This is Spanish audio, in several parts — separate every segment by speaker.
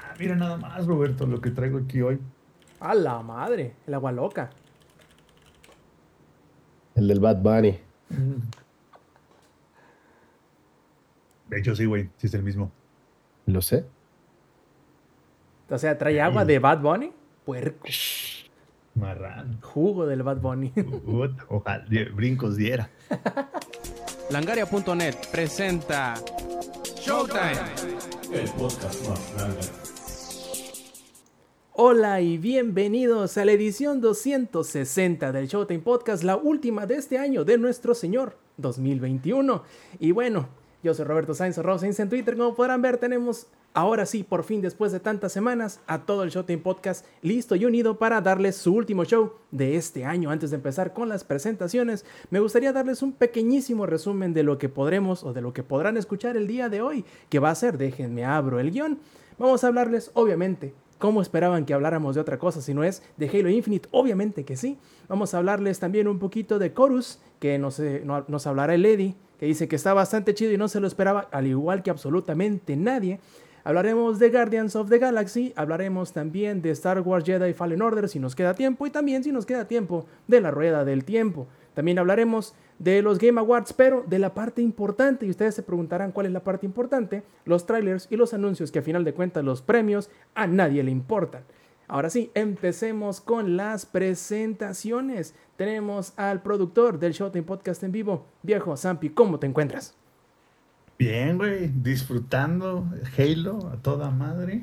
Speaker 1: Mira nada más, Roberto, lo que traigo aquí hoy.
Speaker 2: A la madre, el agua loca.
Speaker 3: El del Bad Bunny.
Speaker 1: Mm. De hecho, sí, güey, sí es el mismo.
Speaker 3: Lo sé.
Speaker 2: O sea, trae agua
Speaker 1: Ey,
Speaker 2: de Bad Bunny. Puerco.
Speaker 1: marrano.
Speaker 2: Jugo del Bad Bunny.
Speaker 1: Ojalá, brincos diera.
Speaker 4: Langaria.net presenta Showtime.
Speaker 2: Hola y bienvenidos a la edición 260 del Showtime Podcast, la última de este año de nuestro señor 2021. Y bueno, yo soy Roberto Sainz, Sainz en Twitter. Como podrán ver, tenemos ahora sí, por fin, después de tantas semanas, a todo el Showtime Podcast listo y unido para darles su último show de este año. Antes de empezar con las presentaciones, me gustaría darles un pequeñísimo resumen de lo que podremos o de lo que podrán escuchar el día de hoy, que va a ser, déjenme abro el guión. Vamos a hablarles, obviamente, ¿cómo esperaban que habláramos de otra cosa si no es de Halo Infinite? Obviamente que sí. Vamos a hablarles también un poquito de Chorus, que nos hablará el Eddie, que dice que está bastante chido y no se lo esperaba, al igual que absolutamente nadie. Hablaremos de Guardians of the Galaxy, hablaremos también de Star Wars Jedi Fallen Order si nos queda tiempo, y también si nos queda tiempo de la Rueda del Tiempo. También hablaremos de los Game Awards, pero de la parte importante, y ustedes se preguntarán cuál es la parte importante, los trailers y los anuncios, que a final de cuentas los premios a nadie le importan. Ahora sí, empecemos con las presentaciones. Tenemos al productor del Showtime Podcast en vivo, viejo Zampi, ¿cómo te encuentras?
Speaker 1: Bien, güey, disfrutando Halo a toda madre.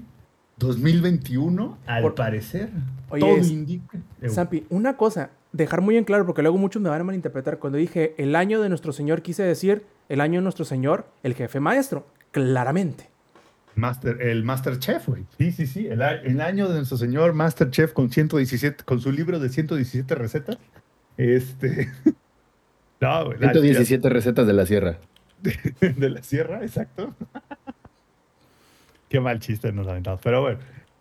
Speaker 1: 2021, al parecer,
Speaker 2: Oye,
Speaker 1: todo indica.
Speaker 2: Zampi, una cosa, dejar muy en claro, porque luego muchos me van a malinterpretar. Cuando dije el año de nuestro Señor, quise decir el año de nuestro Señor, el jefe maestro, claramente.
Speaker 1: El Masterchef, güey. Sí, sí, sí. El año de nuestro señor Masterchef con 117, con su libro de 117 recetas. Este. No, güey,
Speaker 3: 117 recetas de la sierra.
Speaker 1: de la sierra, exacto. Qué mal chiste nos aventamos. Pero bueno.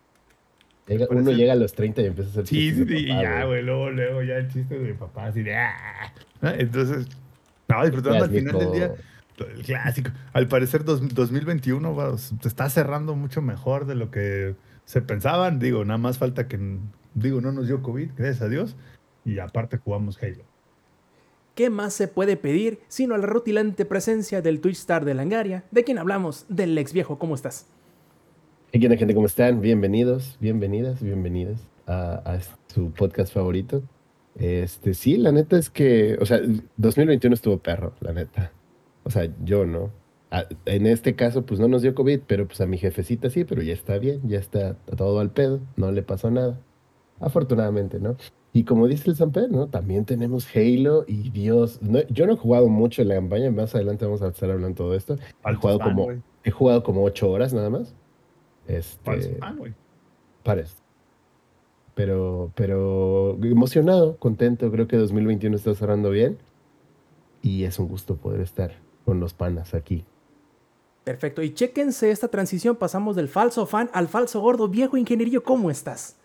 Speaker 3: Uno llega a los 30 y empieza a hacer
Speaker 1: Sí,
Speaker 3: chistes
Speaker 1: sí,
Speaker 3: de
Speaker 1: sí, y
Speaker 3: papá,
Speaker 1: ya,
Speaker 3: güey.
Speaker 1: güey. Luego ya el chiste de papá, así de. ¿No? Entonces. No,
Speaker 3: Ya
Speaker 1: disfrutando
Speaker 3: es
Speaker 1: al final del día.
Speaker 3: viejo.
Speaker 1: El clásico. Al parecer, 2021 se está cerrando mucho mejor de lo que se pensaban. Digo, nada más falta que. Digo, no nos dio COVID, gracias a Dios. Y aparte jugamos Halo.
Speaker 2: ¿Qué más se puede pedir sino la rutilante presencia del Twitch Star de Langaria? ¿De quién hablamos? Del ex viejo, ¿cómo estás?
Speaker 3: ¿Qué onda, gente? ¿Cómo están? Bienvenidos, bienvenidas a su podcast favorito. Sí, la neta es que, o sea, 2021 estuvo perro, la neta. O sea, yo no. En este caso, pues no nos dio COVID, pero pues a mi jefecita sí, pero ya está bien, ya está todo al pedo, no le pasó nada. Afortunadamente, ¿no? Y como dice el Samper, ¿no? También tenemos Halo y Dios. Yo no he jugado mucho en la campaña, más adelante vamos a estar hablando de todo esto.
Speaker 1: Falsos fan, güey.
Speaker 3: He jugado como 8 horas nada más.
Speaker 1: Falso
Speaker 3: Este,
Speaker 1: fan, güey.
Speaker 3: Pares. Pero emocionado, contento, creo que 2021 está cerrando bien. Y es un gusto poder estar con los panas aquí.
Speaker 2: Perfecto, y chéquense esta transición, pasamos del falso fan al falso gordo. Viejo ingenierillo, ¿cómo estás?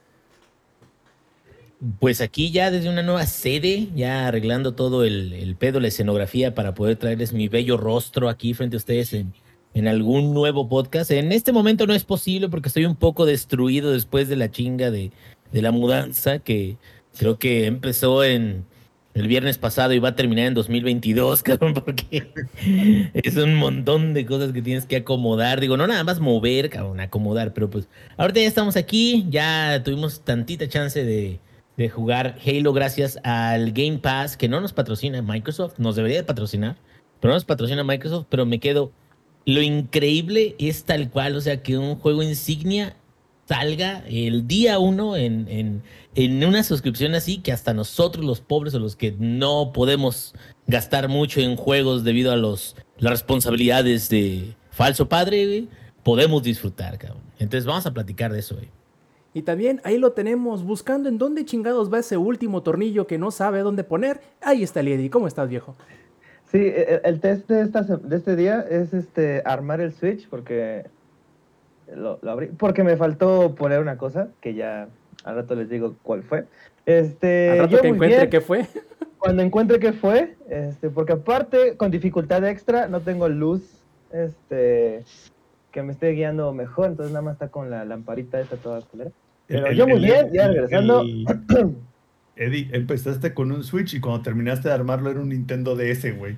Speaker 5: Pues aquí ya desde una nueva sede, ya arreglando todo el pedo, la escenografía para poder traerles mi bello rostro aquí frente a ustedes en algún nuevo podcast. En este momento no es posible porque estoy un poco destruido después de la chinga de la mudanza que creo que empezó en el viernes pasado y va a terminar en 2022, cabrón, porque es un montón de cosas que tienes que acomodar. Digo, no nada más mover, cabrón, acomodar, pero pues ahorita ya estamos aquí, ya tuvimos tantita chance de jugar Halo gracias al Game Pass, que no nos patrocina Microsoft, nos debería de patrocinar, pero no nos patrocina Microsoft, pero me quedo. Lo increíble es tal cual, o sea, que un juego insignia salga el día uno en una suscripción así, que hasta nosotros los pobres o los que no podemos gastar mucho en juegos debido a las responsabilidades de falso padre, güey, podemos disfrutar, cabrón. Entonces vamos a platicar de eso, güey.
Speaker 2: Y también ahí lo tenemos, buscando en dónde chingados va ese último tornillo que no sabe dónde poner. Ahí está el Eddie, ¿cómo estás, viejo?
Speaker 6: Sí, el test de este día es armar el Switch porque lo abrí. Porque me faltó poner una cosa que ya al rato les digo cuál fue.
Speaker 2: Al rato
Speaker 6: Yo
Speaker 2: que
Speaker 6: muy
Speaker 2: encuentre
Speaker 6: bien.
Speaker 2: qué fue.
Speaker 6: Cuando encuentre qué fue, porque aparte con dificultad extra no tengo luz que que me esté guiando mejor, entonces nada más está con la lamparita esta toda culera.
Speaker 1: El-
Speaker 6: Pero
Speaker 1: el-
Speaker 6: yo muy
Speaker 1: el-
Speaker 6: bien, ya
Speaker 1: el-
Speaker 6: regresando.
Speaker 1: Eddie, empezaste con un Switch y cuando terminaste de armarlo era un Nintendo DS, güey.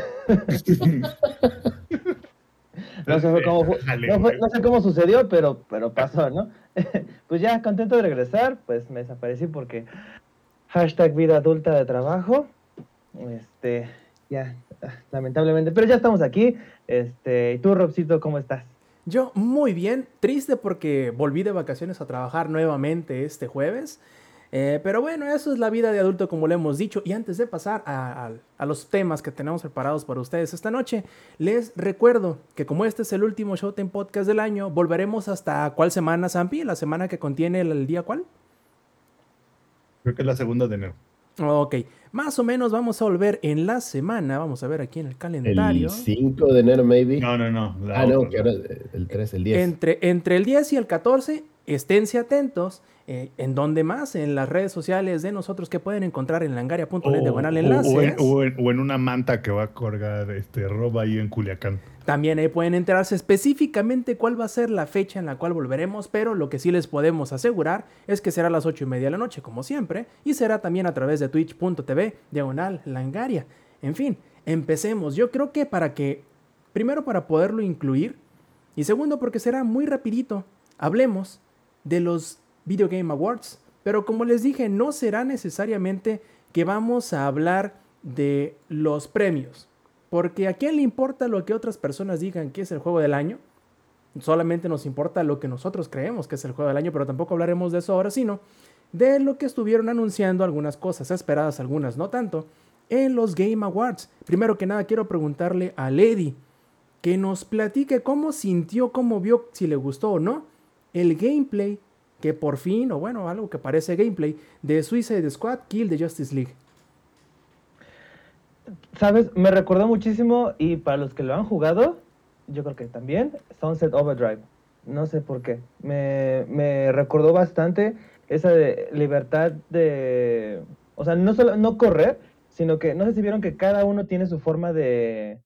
Speaker 6: No sé cómo,
Speaker 1: Jale,
Speaker 6: no,
Speaker 1: güey.
Speaker 6: no sé cómo sucedió, pero pasó, ¿no? Pues ya contento de regresar, pues me desaparecí porque hashtag vida adulta de trabajo. Ya, lamentablemente, pero ya estamos aquí. ¿Y tú, Robcito, cómo estás?
Speaker 2: Yo muy bien, triste porque volví de vacaciones a trabajar nuevamente este jueves. Pero bueno, eso es la vida de adulto como lo hemos dicho. Y antes de pasar a los temas que tenemos preparados para ustedes esta noche, les recuerdo que como este es el último Showtime Podcast del año, volveremos hasta ¿cuál semana, Zampi? ¿La semana que contiene el día cuál?
Speaker 1: Creo que es la 2 de enero.
Speaker 2: Ok, más o menos vamos a volver en la semana. Vamos a ver aquí en el calendario.
Speaker 3: El 5 de enero, maybe.
Speaker 1: No.
Speaker 3: No, que ahora el 3, el 10.
Speaker 2: Entre el 10 y el 14, esténse atentos. ¿En dónde más? En las redes sociales de nosotros que pueden encontrar en langaria.net/enlaces.
Speaker 1: O en una manta que va a colgar Rob ahí en Culiacán.
Speaker 2: También ahí pueden enterarse específicamente cuál va a ser la fecha en la cual volveremos, pero lo que sí les podemos asegurar es que será a las 8:30 de la noche, como siempre, y será también a través de twitch.tv/langaria. En fin, empecemos. Yo creo que primero para poderlo incluir, y segundo porque será muy rapidito, hablemos de los Video Game Awards, pero como les dije, no será necesariamente que vamos a hablar de los premios, porque a quién le importa lo que otras personas digan que es el juego del año. Solamente nos importa lo que nosotros creemos que es el juego del año, pero tampoco hablaremos de eso ahora, sino de lo que estuvieron anunciando, algunas cosas esperadas, algunas no tanto, en los Game Awards. Primero que nada quiero preguntarle a Lady que nos platique cómo sintió, cómo vio, si le gustó o no el gameplay que por fin, o bueno, algo que parece gameplay, de Suicide Squad Kill the Justice League.
Speaker 6: ¿Sabes? Me recordó muchísimo, y para los que lo han jugado, yo creo que también, Sunset Overdrive. No sé por qué. Me recordó bastante esa libertad de... O sea, no solo no correr, sino que, no sé si vieron que cada uno tiene su forma de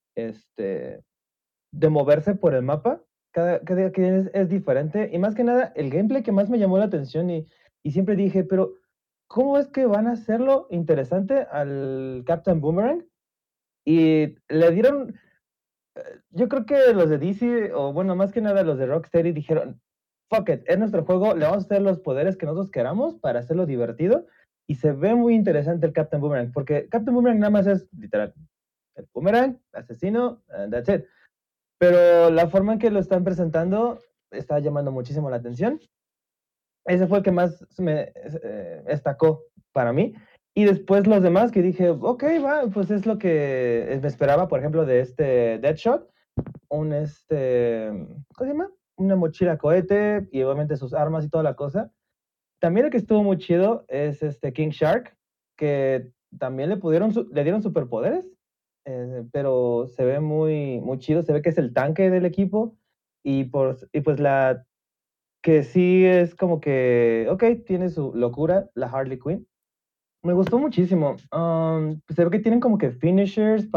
Speaker 6: moverse por el mapa. Cada quien es diferente. Y más que nada, el gameplay que más me llamó la atención y siempre dije, pero ¿cómo es que van a hacerlo interesante al Captain Boomerang? Y le dieron, yo creo que los de DC, o bueno, más que nada los de Rocksteady dijeron, fuck it, es nuestro juego, le vamos a hacer los poderes que nosotros queramos para hacerlo divertido. Y se ve muy interesante el Captain Boomerang, porque Captain Boomerang nada más es literal, el boomerang, asesino, and that's it. Pero la forma en que lo están presentando está llamando muchísimo la atención. Ese fue el que más me destacó para mí. Y después los demás que dije, ok, va, pues es lo que me esperaba, por ejemplo, de Deadshot. ¿Cómo se llama? Una mochila cohete y obviamente sus armas y toda la cosa. También el que estuvo muy chido es King Shark, que también le dieron superpoderes, pero se ve muy, muy chido, se ve que es el tanque del equipo, y pues la que sí es como que, ok, tiene su locura, la Harley Quinn. Me gustó muchísimo. Se ve que tienen como que finishers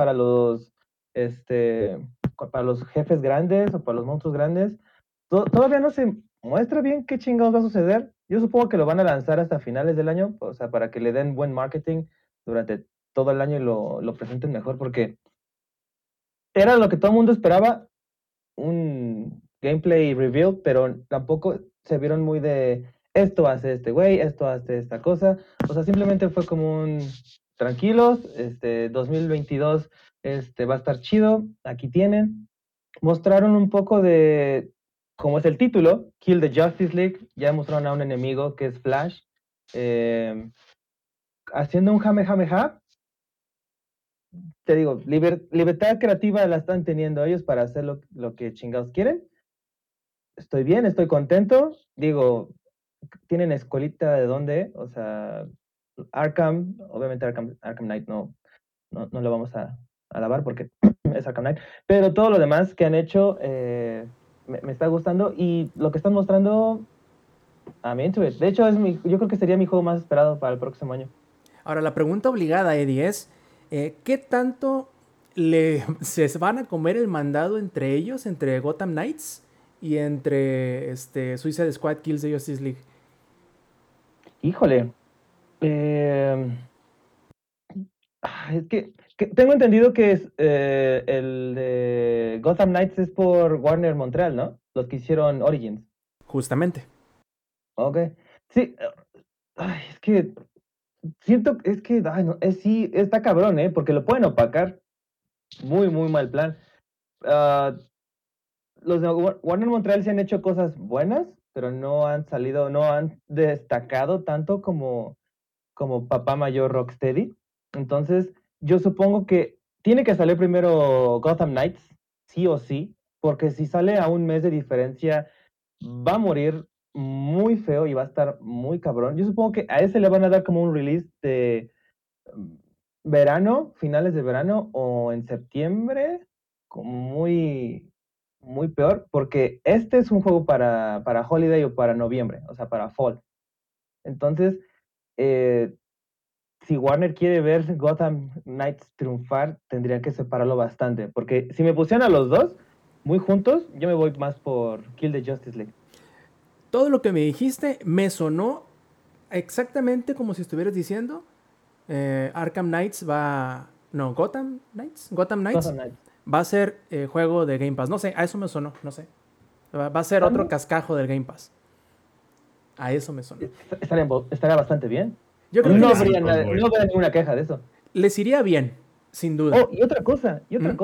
Speaker 6: para los jefes grandes o para los monstruos grandes. Todavía no se muestra bien qué chingados va a suceder. Yo supongo que lo van a lanzar hasta finales del año, o sea, para que le den buen marketing durante todo el año y lo presenten mejor, porque era lo que todo el mundo esperaba, un gameplay reveal, pero tampoco se vieron muy de esto hace este güey, esto hace esta cosa. O sea, simplemente fue como un tranquilos, 2022 va a estar chido, aquí tienen. Mostraron un poco de, como es el título, Kill the Justice League. Ya mostraron a un enemigo que es Flash, haciendo un jamejameja. Te digo, libertad creativa la están teniendo ellos para hacer lo que chingados quieren. Estoy bien, estoy contento. Digo, tienen escuelita de dónde, o sea, Arkham, obviamente Arkham Knight no lo vamos a alabar porque es Arkham Knight, pero todo lo demás que han hecho me está gustando, y lo que están mostrando, I'm into it. De hecho, yo creo que sería mi juego más esperado para el próximo año.
Speaker 2: Ahora, la pregunta obligada, Eddie, es ¿qué tanto se van a comer el mandado entre ellos, entre Gotham Knights y entre Suicide Squad Kills the Justice League.
Speaker 6: Híjole. Es que tengo entendido que es el de Gotham Knights es por Warner Montreal, ¿no? Los que hicieron Origins.
Speaker 2: Justamente.
Speaker 6: Ok. Sí. Es que siento, es que, no, sí, está cabrón, ¿eh? Porque lo pueden opacar. Muy, muy mal plan. Ah, los de Warner Montreal sí han hecho cosas buenas, pero no han destacado tanto como Papá Mayor Rocksteady. Entonces, yo supongo que tiene que salir primero Gotham Knights, sí o sí, porque si sale a un mes de diferencia, va a morir muy feo y va a estar muy cabrón. Yo supongo que a ese le van a dar como un release de verano, finales de verano o en septiembre, como muy, muy peor, porque este es un juego para Holiday o para noviembre, o sea, para Fall. Entonces, si Warner quiere ver Gotham Knights triunfar, tendría que separarlo bastante, porque si me pusieran a los dos muy juntos, yo me voy más por Kill the Justice League.
Speaker 2: Todo lo que me dijiste me sonó exactamente como si estuvieras diciendo Arkham Knights va... No, Gotham Knights. Gotham Knights va a ser juego de Game Pass. No sé, a eso me sonó, no sé. Va a ser otro cascajo del Game Pass. A eso me sonó.
Speaker 6: Estaría bastante bien.
Speaker 2: Yo creo
Speaker 6: no
Speaker 2: que
Speaker 6: habría ninguna queja de eso.
Speaker 2: Les iría bien, sin duda.
Speaker 6: Oh, y otra cosa.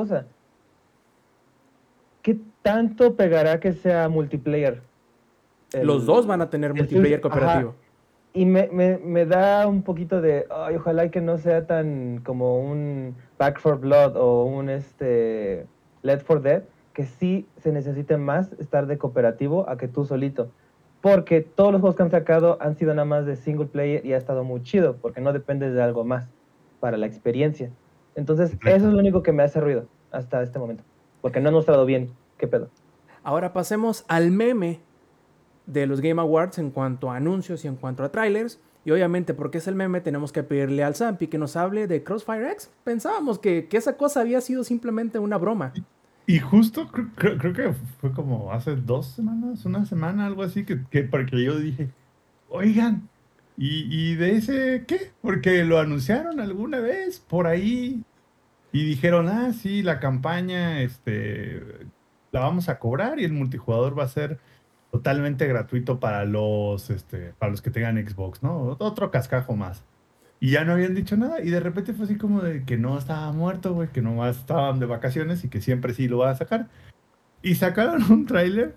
Speaker 6: ¿Qué tanto pegará que sea multiplayer?
Speaker 2: Los dos van a tener multiplayer cooperativo.
Speaker 6: Ajá. Y me da un poquito de, ojalá que no sea tan como un Back 4 Blood o un Left 4 Dead, que sí se necesite más estar de cooperativo a que tú solito. Porque todos los juegos que han sacado han sido nada más de single player y ha estado muy chido, porque no dependes de algo más para la experiencia. Entonces, eso es lo único que me hace ruido hasta este momento, porque no han mostrado bien qué pedo.
Speaker 2: Ahora pasemos al meme de los Game Awards en cuanto a anuncios y en cuanto a trailers. Y obviamente, porque es el meme, tenemos que pedirle al Zampi que nos hable de Crossfire X. Pensábamos que esa cosa había sido simplemente una broma.
Speaker 1: Y justo creo que fue como hace 2 semanas, una semana, algo así, porque yo dije, oigan, ¿y de ese qué? Porque lo anunciaron alguna vez por ahí y dijeron, sí, la campaña, la vamos a cobrar y el multijugador va a ser totalmente gratuito para los que tengan Xbox, ¿no? Otro cascajo más. Y ya no habían dicho nada y de repente fue así como de que no estaba muerto, güey, que nomás estaban de vacaciones y que siempre sí lo va a sacar. Y sacaron un tráiler.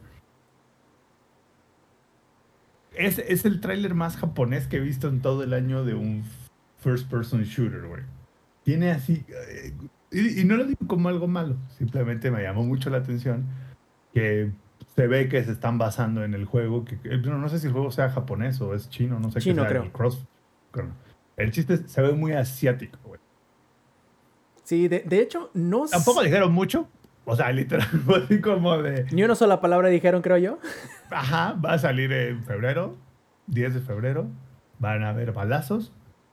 Speaker 1: Es el tráiler más japonés que he visto en todo el año de un first person shooter, güey. Tiene así... y no lo digo como algo malo, simplemente me llamó mucho la atención que se ve que se están basando en el juego. No sé si el juego sea japonés o es chino, no sé
Speaker 2: Chino,
Speaker 1: qué sea.
Speaker 2: creo.
Speaker 1: El chiste se ve muy asiático, güey.
Speaker 2: Sí, de hecho, no sé.
Speaker 1: Tampoco dijeron mucho. O sea, literal, así como de...
Speaker 2: Ni una sola palabra dijeron, creo yo.
Speaker 1: Ajá, va a salir en febrero, 10 de febrero. Van a haber balazos.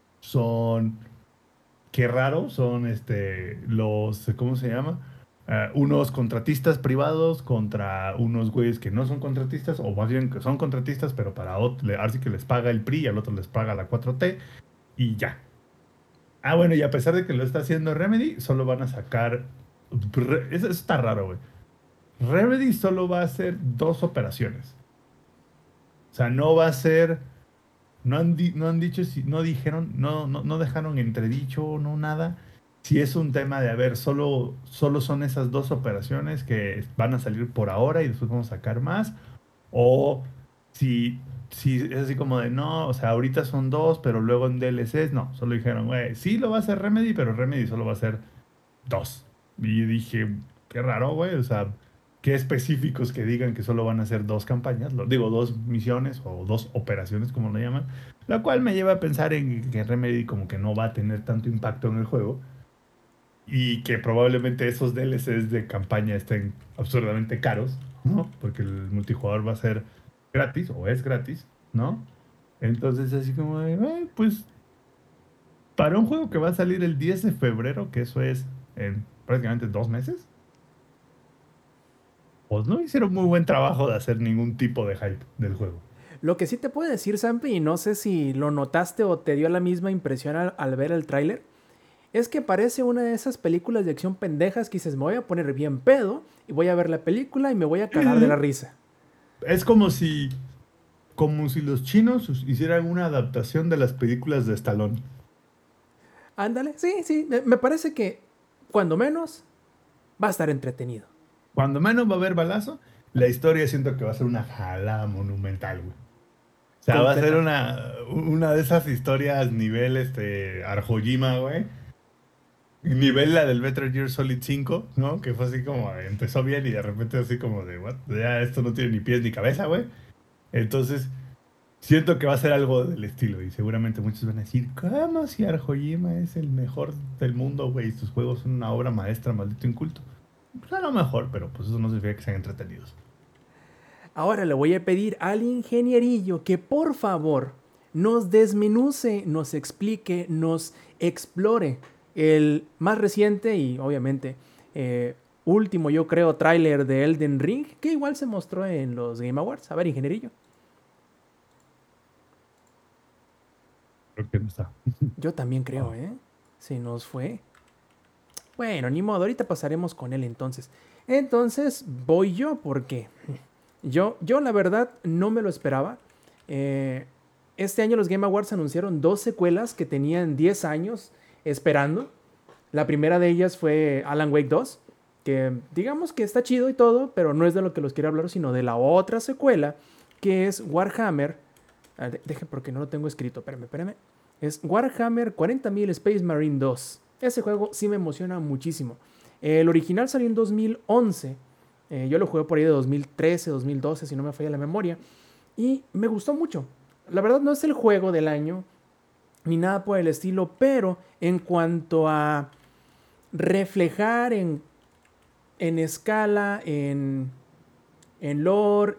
Speaker 1: Qué raro, son los... ¿Cómo se llama? Unos contratistas privados contra unos güeyes que no son contratistas, o más bien que son contratistas, pero para otro, así que les paga el PRI y al otro les paga la 4T. Y ya. Bueno, y a pesar de que lo está haciendo Remedy, solo van a sacar... Eso está raro, güey. Remedy solo va a hacer 2 operaciones. O sea, no va a ser... No han dicho, no dijeron, no dejaron entredicho, no nada. Si es un tema de, a ver, solo son esas 2 operaciones que van a salir por ahora y después vamos a sacar más. O si es así como de, no, o sea, ahorita son 2, pero luego en DLCs, no. Solo dijeron, güey, sí lo va a hacer Remedy, pero Remedy solo va a hacer 2. Y dije, qué raro, güey, o sea, qué específicos que digan que solo van a hacer 2 campañas, digo, 2 misiones o 2 operaciones, como lo llaman, lo cual me lleva a pensar en que Remedy como que no va a tener tanto impacto en el juego y que probablemente esos DLCs de campaña estén absurdamente caros, ¿no? Porque el multijugador va a ser gratis o es gratis, ¿no? Entonces así como pues para un juego que va a salir el 10 de febrero, que eso es en prácticamente 2 meses, pues no hicieron muy buen trabajo de hacer ningún tipo de hype del juego.
Speaker 2: Lo que sí te puedo decir, Sampi, y no sé si lo notaste o te dio la misma impresión al ver el tráiler, es que parece una de esas películas de acción pendejas que dices, me voy a poner bien pedo y voy a ver la película y me voy a cagar de la risa.
Speaker 1: Es como si los chinos hicieran una adaptación de las películas de Stallone.
Speaker 2: Ándale, sí, me parece que cuando menos va a estar entretenido.
Speaker 1: Cuando menos va a haber balazo, la historia siento que va a ser una jalada monumental, güey. O sea, va a ser una de esas historias nivel Arjojima, güey. Nivel la del Metal Gear Solid 5, ¿no? Que fue así como, empezó bien y de repente así como de, what? Ya esto no tiene ni pies ni cabeza, güey. Entonces, siento que va a ser algo del estilo y seguramente muchos van a decir, ¿cómo si Arjojima es el mejor del mundo, güey? Y sus juegos son una obra maestra, maldito inculto. Pues a lo mejor, pero pues eso no significa que sean entretenidos.
Speaker 2: Ahora le voy a pedir al ingenierillo que por favor nos desmenuce, nos explique, nos explore el más reciente y obviamente último, yo creo, tráiler de Elden Ring, que igual se mostró en los Game Awards. A ver, ingenierillo.
Speaker 1: Creo que no está.
Speaker 2: Yo también creo, Se nos fue. Bueno, ni modo, ahorita pasaremos con él entonces. Entonces voy yo porque yo la verdad no me lo esperaba. Este año los Game Awards anunciaron 2 secuelas que tenían 10 años esperando. La primera de ellas fue Alan Wake 2, que digamos que está chido y todo, pero no es de lo que los quiero hablar, sino de la otra secuela, que es Warhammer. Deje porque no lo tengo escrito, espérame. Es Warhammer 40.000 Space Marine 2. Ese juego sí me emociona muchísimo. El original salió en 2011. Yo lo jugué por ahí de 2013, 2012, si no me falla la memoria. Y me gustó mucho. La verdad no es el juego del año, ni nada por el estilo, pero en cuanto a reflejar en escala, en lore,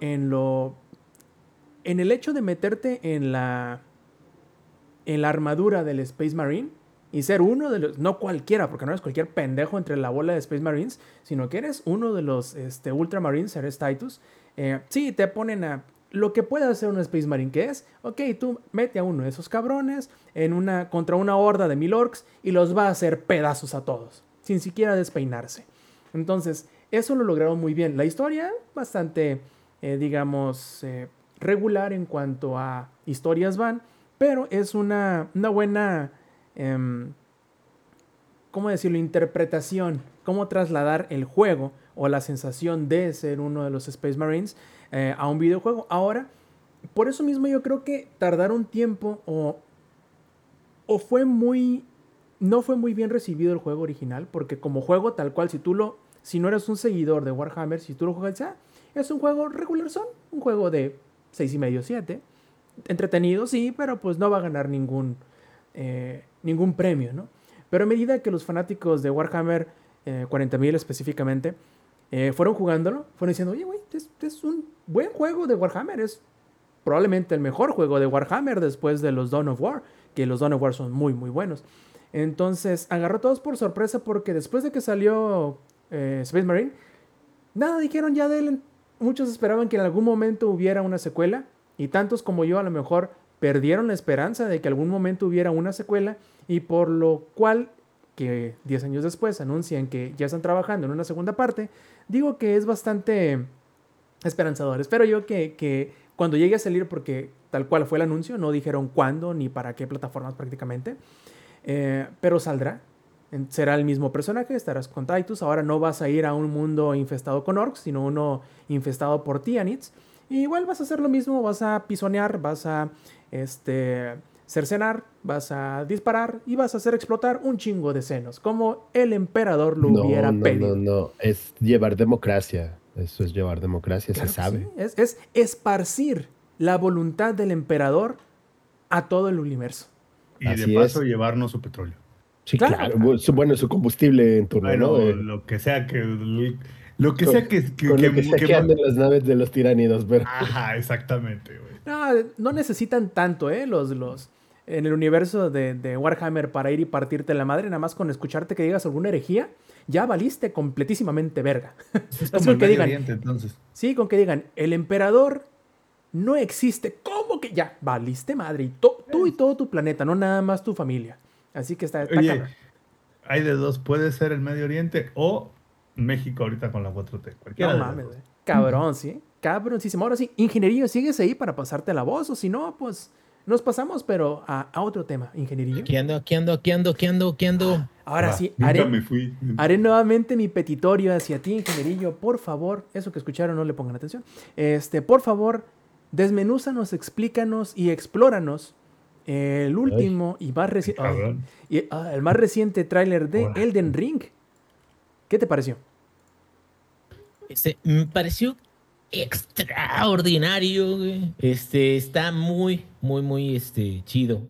Speaker 2: en el hecho de meterte en la armadura del Space Marine y ser uno de los, no cualquiera, porque no eres cualquier pendejo entre la bola de Space Marines, sino que eres uno de los Ultramarines, eres Titus. Sí, te ponen a lo que puede hacer un Space Marine, que es, ok, tú mete a uno de esos cabrones contra una horda de 1000 orcs y los va a hacer pedazos a todos, sin siquiera despeinarse. Entonces, eso lo lograron muy bien. La historia, bastante, regular en cuanto a historias van, pero es una buena, ¿cómo decirlo? Interpretación, cómo trasladar el juego o la sensación de ser uno de los Space Marines a un videojuego. Ahora, por eso mismo yo creo que tardaron tiempo o no fue muy bien recibido el juego original, porque como juego tal cual, si no eres un seguidor de Warhammer, si tú lo juegas es un juego regular, un juego de 6.5, 7, entretenido, sí, pero pues no va a ganar ningún premio, ¿no? Pero a medida que los fanáticos de Warhammer 40.000 específicamente fueron jugándolo, fueron diciendo, oye, güey, es un buen juego de Warhammer, es probablemente el mejor juego de Warhammer después de los Dawn of War, que los Dawn of War son muy, muy buenos. Entonces, agarró a todos por sorpresa porque después de que salió Space Marine, nada dijeron ya de él. Muchos esperaban que en algún momento hubiera una secuela, y tantos como yo a lo mejor perdieron la esperanza de que algún momento hubiera una secuela, y por lo cual que 10 años después anuncian que ya están trabajando en una segunda parte, digo que es bastante esperanzador. Espero yo que cuando llegue a salir, porque tal cual fue el anuncio, no dijeron cuándo ni para qué plataformas prácticamente, pero saldrá. Será el mismo personaje, estarás con Titus. Ahora no vas a ir a un mundo infestado con orcs, sino uno infestado por Tyanids. Y igual vas a hacer lo mismo, vas a pisonear, vas a cercenar, vas a disparar y vas a hacer explotar un chingo de senos, como el emperador lo hubiera pedido.
Speaker 3: No, es llevar democracia. Eso es llevar democracia, claro, se sabe.
Speaker 2: Sí. Es esparcir la voluntad del emperador a todo el universo.
Speaker 1: Y así de paso llevarnos su petróleo.
Speaker 3: Sí, claro. Bueno, su combustible en turno,
Speaker 1: bueno,
Speaker 3: ¿no?
Speaker 1: Lo que sea que
Speaker 3: anden las naves de los tiránidos, pero...
Speaker 1: Ajá, exactamente, güey.
Speaker 2: No necesitan tanto, en el universo de Warhammer para ir y partirte la madre, nada más con escucharte que digas alguna herejía, ya valiste completísimamente verga.
Speaker 1: Es
Speaker 2: Así
Speaker 1: como el
Speaker 2: que
Speaker 1: Medio
Speaker 2: digan,
Speaker 1: Oriente, entonces.
Speaker 2: sí, con que digan, el emperador no existe. ¿Cómo que ya valiste madre? Y tú y todo tu planeta, no nada más tu familia. Así que está
Speaker 1: Oye,
Speaker 2: cabrón.
Speaker 1: hay de dos, puede ser el Medio Oriente o México ahorita con la 4T. Cualquiera
Speaker 2: No
Speaker 1: de las
Speaker 2: mames,
Speaker 1: dos.
Speaker 2: güey. Cabrón, sí. Cabroncísimo. Ahora sí, ingenierillo, ¿sigues ahí para pasarte la voz? O si no, pues nos pasamos, pero a otro tema, ingenierillo.
Speaker 5: Aquí ando.
Speaker 2: Ahora
Speaker 1: Va,
Speaker 2: sí,
Speaker 1: nunca me fui.
Speaker 2: haré nuevamente mi petitorio hacia ti, ingenierillo. Por favor, eso que escucharon no le pongan atención. Por favor, desmenúzanos, explícanos y explóranos el último y más reciente,
Speaker 1: Cabrón.
Speaker 2: el más reciente tráiler de
Speaker 1: Ahora.
Speaker 2: Elden Ring. ¿Qué te pareció?
Speaker 5: Me pareció extraordinario, güey. Está muy chido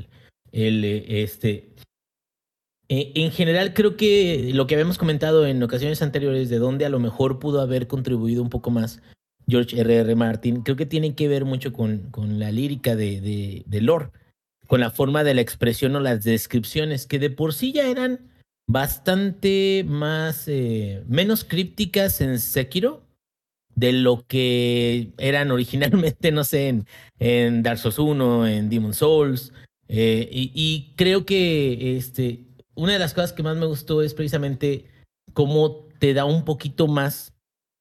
Speaker 5: en general creo que lo que habíamos comentado en ocasiones anteriores de donde a lo mejor pudo haber contribuido un poco más George R.R. Martin, creo que tiene que ver mucho con la lírica de lore, con la forma de la expresión o las descripciones, que de por sí ya eran bastante menos crípticas en Sekiro de lo que eran originalmente, no sé, en Dark Souls 1, en Demon Souls. Y creo que una de las cosas que más me gustó es precisamente cómo te da un poquito más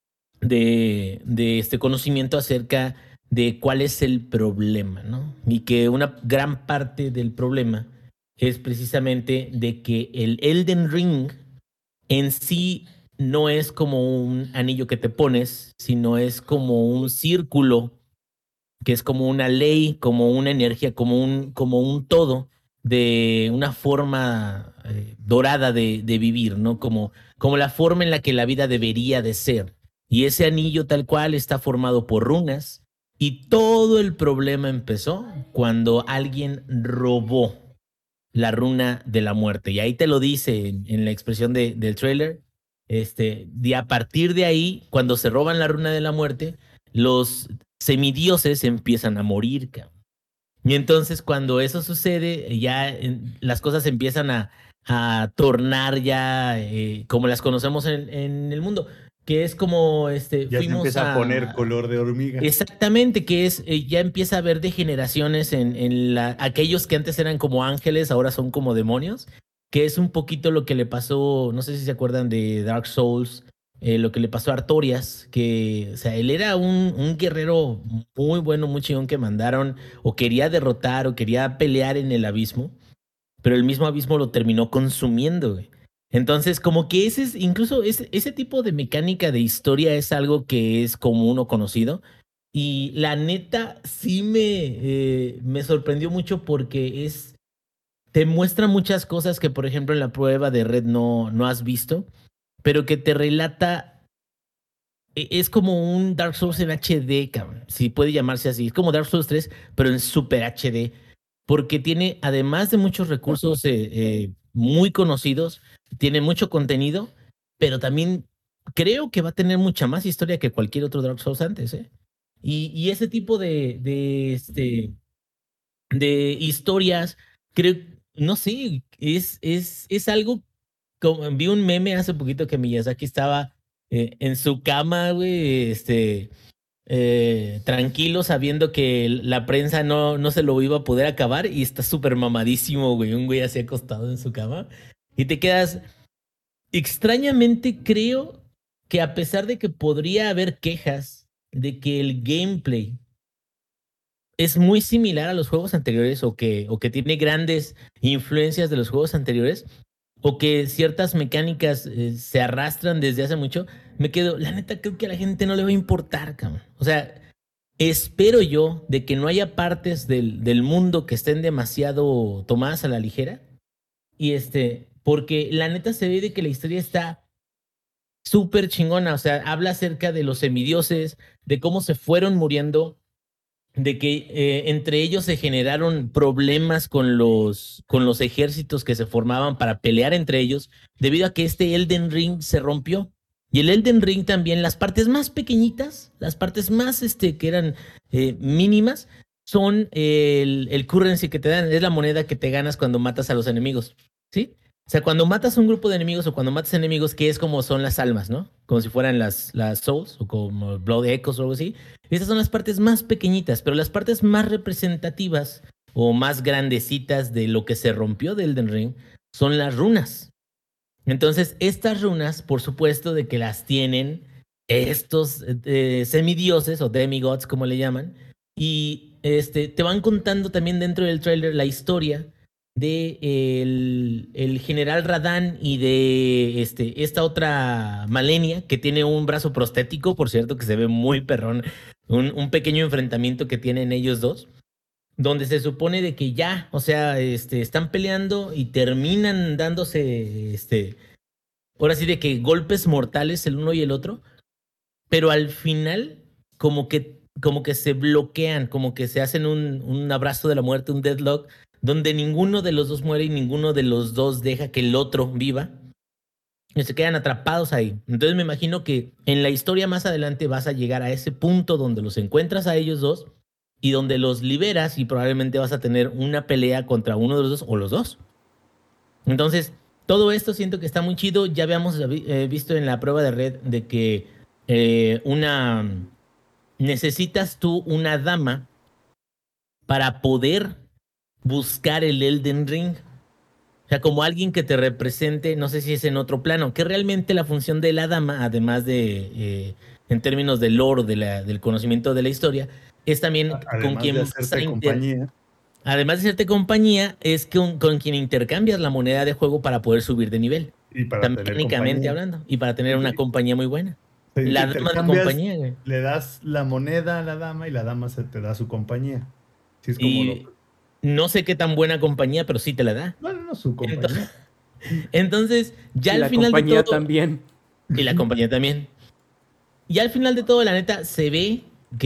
Speaker 5: de este conocimiento acerca de cuál es el problema, ¿no? Y que una gran parte del problema es precisamente de que el Elden Ring en sí no es como un anillo que te pones, sino es como un círculo, que es como una ley, como una energía, como un todo de una forma dorada de vivir, ¿no? Como la forma en la que la vida debería de ser. Y ese anillo tal cual está formado por runas y todo el problema empezó cuando alguien robó la runa de la muerte. Y ahí te lo dice en la expresión del trailer. Y a partir de ahí, cuando se roban la runa de la muerte, los semidioses empiezan a morir, cabrón. Y entonces cuando eso sucede, ya las cosas empiezan a tornar ya como las conocemos en el mundo, que es como
Speaker 1: Ya se
Speaker 5: fuimos
Speaker 1: empieza a poner color de hormiga.
Speaker 5: Exactamente, que es, ya empieza a haber degeneraciones en aquellos que antes eran como ángeles, ahora son como demonios, que es un poquito lo que le pasó, no sé si se acuerdan de Dark Souls, lo que le pasó a Artorias, que, o sea, él era un guerrero muy bueno, muy chingón que mandaron, o quería derrotar, o quería pelear en el abismo, pero el mismo abismo lo terminó consumiendo, güey. Entonces, como que incluso ese tipo de mecánica de historia es algo que es común o conocido. Y la neta sí me sorprendió mucho porque te muestra muchas cosas que, por ejemplo, en la prueba de Red no has visto, pero que te relata. Es como un Dark Souls en HD, cabrón, si puede llamarse así. Es como Dark Souls 3, pero en Super HD, porque tiene, además de muchos recursos muy conocidos, tiene mucho contenido, pero también creo que va a tener mucha más historia que cualquier otro Dark Souls antes, ¿eh? Y ese tipo de historias, creo, no sé, es algo como, vi un meme hace poquito que Miyazaki estaba en su cama, güey, tranquilo, sabiendo que la prensa no se lo iba a poder acabar y está súper mamadísimo, güey, un güey así acostado en su cama. Y te quedas, extrañamente creo que a pesar de que podría haber quejas de que el gameplay es muy similar a los juegos anteriores o que tiene grandes influencias de los juegos anteriores o que ciertas mecánicas se arrastran desde hace mucho, me quedo, la neta creo que a la gente no le va a importar, cabrón. O sea, espero yo de que no haya partes del mundo que estén demasiado tomadas a la ligera y porque la neta se ve de que la historia está súper chingona, o sea, habla acerca de los semidioses, de cómo se fueron muriendo, de que entre ellos se generaron problemas con los ejércitos que se formaban para pelear entre ellos, debido a que este Elden Ring se rompió. Y el Elden Ring también, las partes más pequeñitas, las partes más que eran mínimas, son el currency que te dan, es la moneda que te ganas cuando matas a los enemigos, ¿sí? O sea, cuando matas a un grupo de enemigos o cuando matas enemigos, que es como son las almas, ¿no? Como si fueran las souls o como Blood Echoes o algo así. Estas son las partes más pequeñitas, pero las partes más representativas o más grandecitas de lo que se rompió de Elden Ring son las runas. Entonces, estas runas, por supuesto, de que las tienen estos semidioses o demigods, como le llaman, y te van contando también dentro del tráiler la historia de el general Radán y de esta otra Malenia que tiene un brazo prostético, por cierto, que se ve muy perrón, un pequeño enfrentamiento que tienen ellos dos donde se supone de que ya, o sea, están peleando y terminan dándose, ahora sí de que golpes mortales el uno y el otro, pero al final como que se bloquean, como que se hacen un abrazo de la muerte, un deadlock, donde ninguno de los dos muere y ninguno de los dos deja que el otro viva. Y se quedan atrapados ahí. Entonces me imagino que en la historia más adelante vas a llegar a ese punto donde los encuentras a ellos dos y donde los liberas y probablemente vas a tener una pelea contra uno de los dos o los dos. Entonces, todo esto siento que está muy chido. Ya habíamos visto en la prueba de red de que una necesitas tú una dama para poder buscar el Elden Ring. O sea, como alguien que te represente, no sé si es en otro plano, que realmente la función de la dama, además de, en términos del lore, del conocimiento de la historia, es también con
Speaker 1: Además
Speaker 5: quien
Speaker 1: de
Speaker 5: vas a
Speaker 1: hacerte compañía.
Speaker 5: además de hacerte compañía, es con quien intercambias la moneda de juego para poder subir de nivel.
Speaker 1: Y para
Speaker 5: También
Speaker 1: tener
Speaker 5: técnicamente
Speaker 1: compañía.
Speaker 5: hablando. Y para tener una compañía muy buena.
Speaker 1: Sí,
Speaker 5: La dama de
Speaker 1: intercambias,
Speaker 5: compañía, güey.
Speaker 1: le das la moneda a la dama y la dama se te da su compañía. Sí, es como lo.
Speaker 5: Y no sé qué tan buena compañía, pero sí te la da.
Speaker 1: No, no, no, su
Speaker 5: Entonces,
Speaker 1: compañía.
Speaker 5: entonces ya
Speaker 2: Y
Speaker 5: al
Speaker 2: la
Speaker 5: final de
Speaker 2: compañía
Speaker 5: todo.
Speaker 2: también.
Speaker 5: Y la compañía también. Y al final de todo, la neta, se ve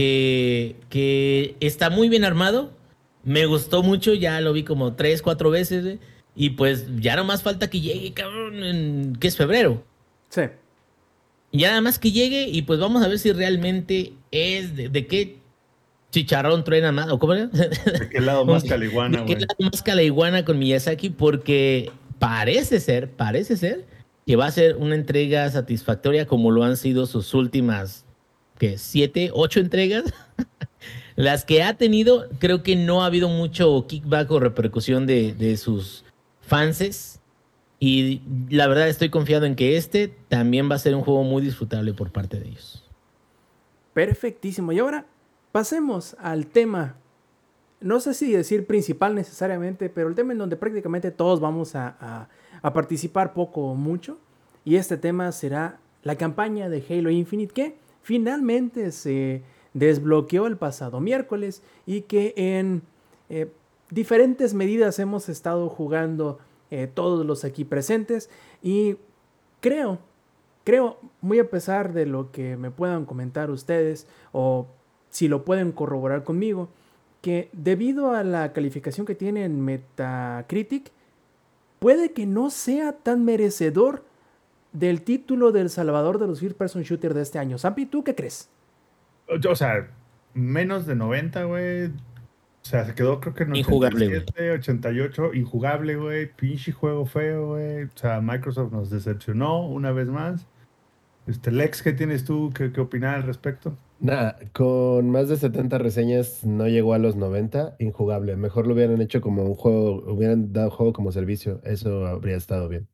Speaker 5: que está muy bien armado. Me gustó mucho, ya lo vi como 3, 4 veces, güey. Y pues ya no más falta que llegue, cabrón, que es febrero.
Speaker 2: Sí.
Speaker 5: Y ya nada más que llegue y pues vamos a ver si realmente es de qué chicharrón truena más, o cómo era.
Speaker 1: ¿De qué lado más caliguana,
Speaker 5: ¿De qué
Speaker 1: güey?
Speaker 5: lado más calaiguana con Miyazaki? Porque parece ser que va a ser una entrega satisfactoria como lo han sido sus últimas, ¿qué? 7, 8 entregas. Las que ha tenido, creo que no ha habido mucho kickback o repercusión de sus fanses. Y la verdad estoy confiado en que este también va a ser un juego muy disfrutable por parte de ellos.
Speaker 2: Perfectísimo. Y ahora pasemos al tema, no sé si decir principal necesariamente, pero el tema en donde prácticamente todos vamos a participar poco o mucho. Y este tema será la campaña de Halo Infinite que finalmente se desbloqueó el pasado miércoles y que en diferentes medidas hemos estado jugando todos los aquí presentes. Y creo, muy a pesar de lo que me puedan comentar ustedes o si lo pueden corroborar conmigo, que debido a la calificación que tiene en Metacritic, puede que no sea tan merecedor del título del Salvador de los First Person Shooter de este año. Zampi, ¿tú qué crees?
Speaker 1: O sea, menos de 90, güey. O sea, se quedó creo que en
Speaker 5: Injugable, güey.
Speaker 1: 87, 88, injugable, güey. Pinche juego feo, güey. O sea, Microsoft nos decepcionó una vez más. Lex, ¿qué tienes tú que opinar al respecto?
Speaker 3: Nada, con más de 70 reseñas no llegó a los 90, injugable. Mejor lo hubieran hecho como un juego, hubieran dado juego como servicio. Eso habría estado bien.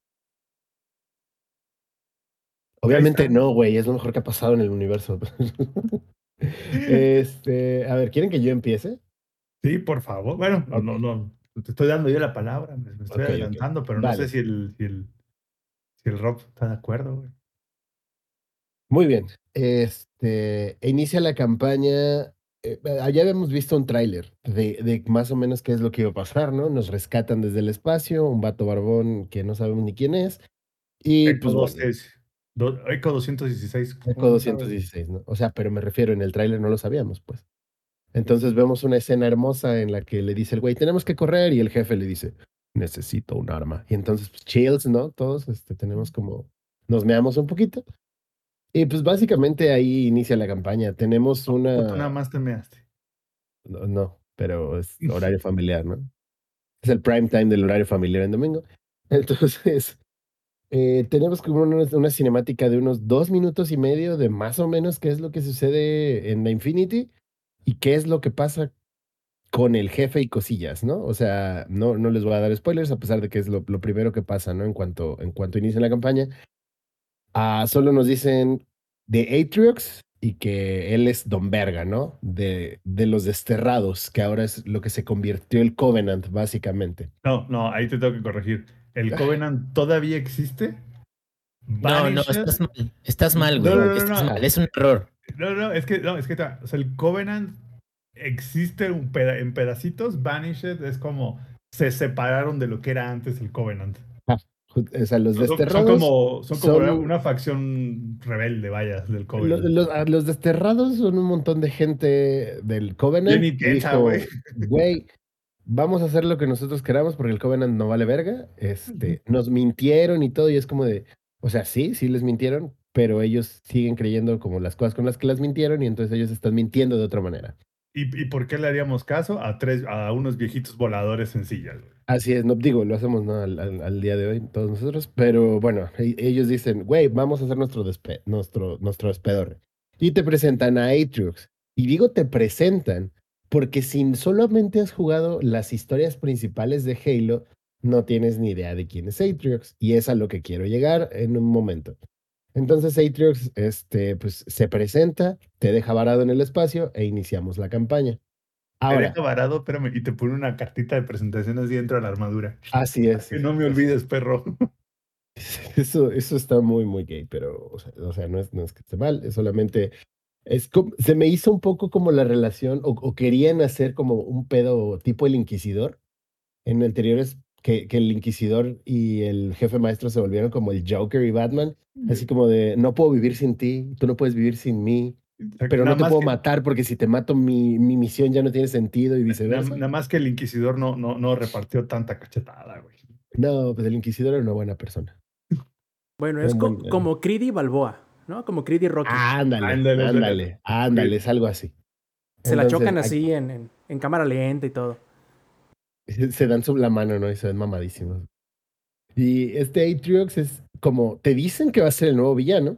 Speaker 1: Ahí está.
Speaker 3: Obviamente no, güey, es lo mejor que ha pasado en el universo. A ver, ¿quieren que yo empiece?
Speaker 1: Sí, por favor. Bueno,
Speaker 3: Ok.
Speaker 1: no. Te estoy dando yo la palabra, me estoy
Speaker 3: Ok,
Speaker 1: adelantando, pero no sé
Speaker 3: vale.
Speaker 1: si el Rob está de acuerdo, güey.
Speaker 3: Muy bien. Inicia la campaña. Ya habíamos visto un tráiler de más o menos qué es lo que iba a pasar, ¿no? Nos rescatan desde el espacio, un vato barbón que no sabemos ni quién es. Y
Speaker 1: Echo
Speaker 3: pues bueno,
Speaker 1: 26, Echo 216.
Speaker 3: Eco
Speaker 1: ¿Cómo no sabes?
Speaker 3: 216, ¿no? O sea, pero me refiero, en el tráiler no lo sabíamos, pues. Entonces vemos una escena hermosa en la que le dice el güey, tenemos que correr, y el jefe le dice, necesito un arma. Y entonces, pues, chills, ¿no? Todos tenemos como, nos meamos un poquito. Y pues básicamente ahí inicia la campaña. Tenemos
Speaker 1: O tú nada
Speaker 3: una,
Speaker 1: más te measte.
Speaker 3: no, pero es horario familiar, ¿no? Es el prime time del horario familiar en domingo. Entonces, tenemos como una cinemática de unos 2 minutos y medio de más o menos qué es lo que sucede en la Infinity y qué es lo que pasa con el jefe y cosillas, ¿no? O sea, no les voy a dar spoilers, a pesar de que es lo primero que pasa, ¿no? En cuanto inicia la campaña. Solo nos dicen de Atriox y que él es Don Verga, ¿no? De los desterrados, que ahora es lo que se convirtió el Covenant, básicamente.
Speaker 1: No, ahí te tengo que corregir. ¿El Covenant todavía existe?
Speaker 5: No,
Speaker 1: Vanished.
Speaker 5: estás mal, güey. Estás mal, es un error.
Speaker 1: No, es que, o sea, el Covenant existe en pedacitos. Vanished es como se separaron de lo que era antes el Covenant.
Speaker 3: O sea, los
Speaker 1: Son
Speaker 3: desterrados
Speaker 1: como una facción rebelde, vaya, del Covenant.
Speaker 3: los desterrados son un montón de gente del Covenant
Speaker 1: Jenny
Speaker 3: que
Speaker 1: Piensa,
Speaker 3: dijo,
Speaker 1: güey.
Speaker 3: güey, vamos a hacer lo que nosotros queramos porque el Covenant no vale verga. Nos mintieron y todo, y es como de, o sea, sí les mintieron, pero ellos siguen creyendo como las cosas con las que las mintieron y entonces ellos están mintiendo de otra manera.
Speaker 1: ¿Y por qué le haríamos caso a unos viejitos voladores en sillas, güey?
Speaker 3: Así es, no digo, lo hacemos ¿no? al día de hoy todos nosotros, pero bueno, ellos dicen, güey, vamos a hacer nuestro despedorre. Y te presentan a Atriox. Y digo te presentan porque si solamente has jugado las historias principales de Halo, no tienes ni idea de quién es Atriox. Y es a lo que quiero llegar en un momento. Entonces Atriox pues, se presenta, te deja varado en el espacio e iniciamos la campaña.
Speaker 1: Te
Speaker 3: Ahora,
Speaker 1: deja varado, espérame, y te pone una cartita de presentación así dentro de la armadura.
Speaker 3: así es.
Speaker 1: Que no me olvides, perro.
Speaker 3: Eso está muy, muy gay, pero, o sea, no es que esté mal, es solamente, se me hizo un poco como la relación, o querían hacer como un pedo tipo el Inquisidor. En anteriores, que el Inquisidor y el jefe maestro se volvieron como el Joker y Batman, así como de, no puedo vivir sin ti, tú no puedes vivir sin mí, pero no te puedo matar porque si te mato mi misión ya no tiene sentido y viceversa.
Speaker 1: Nada más que el Inquisidor no repartió tanta cachetada, güey.
Speaker 3: No, pues el Inquisidor era una buena persona.
Speaker 2: Bueno, es como Creed y Balboa, ¿no? Como Creed y Rocky.
Speaker 3: Ándale, es algo así.
Speaker 2: Se la chocan así en cámara lenta y todo.
Speaker 3: Se dan la mano, ¿no? Y se ven mamadísimos. Y este Atriox es como, te dicen que va a ser el nuevo villano.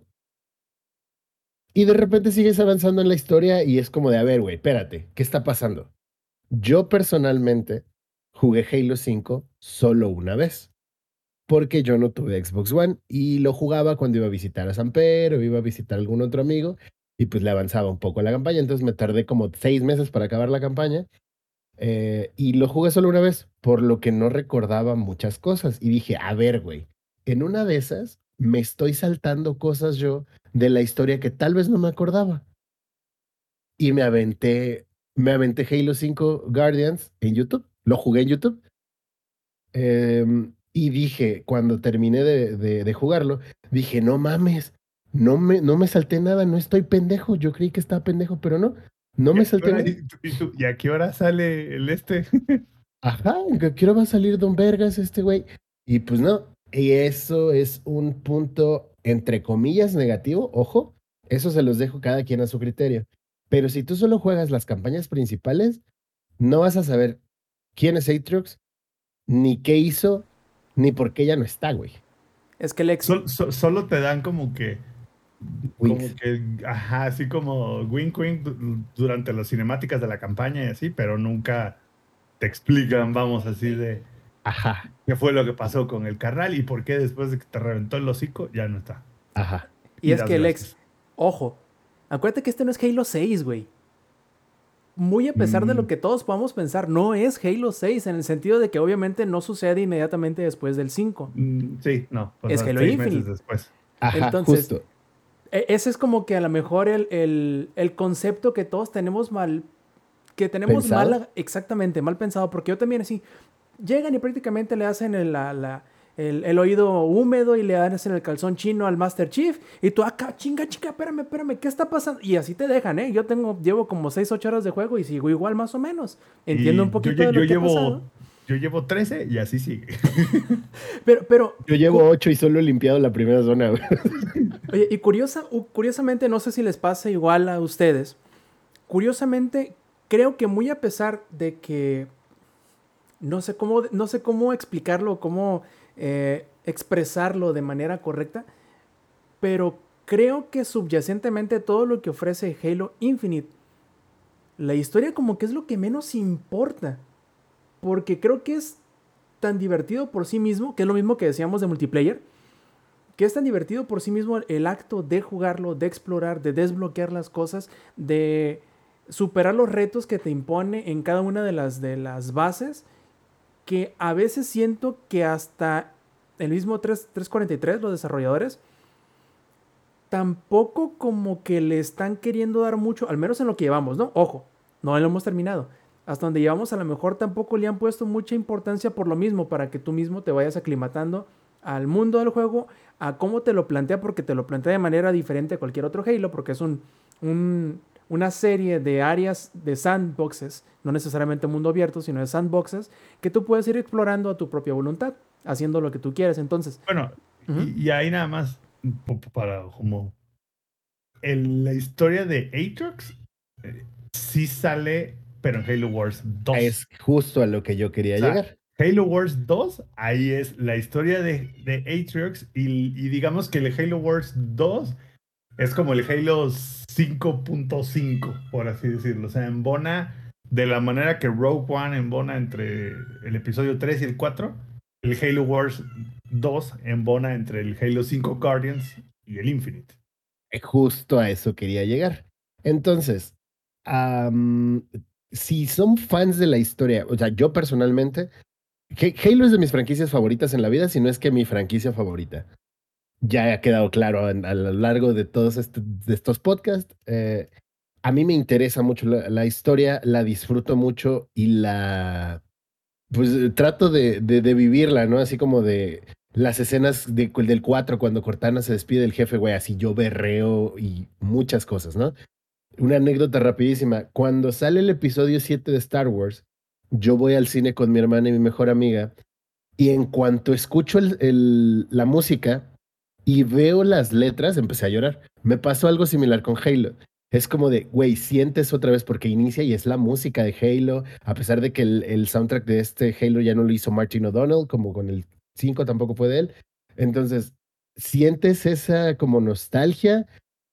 Speaker 3: Y de repente sigues avanzando en la historia y es como de, a ver, güey, espérate, ¿qué está pasando? Yo personalmente jugué Halo 5 solo una vez. Porque yo no tuve Xbox One y lo jugaba cuando iba a visitar a Samper o iba a visitar a algún otro amigo y pues le avanzaba un poco la campaña. Entonces me tardé como 6 meses para acabar la campaña y lo jugué solo una vez, por lo que no recordaba muchas cosas. Y dije, a ver, güey, en una de esas me estoy saltando cosas yo de la historia que tal vez no me acordaba. Y me aventé Halo 5 Guardians en YouTube, lo jugué en YouTube. Y dije, cuando terminé de jugarlo, dije, no mames, no me salté nada, no estoy pendejo. Yo creí que estaba pendejo, pero no me salté nada.
Speaker 1: ¿Y a qué hora sale el este?
Speaker 3: Ajá, ¿a qué hora va a salir Don Vergas este güey? Y pues no, y eso es un punto, entre comillas, negativo, ojo, eso se los dejo cada quien a su criterio. Pero si tú solo juegas las campañas principales, no vas a saber quién es Atriox, ni qué hizo, ni por qué ya no está, güey.
Speaker 2: Es que el
Speaker 1: Solo te dan como que,
Speaker 3: Winks.
Speaker 1: ajá, así como wink wink durante las cinemáticas de la campaña y así, pero nunca te explican, vamos, así de
Speaker 3: Ajá,
Speaker 1: qué fue lo que pasó con el carnal y por qué después de que te reventó el hocico ya no está.
Speaker 3: ajá.
Speaker 2: Y es
Speaker 1: das
Speaker 2: que
Speaker 1: gracias.
Speaker 2: ojo, acuérdate que este no es Halo 6, güey. Muy a pesar de lo que todos podamos pensar, no es Halo 6 en el sentido de que obviamente no sucede inmediatamente después del 5.
Speaker 1: Sí, no.
Speaker 2: Es Halo
Speaker 1: 6
Speaker 2: Infinite.
Speaker 1: meses después.
Speaker 3: Ajá,
Speaker 2: Entonces,
Speaker 3: justo.
Speaker 2: Ese es como que a lo mejor el concepto que todos tenemos mal,
Speaker 3: ¿Pensado?
Speaker 2: exactamente, mal pensado, porque yo también así, llegan y prácticamente le hacen el oído húmedo y le dan en el calzón chino al Master Chief y tú acá, chinga, espérame, ¿qué está pasando? Y así te dejan, ¿eh? Llevo como 6-8 horas de juego y sigo igual más o menos. Entiendo un poquito de lo que ha pasado.
Speaker 1: Yo llevo 13 y así sigue.
Speaker 2: Pero
Speaker 3: Yo llevo 8 y solo he limpiado la primera zona, güey.
Speaker 2: oye, y curiosamente, no sé si les pasa igual a ustedes. Curiosamente, creo que muy a pesar de que no sé cómo explicarlo, cómo expresarlo de manera correcta, pero creo que subyacentemente todo lo que ofrece Halo Infinite, la historia como que es lo que menos importa, porque creo que es tan divertido por sí mismo, que es lo mismo que decíamos de multiplayer, que es tan divertido por sí mismo el acto de jugarlo, de explorar, de desbloquear las cosas, de superar los retos que te impone en cada una de las bases, que a veces siento que hasta el mismo 343, los desarrolladores, tampoco como que le están queriendo dar mucho, al menos en lo que llevamos, ¿no? Ojo, no lo hemos terminado. Hasta donde llevamos a lo mejor tampoco le han puesto mucha importancia por lo mismo, para que tú mismo te vayas aclimatando al mundo del juego, a cómo te lo plantea, porque te lo plantea de manera diferente a cualquier otro Halo, porque es una serie de áreas de sandboxes, no necesariamente mundo abierto, sino de sandboxes, que tú puedes ir explorando a tu propia voluntad, haciendo lo que tú quieres. Entonces,
Speaker 1: Bueno,
Speaker 2: ujú.
Speaker 1: y ahí nada más para como la historia de Aatrox sí sale, pero en Halo Wars 2.
Speaker 3: Es justo a lo que yo quería
Speaker 1: O sea,
Speaker 3: llegar.
Speaker 1: Halo Wars 2, ahí es la historia de Aatrox y digamos que el Halo Wars 2 es como el Halo 5.5, por así decirlo. O sea, embona de la manera que Rogue One embona entre el episodio 3 y el 4. El Halo Wars 2 embona entre el Halo 5 Guardians y el Infinite.
Speaker 3: Justo a eso quería llegar. Entonces, am, si son fans de la historia, o sea, yo personalmente, Halo es de mis franquicias favoritas en la vida, si no es que mi franquicia favorita. Ya ha quedado claro a lo largo de todos de estos podcasts. A mí me interesa mucho la historia, la disfruto mucho y pues trato de vivirla, ¿no? Así como de las escenas del 4 cuando Cortana se despide del jefe, güey, así yo berreo y muchas cosas, ¿no? Una anécdota rapidísima. Cuando sale el episodio 7 de Star Wars, yo voy al cine con mi hermana y mi mejor amiga y en cuanto escucho la música y veo las letras, empecé a llorar. Me pasó algo similar con Halo. Es como de, güey, sientes otra vez porque inicia y es la música de Halo, a pesar de que el soundtrack de este Halo ya no lo hizo Martin O'Donnell, como con el 5 tampoco fue de él. Entonces, sientes esa como nostalgia,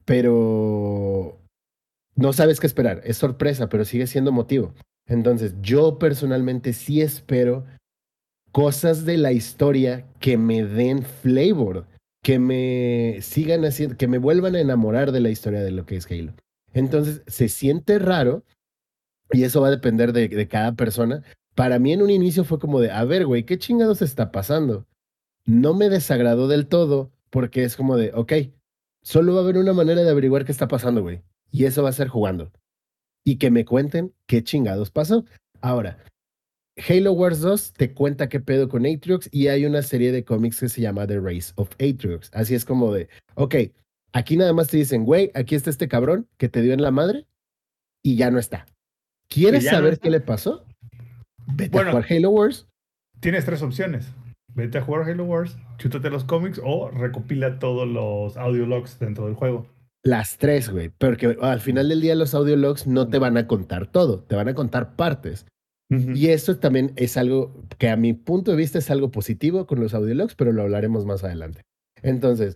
Speaker 3: pero no sabes qué esperar. Es sorpresa, pero sigue siendo motivo. Entonces, yo personalmente sí espero cosas de la historia que me den flavor, que me sigan haciendo, que me vuelvan a enamorar de la historia de lo que es Halo. Entonces, se siente raro y eso va a depender de cada persona. Para mí en un inicio fue como de, a ver, güey, ¿qué chingados está pasando? No me desagradó del todo porque es como de, ok, solo va a haber una manera de averiguar qué está pasando, güey. Y eso va a ser jugando. Y que me cuenten qué chingados pasó. Ahora, Halo Wars 2 te cuenta qué pedo con Atriox y hay una serie de cómics que se llama The Rise of Atriox. Así es como de, ok, aquí nada más te dicen, güey, aquí está este cabrón que te dio en la madre y ya no está.
Speaker 1: Que
Speaker 3: ¿Quieres
Speaker 1: ya no
Speaker 3: saber qué
Speaker 1: está.
Speaker 3: le pasó? Vete a
Speaker 1: Bueno,
Speaker 3: jugar Halo Wars.
Speaker 1: tienes tres opciones. Vete a jugar Halo Wars, chútate los cómics o recopila todos los audiologs dentro del juego.
Speaker 3: Las tres, güey, porque al final del día los audiologs no te van a contar todo, te van a contar partes. Y eso también es algo que a mi punto de vista es algo positivo con los audiologs, pero lo hablaremos más adelante. Entonces,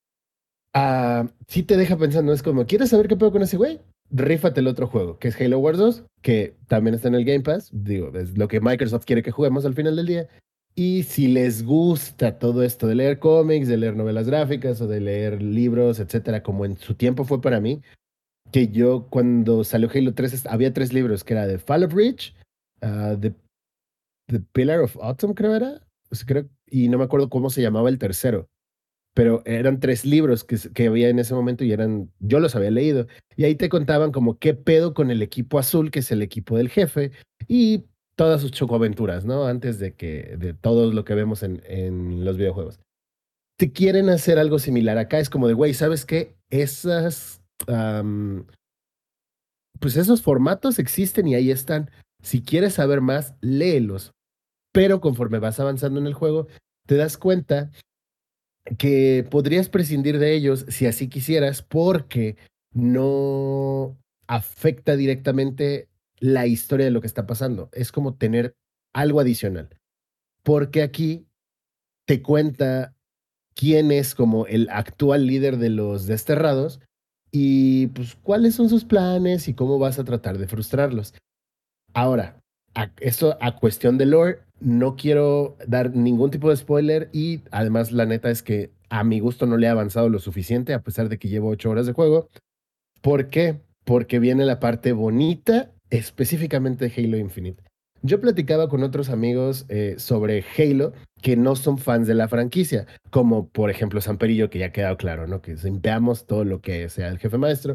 Speaker 3: sí te deja pensando, es como, ¿quieres saber qué pedo con ese güey? Rífate el otro juego, que es Halo Wars 2, que también está en el Game Pass. Digo, es lo que Microsoft quiere que juguemos al final del día. Y si les gusta todo esto de leer cómics, de leer novelas gráficas o de leer libros, etcétera, como en su tiempo fue para mí, que yo cuando salió Halo 3 había tres libros, que era The Fall of Reach, The Pillar of Autumn, creo era. O sea, creo, y no me acuerdo cómo se llamaba el tercero, pero eran tres libros que había en ese momento y eran, yo los había leído. Y ahí te contaban como qué pedo con el equipo azul, que es el equipo del jefe, y todas sus chocoaventuras, ¿no? Antes de todo lo que vemos en los videojuegos. Te quieren hacer algo similar acá, es como de, güey, ¿sabes qué? Pues esos formatos existen y ahí están. Si quieres saber más, léelos. Pero conforme vas avanzando en el juego, te das cuenta que podrías prescindir de ellos si así quisieras, porque no afecta directamente la historia de lo que está pasando. Es como tener algo adicional. Porque aquí te cuenta quién es como el actual líder de los desterrados y pues cuáles son sus planes y cómo vas a tratar de frustrarlos. Ahora, eso a cuestión de lore, no quiero dar ningún tipo de spoiler y además la neta es que a mi gusto no le he avanzado lo suficiente a pesar de que llevo 8 horas de juego. ¿Por qué? Porque viene la parte bonita específicamente de Halo Infinite. Yo platicaba con otros amigos sobre Halo que no son fans de la franquicia, como por ejemplo Samperillo, que ya ha quedado claro, ¿no? Que simpeamos todo lo que sea el jefe maestro.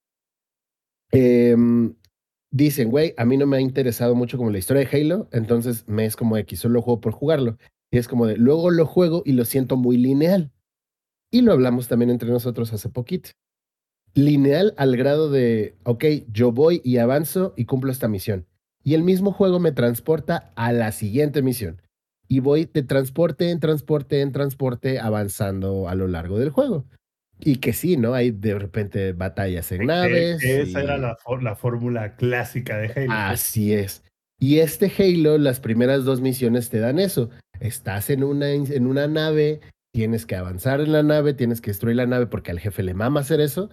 Speaker 3: Em, Dicen, güey, a mí no me ha interesado mucho como la historia de Halo, entonces me es como X, solo juego por jugarlo. Y es como de, luego lo juego y lo siento muy lineal. Y lo hablamos también entre nosotros hace poquito. Lineal al grado de, ok, yo voy y avanzo y cumplo esta misión. Y el mismo juego me transporta a la siguiente misión. Y voy de transporte en transporte en transporte avanzando a lo largo del juego. Y que sí, ¿no? Hay de repente batallas en naves
Speaker 1: Que esa era
Speaker 3: y
Speaker 1: la fórmula clásica de Halo.
Speaker 3: así es. Y este Halo, las primeras 2 misiones te dan eso. Estás en una nave, tienes que avanzar en la nave, tienes que destruir la nave porque al jefe le mama hacer eso.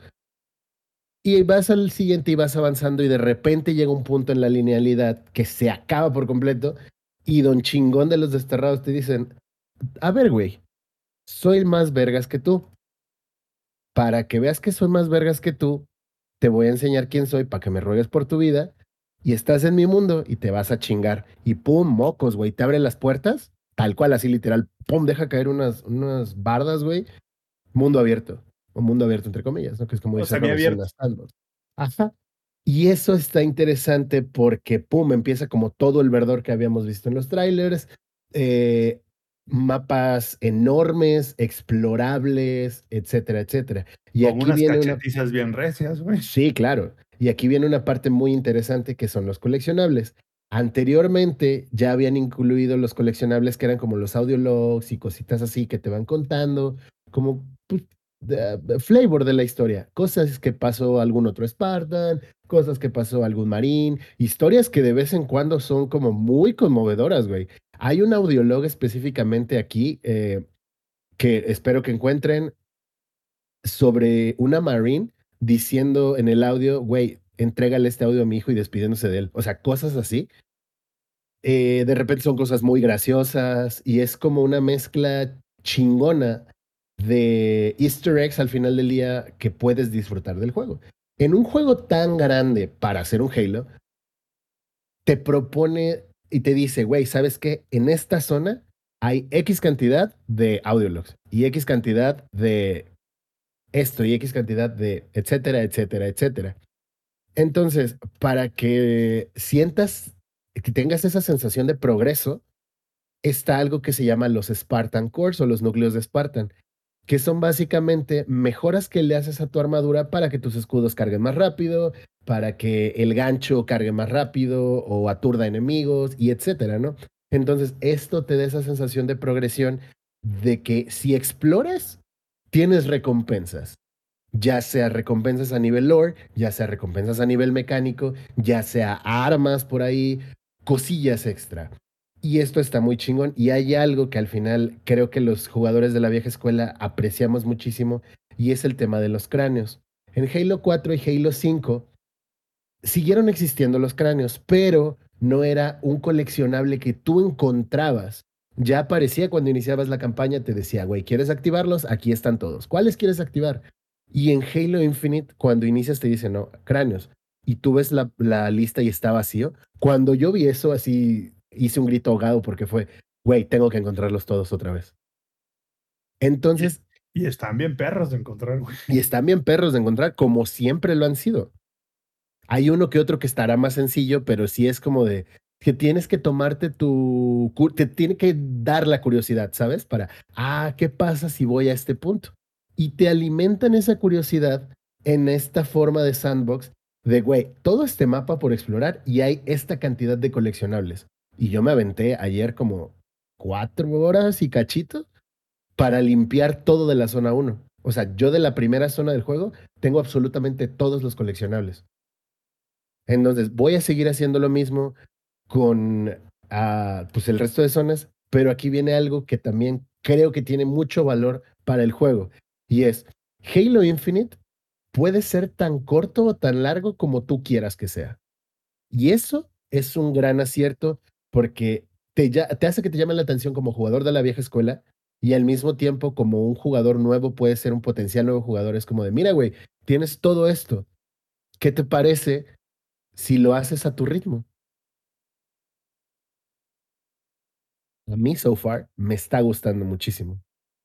Speaker 3: Y vas al siguiente y vas avanzando y de repente llega un punto en la linealidad que se acaba por completo y don chingón de los desterrados te dicen, a ver, güey, soy más vergas que tú. Para que veas que soy más vergas que tú, te voy a enseñar quién soy para que me ruegues por tu vida y estás en mi mundo y te vas a chingar. Y pum, mocos, güey, te abre las puertas, tal cual, así literal, pum, deja caer unas bardas, güey, mundo abierto, o mundo abierto entre comillas, ¿no? Que es como
Speaker 1: O
Speaker 3: dice Robert, es
Speaker 1: semiabierto.
Speaker 3: una sandbox. Ajá. Y eso está interesante porque, pum, empieza como todo el verdor que habíamos visto en los trailers, eh, mapas enormes, explorables, etcétera, etcétera. Y
Speaker 1: Con
Speaker 3: aquí
Speaker 1: unas
Speaker 3: viene una
Speaker 1: cachetizas bien recias, güey.
Speaker 3: sí, claro. Y aquí viene una parte muy interesante que son los coleccionables. Anteriormente ya habían incluido los coleccionables que eran como los audiologs y cositas así que te van contando, como pues, flavor de la historia. Cosas que pasó algún otro Spartan, cosas que pasó algún Marín, historias que de vez en cuando son como muy conmovedoras, güey. Hay un audiolog específicamente aquí que espero que encuentren sobre una Marine diciendo en el audio, güey, entrégale este audio a mi hijo y despidiéndose de él. O sea, cosas así. De repente son cosas muy graciosas y es como una mezcla chingona de easter eggs al final del día que puedes disfrutar del juego. En un juego tan grande para hacer un Halo, te propone y te dice, güey, ¿sabes qué? En esta zona hay X cantidad de audiologs y X cantidad de esto y X cantidad de etcétera, etcétera, etcétera. Entonces, para que sientas, que tengas esa sensación de progreso, está algo que se llama los Spartan Cores o los núcleos de Spartan, que son básicamente mejoras que le haces a tu armadura para que tus escudos carguen más rápido, para que el gancho cargue más rápido o aturda enemigos y etcétera, ¿no? Entonces, esto te da esa sensación de progresión de que si exploras, tienes recompensas ya sea recompensas a nivel lore, ya sea recompensas a nivel mecánico, ya sea armas por ahí, cosillas extra. Y esto está muy chingón. Y hay algo que al final creo que los jugadores de la vieja escuela apreciamos muchísimo y es el tema de los cráneos. En Halo 4 y Halo 5 siguieron existiendo los cráneos, pero no era un coleccionable que tú encontrabas. Ya aparecía cuando iniciabas la campaña, te decía, güey, ¿quieres activarlos? Aquí están todos. ¿Cuáles quieres activar? Y en Halo Infinite, cuando inicias, te dice, no, cráneos. Y tú ves la lista y está vacío. Cuando yo vi eso, así hice un grito ahogado porque fue, güey, tengo que encontrarlos todos otra vez.
Speaker 1: Y,
Speaker 3: Entonces,
Speaker 1: y están bien perros de encontrar, güey.
Speaker 3: y están bien perros de encontrar, como siempre lo han sido. Hay uno que otro que estará más sencillo, pero sí es como de que tienes que tomarte te tiene que dar la curiosidad, ¿sabes? Para, ¿qué pasa si voy a este punto? Y te alimentan esa curiosidad en esta forma de sandbox de, güey, todo este mapa por explorar y hay esta cantidad de coleccionables. Y yo me aventé ayer como 4 horas y cachito para limpiar todo de la zona uno. O sea, yo de la primera zona del juego tengo absolutamente todos los coleccionables. Entonces, voy a seguir haciendo lo mismo con pues el resto de zonas, pero aquí viene algo que también creo que tiene mucho valor para el juego, y es Halo Infinite puede ser tan corto o tan largo como tú quieras que sea. Y eso es un gran acierto porque te hace que te llame la atención como jugador de la vieja escuela y al mismo tiempo como un jugador nuevo puede ser un potencial nuevo jugador. Es como de, mira, güey, tienes todo esto. ¿Qué te parece si lo haces a tu ritmo? A mí, so far, me está gustando muchísimo.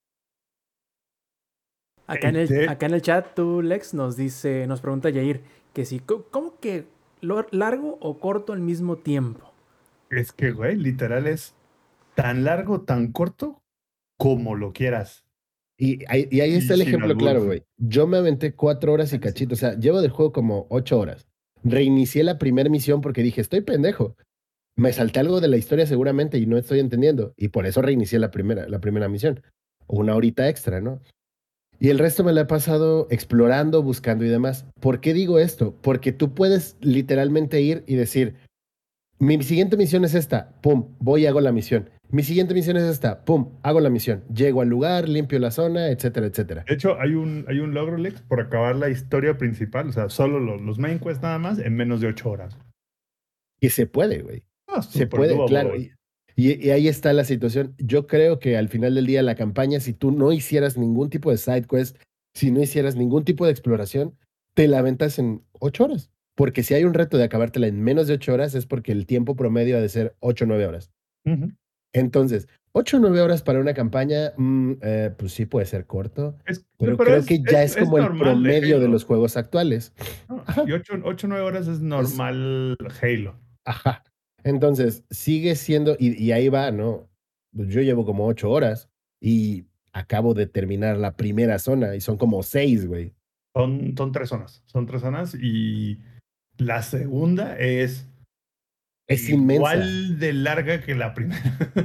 Speaker 2: Acá en el chat, tú, Lex, nos pregunta Yair, que si, ¿cómo que largo o corto al mismo tiempo?
Speaker 1: Es que, güey, literal es tan largo, tan corto como lo quieras.
Speaker 3: Y ahí está
Speaker 1: Y
Speaker 3: el
Speaker 1: sin
Speaker 3: ejemplo
Speaker 1: albur.
Speaker 3: claro, güey. Yo me aventé 4 horas y cachito. O sea, llevo del juego como 8 horas. Reinicié la primera misión porque dije, estoy pendejo. Me salté algo de la historia seguramente y no estoy entendiendo. Y por eso reinicié la primera misión. Una horita extra, ¿no? Y el resto me la he pasado explorando, buscando y demás. ¿Por qué digo esto? Porque tú puedes literalmente ir y decir, mi siguiente misión es esta, pum, voy y hago la misión. Mi siguiente misión es esta, pum, hago la misión. Llego al lugar, limpio la zona, etcétera, etcétera.
Speaker 1: De hecho, hay un logro, Lex, por acabar la historia principal, o sea, solo los main quests nada más, en menos de 8 horas.
Speaker 3: Que se puede, güey.
Speaker 1: Ah,
Speaker 3: Se
Speaker 1: súper
Speaker 3: puede, claro.
Speaker 1: doable.
Speaker 3: Y ahí está la situación. Yo creo que al final del día la campaña, si tú no hicieras ningún tipo de side quest, si no hicieras ningún tipo de exploración, te la aventas en 8 horas. Porque si hay un reto de acabártela en menos de 8 horas, es porque el tiempo promedio ha de ser 8 o 9 horas.
Speaker 1: Ujú.
Speaker 3: Entonces, 8 o 9 horas para una campaña, pues sí puede ser corto, pero
Speaker 1: Pero
Speaker 3: creo que ya es
Speaker 1: es
Speaker 3: como el
Speaker 1: normal de
Speaker 3: promedio de
Speaker 1: Halo.
Speaker 3: los juegos actuales.
Speaker 1: ¿No?
Speaker 3: Ajá.
Speaker 1: Y 8 o 9 horas es
Speaker 3: Es,
Speaker 1: normal Halo.
Speaker 3: Ajá. Entonces, sigue siendo, y ahí va, ¿no? Pues yo llevo como 8 horas y acabo de terminar la primera zona y son como 6, güey.
Speaker 1: Son 3 zonas. Son 3 zonas y la segunda es
Speaker 3: Es inmensa.
Speaker 1: igual de larga que la primera.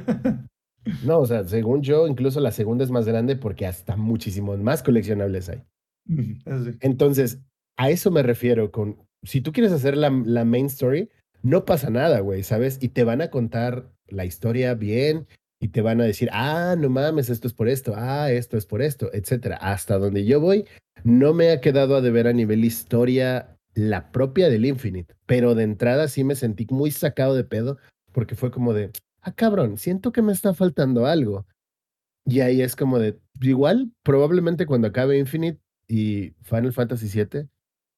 Speaker 3: No, o sea, según yo, incluso la segunda es más grande porque hasta muchísimos más coleccionables hay.
Speaker 1: Eso sí.
Speaker 3: Entonces, a eso me refiero con, si tú quieres hacer la main story, no pasa nada, güey, ¿sabes? Y te van a contar la historia bien y te van a decir, no mames, esto es por esto, esto es por esto, etcétera. Hasta donde yo voy, no me ha quedado a deber a nivel historia la propia del Infinite, pero de entrada sí me sentí muy sacado de pedo porque fue como de, cabrón, siento que me está faltando algo. Y ahí es como de, igual, probablemente cuando acabe Infinite y Final Fantasy VII,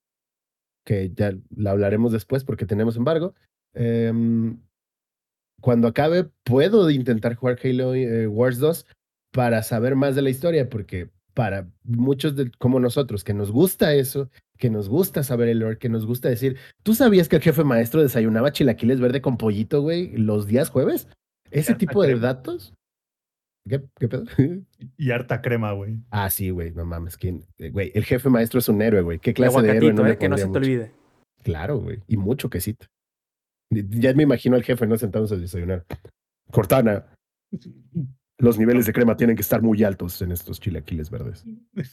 Speaker 3: que ya la hablaremos después porque tenemos embargo, em, cuando acabe puedo intentar jugar Halo Wars 2 para saber más de la historia, porque para muchos como nosotros, que nos gusta eso, que nos gusta saber el lore, que nos gusta decir, ¿tú sabías que el jefe maestro desayunaba chilaquiles verde con pollito, güey, los días jueves?
Speaker 1: Y
Speaker 3: Ese
Speaker 1: harta
Speaker 3: tipo de
Speaker 1: crema.
Speaker 3: datos. ¿Qué pedo?
Speaker 1: Y harta crema, güey.
Speaker 3: Sí, güey, no mames, güey, el jefe maestro es un héroe, güey. ¿Qué
Speaker 2: Y
Speaker 3: clase de héroe no
Speaker 2: aguacatito,
Speaker 3: le
Speaker 2: que no
Speaker 3: pondría
Speaker 2: se te
Speaker 3: mucho?
Speaker 2: olvide.
Speaker 3: Claro, güey, y mucho quesito. Ya me imagino al jefe, ¿no? Sentados a desayunar. Cortana, los niveles de crema tienen que estar muy altos en estos chilaquiles verdes.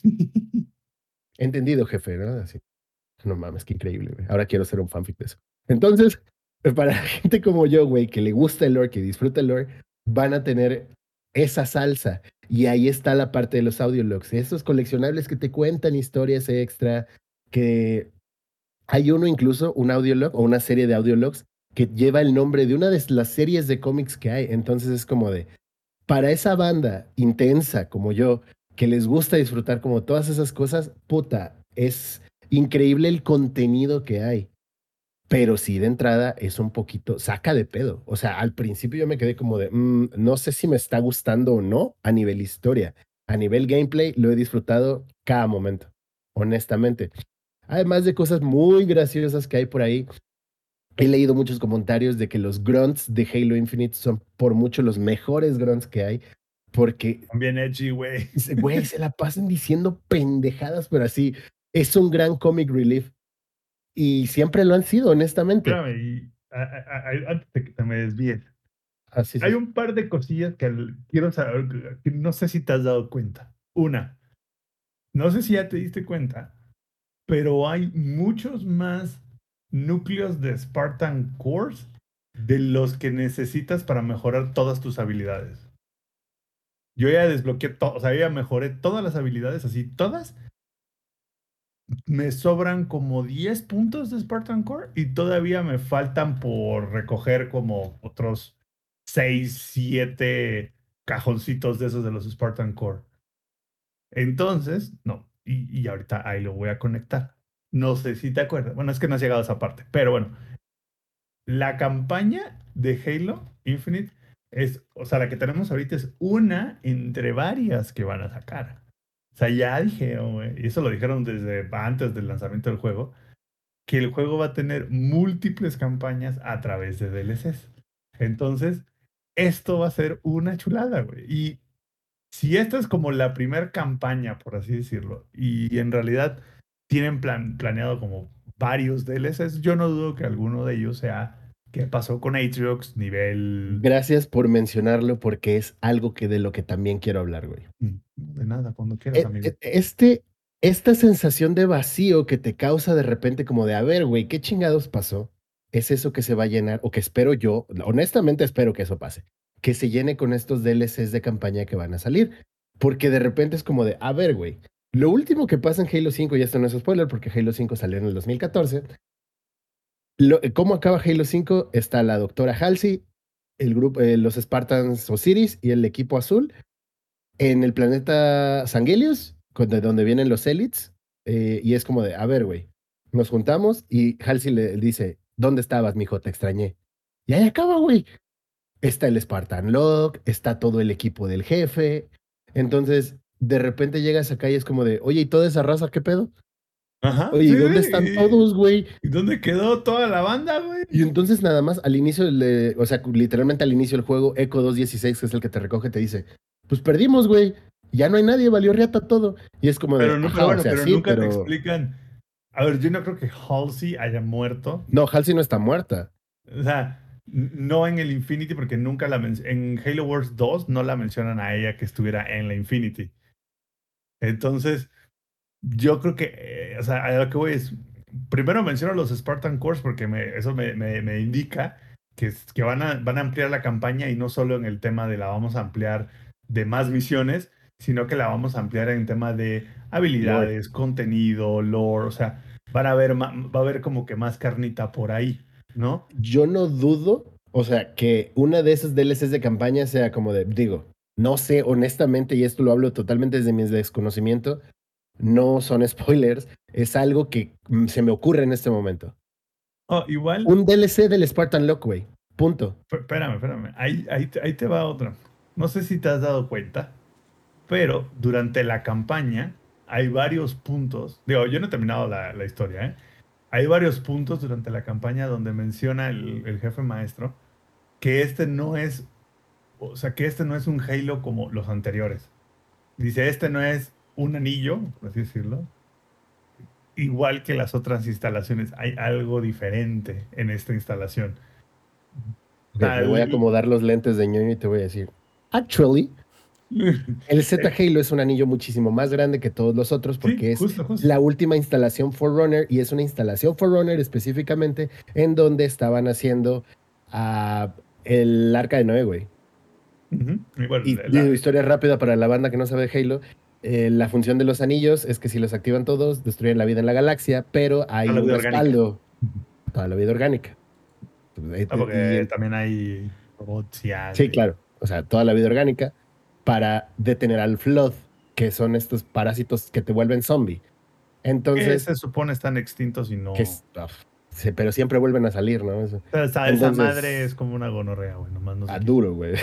Speaker 3: Entendido, jefe, ¿no? Así. No mames, qué increíble, güey. Ahora quiero ser un fanfic de eso. Entonces, para gente como yo, güey, que le gusta el lore, que disfruta el lore, van a tener esa salsa. Y ahí está la parte de los audiologs, esos coleccionables que te cuentan historias extra, que hay uno incluso, un audiolog o una serie de audiologs que lleva el nombre de una de las series de cómics que hay. Entonces es como de, para esa banda intensa como yo, que les gusta disfrutar como todas esas cosas, puta, es increíble el contenido que hay. Pero sí, de entrada es un poquito, saca de pedo. O sea, al principio yo me quedé como de, no sé si me está gustando o no a nivel historia. A nivel gameplay lo he disfrutado cada momento, honestamente. Además de cosas muy graciosas que hay por ahí, he leído muchos comentarios de que los grunts de Halo Infinite son por mucho los mejores grunts que hay, porque,
Speaker 1: También edgy, güey.
Speaker 3: güey, se la pasan diciendo pendejadas, pero así, es un gran comic relief. Y siempre lo han sido, honestamente.
Speaker 1: Espérame, antes de que te me desvíes.
Speaker 3: Sí, sí,
Speaker 1: Hay
Speaker 3: sí.
Speaker 1: un par de cosillas que quiero saber, que no sé si te has dado cuenta. Una, no sé si ya te diste cuenta, pero hay muchos más núcleos de Spartan Cores de los que necesitas para mejorar todas tus habilidades. Yo ya desbloqueé todo, o sea, yo ya mejoré todas las habilidades, así todas. Me sobran como 10 puntos de Spartan Core y todavía me faltan por recoger como otros 6, 7 cajoncitos de esos de los Spartan Core. Entonces, no, y ahorita ahí lo voy a conectar. No sé si te acuerdas. Bueno, es que no has llegado a esa parte, pero bueno, la campaña de Halo Infinite es, o sea, la que tenemos ahorita es una entre varias que van a sacar. O sea, ya dijeron, güey, y eso lo dijeron desde antes del lanzamiento del juego, que el juego va a tener múltiples campañas a través de DLCs. Entonces, esto va a ser una chulada, güey. Y si esta es como la primera campaña, por así decirlo, y en realidad tienen planeado como varios DLCs, yo no dudo que alguno de ellos sea qué pasó con Atriox, nivel...
Speaker 3: Gracias por mencionarlo porque es algo que de lo que también quiero hablar, güey.
Speaker 1: De nada, cuando quieras, amigo.
Speaker 3: Esta sensación de vacío que te causa de repente como de, a ver, güey, ¿qué chingados pasó? Es eso que se va a llenar, o que espero yo, honestamente espero que eso pase, que se llene con estos DLCs de campaña que van a salir, porque de repente es como de, a ver, güey, lo último que pasa en Halo 5, y esto no es spoiler porque Halo 5 salió en el 2014, ¿cómo acaba Halo 5? Está la doctora Halsey, el grupo, los Spartans Osiris y el equipo azul en el planeta Sangelius, de donde vienen los Elites, y es como de, a ver, güey, nos juntamos y Halsey le dice, ¿dónde estabas, mijo? Te extrañé. Y ahí acaba, güey. Está el Spartan Log, está todo el equipo del jefe. Entonces, de repente llegas acá y es como de, oye, ¿y toda esa raza qué pedo?
Speaker 1: Ajá,
Speaker 3: Oye, ¿y
Speaker 1: sí,
Speaker 3: dónde están
Speaker 1: sí.
Speaker 3: todos, güey?
Speaker 1: ¿Y dónde quedó toda la banda, güey?
Speaker 3: Y entonces nada más al inicio, o sea, literalmente al inicio del juego, Echo 216, que es el que te recoge, te dice, pues perdimos, güey, ya no hay nadie, valió riata todo. Y es como de,
Speaker 1: Pero, no, pero
Speaker 3: ajá, o
Speaker 1: bueno,
Speaker 3: sea,
Speaker 1: pero
Speaker 3: sí,
Speaker 1: nunca te
Speaker 3: pero
Speaker 1: explican. A ver, yo no creo que Halsey haya muerto.
Speaker 3: no, Halsey no está muerta.
Speaker 1: O sea, no en el Infinity, porque nunca la en Halo Wars 2 no la mencionan a ella que estuviera en la Infinity. Entonces, yo creo que, o sea, a lo que voy es, primero menciono los Spartan Cores porque eso me indica que van a ampliar la campaña y no solo en el tema de la vamos a ampliar de más misiones, sino que la vamos a ampliar en tema de
Speaker 3: Lord,
Speaker 1: habilidades, contenido, lore, o sea, va a haber como que más carnita por ahí, ¿no?
Speaker 3: yo no dudo, o sea, que una de esas DLCs de campaña sea como de, digo, no sé honestamente, y esto lo hablo totalmente desde mi desconocimiento, no son spoilers, es algo que se me ocurre en este momento.
Speaker 1: Oh, igual,
Speaker 3: Un DLC del Spartan Lock, güey. Punto.
Speaker 1: espérame, ahí te va otra. No sé si te has dado cuenta, pero durante la campaña hay varios puntos. Digo, yo no he terminado la historia, ¿eh? Hay varios puntos durante la campaña donde menciona el jefe maestro que este no es, o sea, que este no es un Halo como los anteriores. Dice, este no es un anillo, por así decirlo. Igual que las otras instalaciones, hay algo diferente en esta instalación.
Speaker 3: Ok, me voy a
Speaker 1: Tal.
Speaker 3: acomodar los lentes de ñoño y te voy a decir, actually, el Z Halo es un anillo muchísimo más grande que todos los otros
Speaker 1: Sí,
Speaker 3: porque es
Speaker 1: justo.
Speaker 3: la última instalación Forerunner y es una instalación Forerunner específicamente en donde estaban haciendo el Arca de Noé, güey.
Speaker 1: Ujú. Y
Speaker 3: Y
Speaker 1: bueno,
Speaker 3: digo, historia rápida para la banda que no sabe de Halo. La función de los anillos es que si los activan todos, destruyen la vida en la galaxia, pero
Speaker 1: a
Speaker 3: hay
Speaker 1: la
Speaker 3: un
Speaker 1: vida orgánica.
Speaker 3: respaldo, toda la vida orgánica.
Speaker 1: Ah,
Speaker 3: Y
Speaker 1: porque también hay robots y
Speaker 3: sí,
Speaker 1: alien.
Speaker 3: claro, o sea, toda la vida orgánica para detener al Flood, que son estos parásitos que te vuelven zombie.
Speaker 1: Que
Speaker 3: Entonces,
Speaker 1: se supone están extintos y
Speaker 3: que
Speaker 1: no.
Speaker 3: sí, pero siempre vuelven a salir, ¿no?
Speaker 1: Sea, esa madre es
Speaker 3: Entonces,
Speaker 1: como una gonorrea, güey, nomás no
Speaker 3: a
Speaker 1: se quita.
Speaker 3: duro, güey.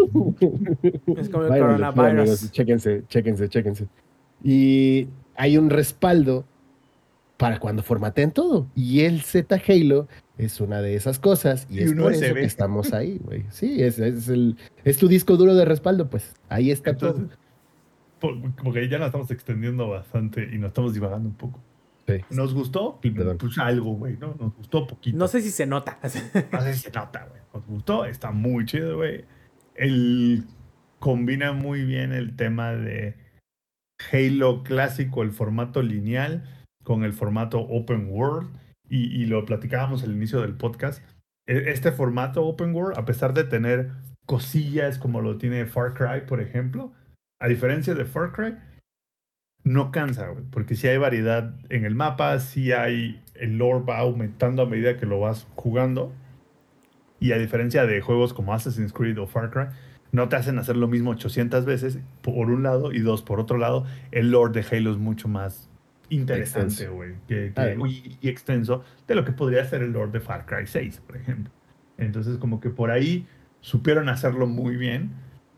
Speaker 2: Es como el
Speaker 3: Vayan al doctor, amigos,
Speaker 2: coronavirus.
Speaker 3: chéquense. Y hay un respaldo para cuando formateen todo. Y el Z Halo es una de esas cosas y
Speaker 1: Y
Speaker 3: es
Speaker 1: un
Speaker 3: por eso que
Speaker 1: USB.
Speaker 3: estamos ahí, güey. Sí, es tu disco duro de respaldo, pues ahí está todo.
Speaker 1: Entonces, como que ya nos estamos extendiendo bastante y nos estamos divagando un poco.
Speaker 3: Sí,
Speaker 1: ¿Nos gustó?
Speaker 3: perdón.
Speaker 1: Pues algo, güey, ¿no? Nos gustó
Speaker 2: No
Speaker 1: poquito.
Speaker 2: sé si se nota.
Speaker 1: No sé si se nota, güey. Nos gustó, está muy chido, güey. El combina muy bien el tema de Halo clásico, el formato lineal, con el formato open world y lo platicábamos al inicio del podcast, este formato open world, a pesar de tener cosillas como lo tiene Far Cry, por ejemplo, a diferencia de Far Cry, no cansa, güey, porque si hay variedad en el mapa, si hay, el lore va aumentando a medida que lo vas jugando, y a diferencia de juegos como Assassin's Creed o Far Cry, no te hacen hacer lo mismo 800 veces, por un lado, y dos, por otro lado, el lore de Halo es mucho más interesante,
Speaker 3: Extenso.
Speaker 1: güey,
Speaker 3: Ah,
Speaker 1: y extenso de lo que podría ser el lore de Far Cry 6, por ejemplo. Entonces, como que por ahí supieron hacerlo muy bien.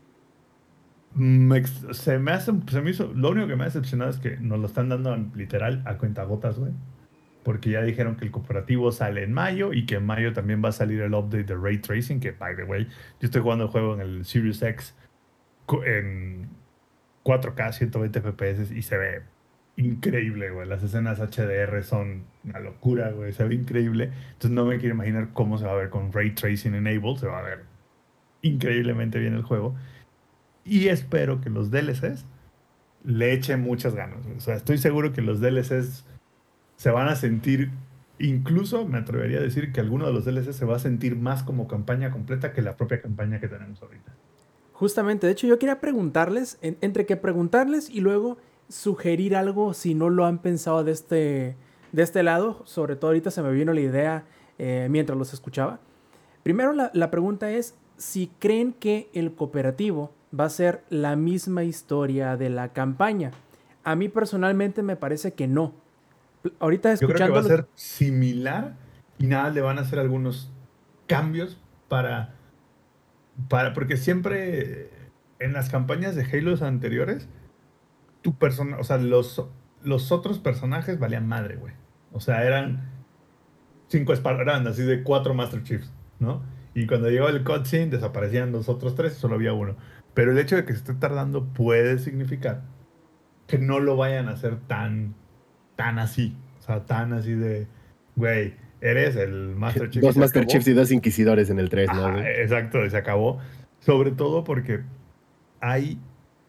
Speaker 1: Se me hizo, lo único que me ha decepcionado es que nos lo están dando literal a cuentagotas, güey. Porque ya dijeron que el cooperativo sale en mayo y que en mayo también va a salir el update de Ray Tracing, que, by the way, yo estoy jugando el juego en el Series X en 4K, 120 FPS y se ve increíble, güey. Las escenas HDR son una locura, güey. Se ve increíble. Entonces no me quiero imaginar cómo se va a ver con Ray Tracing Enabled. Se va a ver increíblemente bien el juego. Y espero que los DLCs le echen muchas ganas, güey. O sea, estoy seguro que los DLCs se van a sentir, incluso me atrevería a decir que alguno de los DLCs se va a sentir más como campaña completa que la propia campaña que tenemos ahorita.
Speaker 2: Justamente, de hecho yo quería preguntarles, entre que preguntarles y luego sugerir algo si no lo han pensado de este lado, sobre todo ahorita se me vino la idea mientras los escuchaba. Primero la pregunta es si creen que el cooperativo va a ser la misma historia de la campaña. A mí personalmente me parece que no. Ahorita
Speaker 1: Yo creo que va
Speaker 2: escuchando
Speaker 1: a ser similar y nada, le van a hacer algunos cambios porque siempre en las campañas de Halo anteriores, tu persona, o sea, los otros personajes valían madre, güey. O sea, eran eran así de 4 Master Chiefs, ¿no? Y cuando llegó el cutscene desaparecían los otros 3 y solo había uno. Pero el hecho de que se esté tardando puede significar que no lo vayan a hacer tan así. O sea, tan así de, güey, eres el Master Chief y
Speaker 3: dos
Speaker 1: se
Speaker 3: Master
Speaker 1: acabó.
Speaker 3: Chiefs y dos Inquisidores en el 3, ¿no,
Speaker 1: Ajá,
Speaker 3: güey?
Speaker 1: exacto, y se acabó. Sobre todo porque hay,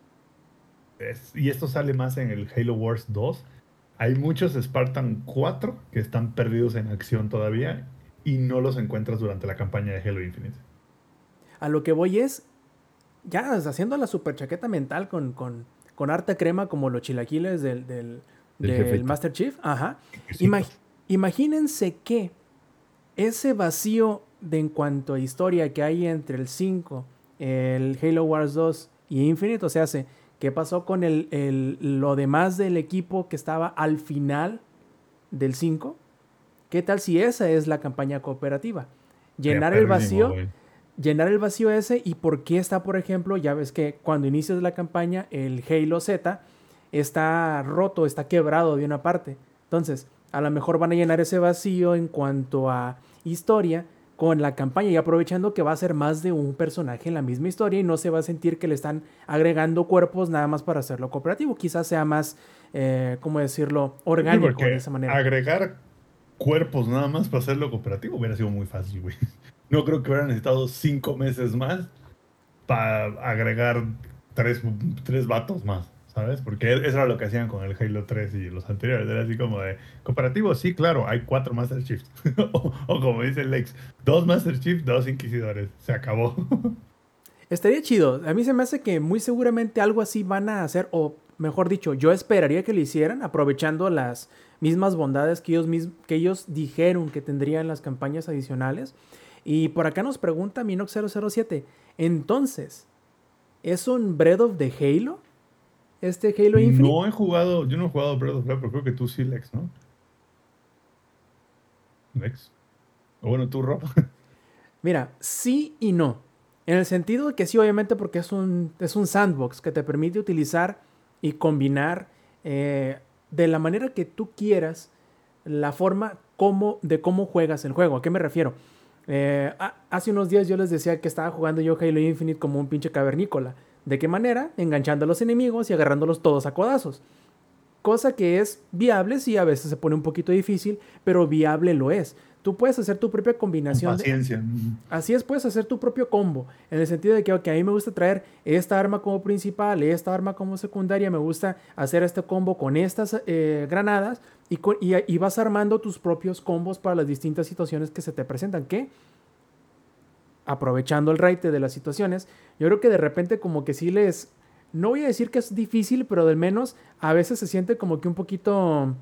Speaker 1: y esto sale más en el Halo Wars 2, hay muchos Spartan 4 que están perdidos en acción todavía y no los encuentras durante la campaña de Halo Infinite.
Speaker 2: a lo que voy es, ya haciendo la super chaqueta mental con harta crema como los chilaquiles del
Speaker 3: jefecito.
Speaker 2: Master Chief. Ajá.
Speaker 1: Quesitos.
Speaker 2: Imagínense que ese vacío de en cuanto a historia que hay entre el 5, el Halo Wars 2 y Infinite, o sea, ¿qué pasó con lo demás del equipo que estaba al final del 5? ¿Qué tal si esa es la campaña cooperativa? Llenar el
Speaker 1: Perrísimo,
Speaker 2: vacío
Speaker 1: güey.
Speaker 2: llenar el vacío ese y por qué está, por ejemplo, ya ves que cuando inicias la campaña el Halo Z está roto, está quebrado de una parte. Entonces, a lo mejor van a llenar ese vacío en cuanto a historia con la campaña y aprovechando que va a ser más de un personaje en la misma historia y no se va a sentir que le están agregando cuerpos nada más para hacerlo cooperativo. Quizás sea más, ¿cómo decirlo?,
Speaker 1: Sí,
Speaker 2: orgánico de
Speaker 1: porque
Speaker 2: esa manera.
Speaker 1: agregar cuerpos nada más para hacerlo cooperativo hubiera sido muy fácil, güey. No creo que hubiera necesitado 5 meses más para agregar tres vatos más, ¿sabes? Porque eso era lo que hacían con el Halo 3 y los anteriores. Era así como de, cooperativo, sí, claro, hay 4 Master Chiefs. o como dice Lex, 2 Master Chiefs, 2 Inquisidores. Se acabó.
Speaker 2: Estaría chido. A mí se me hace que muy seguramente algo así van a hacer, o mejor dicho, yo esperaría que lo hicieran, aprovechando las mismas bondades que ellos dijeron que tendrían las campañas adicionales. Y por acá nos pregunta Minox007, entonces, ¿es un Breath of the Halo? ¿Este Halo Infinite?
Speaker 1: Yo no he jugado Breath of the Wild, pero creo que tú sí, Lex, ¿no? Lex. O bueno, tú, Rob.
Speaker 2: Mira, sí y no. En el sentido de que sí, obviamente, porque es un sandbox que te permite utilizar y combinar de la manera que tú quieras la forma de cómo juegas el juego. ¿A qué me refiero? Hace unos días yo les decía que estaba jugando yo Halo Infinite como un pinche cavernícola. ¿De qué manera? Enganchando a los enemigos y agarrándolos todos a codazos. Cosa que es viable, sí, a veces se pone un poquito difícil, pero viable lo es. tú puedes hacer tu propia
Speaker 1: Con
Speaker 2: combinación.
Speaker 1: paciencia.
Speaker 2: Así es, puedes hacer tu propio combo, en el sentido de que ok, a mí me gusta traer esta arma como principal, esta arma como secundaria, me gusta hacer este combo con estas granadas y vas armando tus propios combos para las distintas situaciones que se te presentan, que aprovechando el rate de las situaciones, yo creo que de repente como que sí no voy a decir que es difícil, pero del menos a veces se siente como que un poquito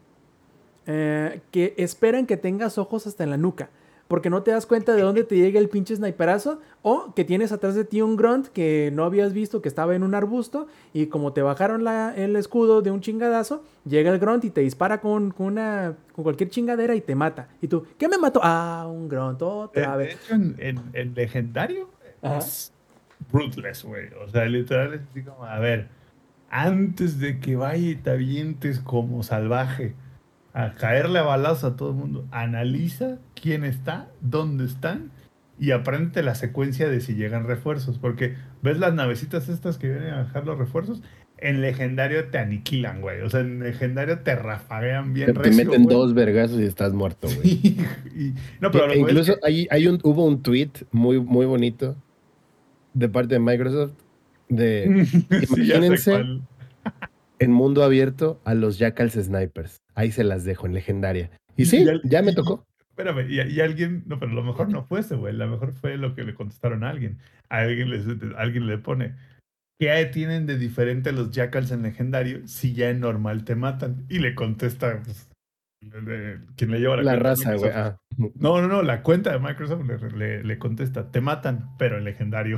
Speaker 2: que esperan que tengas ojos hasta en la nuca, porque no te das cuenta de dónde te llega el pinche sniperazo, o que tienes atrás de ti un grunt que no habías visto que estaba en un arbusto, y como te bajaron el escudo de un chingadazo, llega el grunt y te dispara con cualquier chingadera y te mata. Y tú, ¿qué me mató? Ah, un grunt otra
Speaker 1: De
Speaker 2: vez.
Speaker 1: hecho, en legendario
Speaker 2: Ajá.
Speaker 1: es ruthless, güey. O sea, literal es así como, a ver, antes de que vaya y te avientes como salvaje a caerle a balazos a todo el mundo, analiza quién está, dónde están y aprende la secuencia de si llegan refuerzos. Porque ves las navecitas estas que vienen a dejar los refuerzos, en legendario te aniquilan, güey. O sea, en legendario te rafaguean bien
Speaker 3: Te
Speaker 1: recio,
Speaker 3: meten
Speaker 1: güey.
Speaker 3: 2 vergazos y estás muerto, güey.
Speaker 1: Sí, no, pero lo que es
Speaker 3: Incluso
Speaker 1: que
Speaker 3: hubo un tweet muy, muy bonito de parte de Microsoft de
Speaker 1: sí, ya sé
Speaker 3: imagínense
Speaker 1: cuál.
Speaker 3: en mundo abierto a los Jackals Snipers. Ahí se las dejo en legendaria. Y
Speaker 1: Y, y
Speaker 3: sí,
Speaker 1: al-
Speaker 3: ya me
Speaker 1: y- y-
Speaker 3: tocó.
Speaker 1: espérame, y alguien, no, pero a lo mejor no fue ese, güey. A lo mejor fue lo que le contestaron a alguien. Alguien le pone, ¿qué tienen de diferente los Jackals en legendario si ya en normal te matan? Y le contesta, pues, quien le lleva la
Speaker 3: La
Speaker 1: cuenta de
Speaker 3: raza, güey.
Speaker 1: Microsoft.
Speaker 3: Ah.
Speaker 1: No, la cuenta de Microsoft le contesta, te matan, pero en legendario.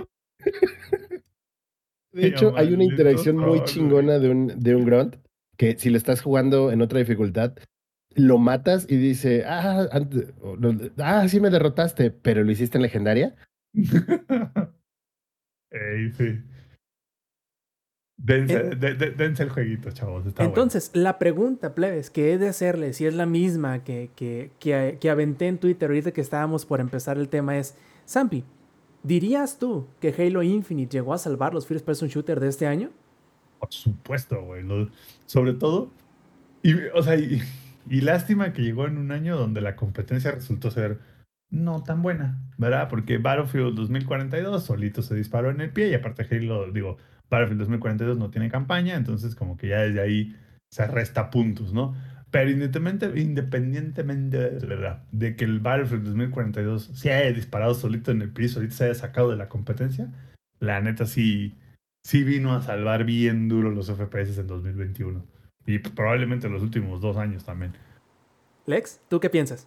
Speaker 3: De
Speaker 1: Y yo,
Speaker 3: hecho, hay una
Speaker 1: maldito
Speaker 3: interacción muy
Speaker 1: troll, güey.
Speaker 3: chingona de un Grunt que si lo estás jugando en otra dificultad, lo matas y dice, sí me derrotaste, pero lo hiciste en legendaria.
Speaker 1: Ey, sí.
Speaker 2: En-
Speaker 1: Dense el jueguito, chavos, está bueno.
Speaker 2: Entonces, la pregunta, plebes, que he de hacerle, si es la misma que aventé en Twitter ahorita que estábamos por empezar el tema, es, Sampi, ¿dirías tú que Halo Infinite llegó a salvar los first person shooter de este año?
Speaker 1: Por supuesto, güey. Sobre todo, o sea, y lástima que llegó en un año donde la competencia resultó ser no tan buena, ¿verdad? Porque Battlefield 2042 solito se disparó en el pie y aparte Halo, digo, Battlefield 2042 no tiene campaña, entonces como que ya desde ahí se resta puntos, ¿no? Pero independientemente ¿verdad? De que el Battlefield 2042 se haya disparado solito en el pie, solito se haya sacado de la competencia, la neta sí vino a salvar bien duro los FPS en 2021. Y probablemente los últimos 2 años también.
Speaker 2: Lex, ¿tú qué piensas?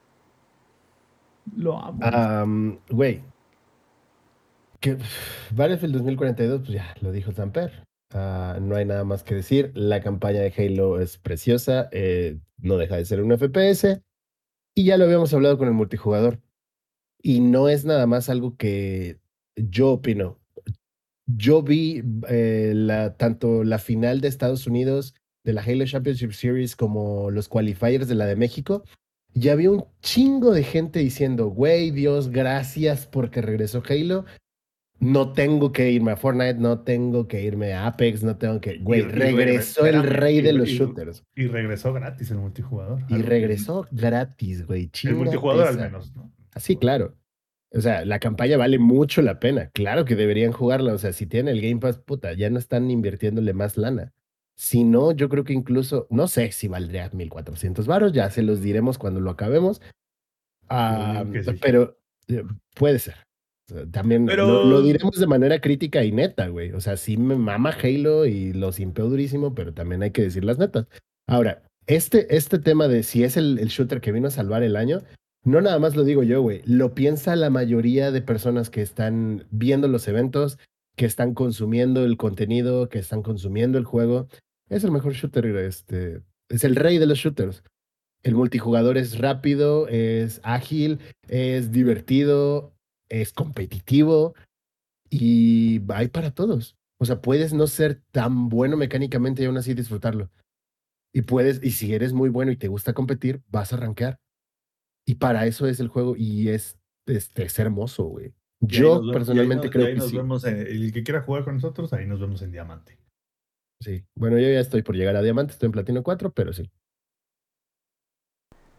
Speaker 1: Lo amo.
Speaker 3: Güey, que Battlefield 2042, pues ya lo dijo Samper. No hay nada más que decir. La campaña de Halo es preciosa, no deja de ser un FPS. Y ya lo habíamos hablado con el multijugador. Y no es nada más algo que yo opino. Yo vi tanto la final de Estados Unidos de la Halo Championship Series como los qualifiers de la de México. Y había un chingo de gente diciendo, güey, Dios, gracias porque regresó Halo. No tengo que irme a Fortnite, no tengo que irme a Apex, no tengo que... Güey, regresó el
Speaker 1: Espérame,
Speaker 3: rey de los shooters.
Speaker 1: y regresó gratis el multijugador.
Speaker 3: Y
Speaker 1: Algo que
Speaker 3: regresó gratis, güey.
Speaker 1: el
Speaker 3: Chingate
Speaker 1: multijugador al
Speaker 3: esa.
Speaker 1: menos, ¿no?
Speaker 3: Así, claro. O sea, la campaña vale mucho la pena. Claro que deberían jugarla. O sea, si tienen el Game Pass, puta, ya no están invirtiéndole más lana. Si no, yo creo que incluso, no sé si valdría 1,400 varos, ya se los diremos cuando lo acabemos.
Speaker 1: Yo
Speaker 3: Ah,
Speaker 1: digo que sí.
Speaker 3: pero puede ser. O sea, también lo
Speaker 1: Pero
Speaker 3: diremos de manera crítica y neta, güey. O sea, sí me mama Halo y lo simpeo durísimo, pero también hay que decir las netas. Ahora, este tema de si es el shooter que vino a salvar el año, no nada más lo digo yo, güey. Lo piensa la mayoría de personas que están viendo los eventos, que están consumiendo el contenido, que están consumiendo el juego. Es el mejor shooter, es el rey de los shooters. El multijugador es rápido, es ágil, es divertido, es competitivo y hay para todos. O sea, puedes no ser tan bueno mecánicamente y aún así disfrutarlo. Y si eres muy bueno y te gusta competir, vas a rankear. Y para eso es el juego y es hermoso, güey.
Speaker 1: y ahí nos
Speaker 3: Yo
Speaker 1: vemos,
Speaker 3: personalmente
Speaker 1: y
Speaker 3: creo
Speaker 1: ahí
Speaker 3: que
Speaker 1: nos
Speaker 3: sí.
Speaker 1: vemos, el que quiera jugar con nosotros, ahí nos vemos en Diamante.
Speaker 3: Sí. Bueno, yo ya estoy por llegar a Diamante, estoy en Platino 4, pero sí.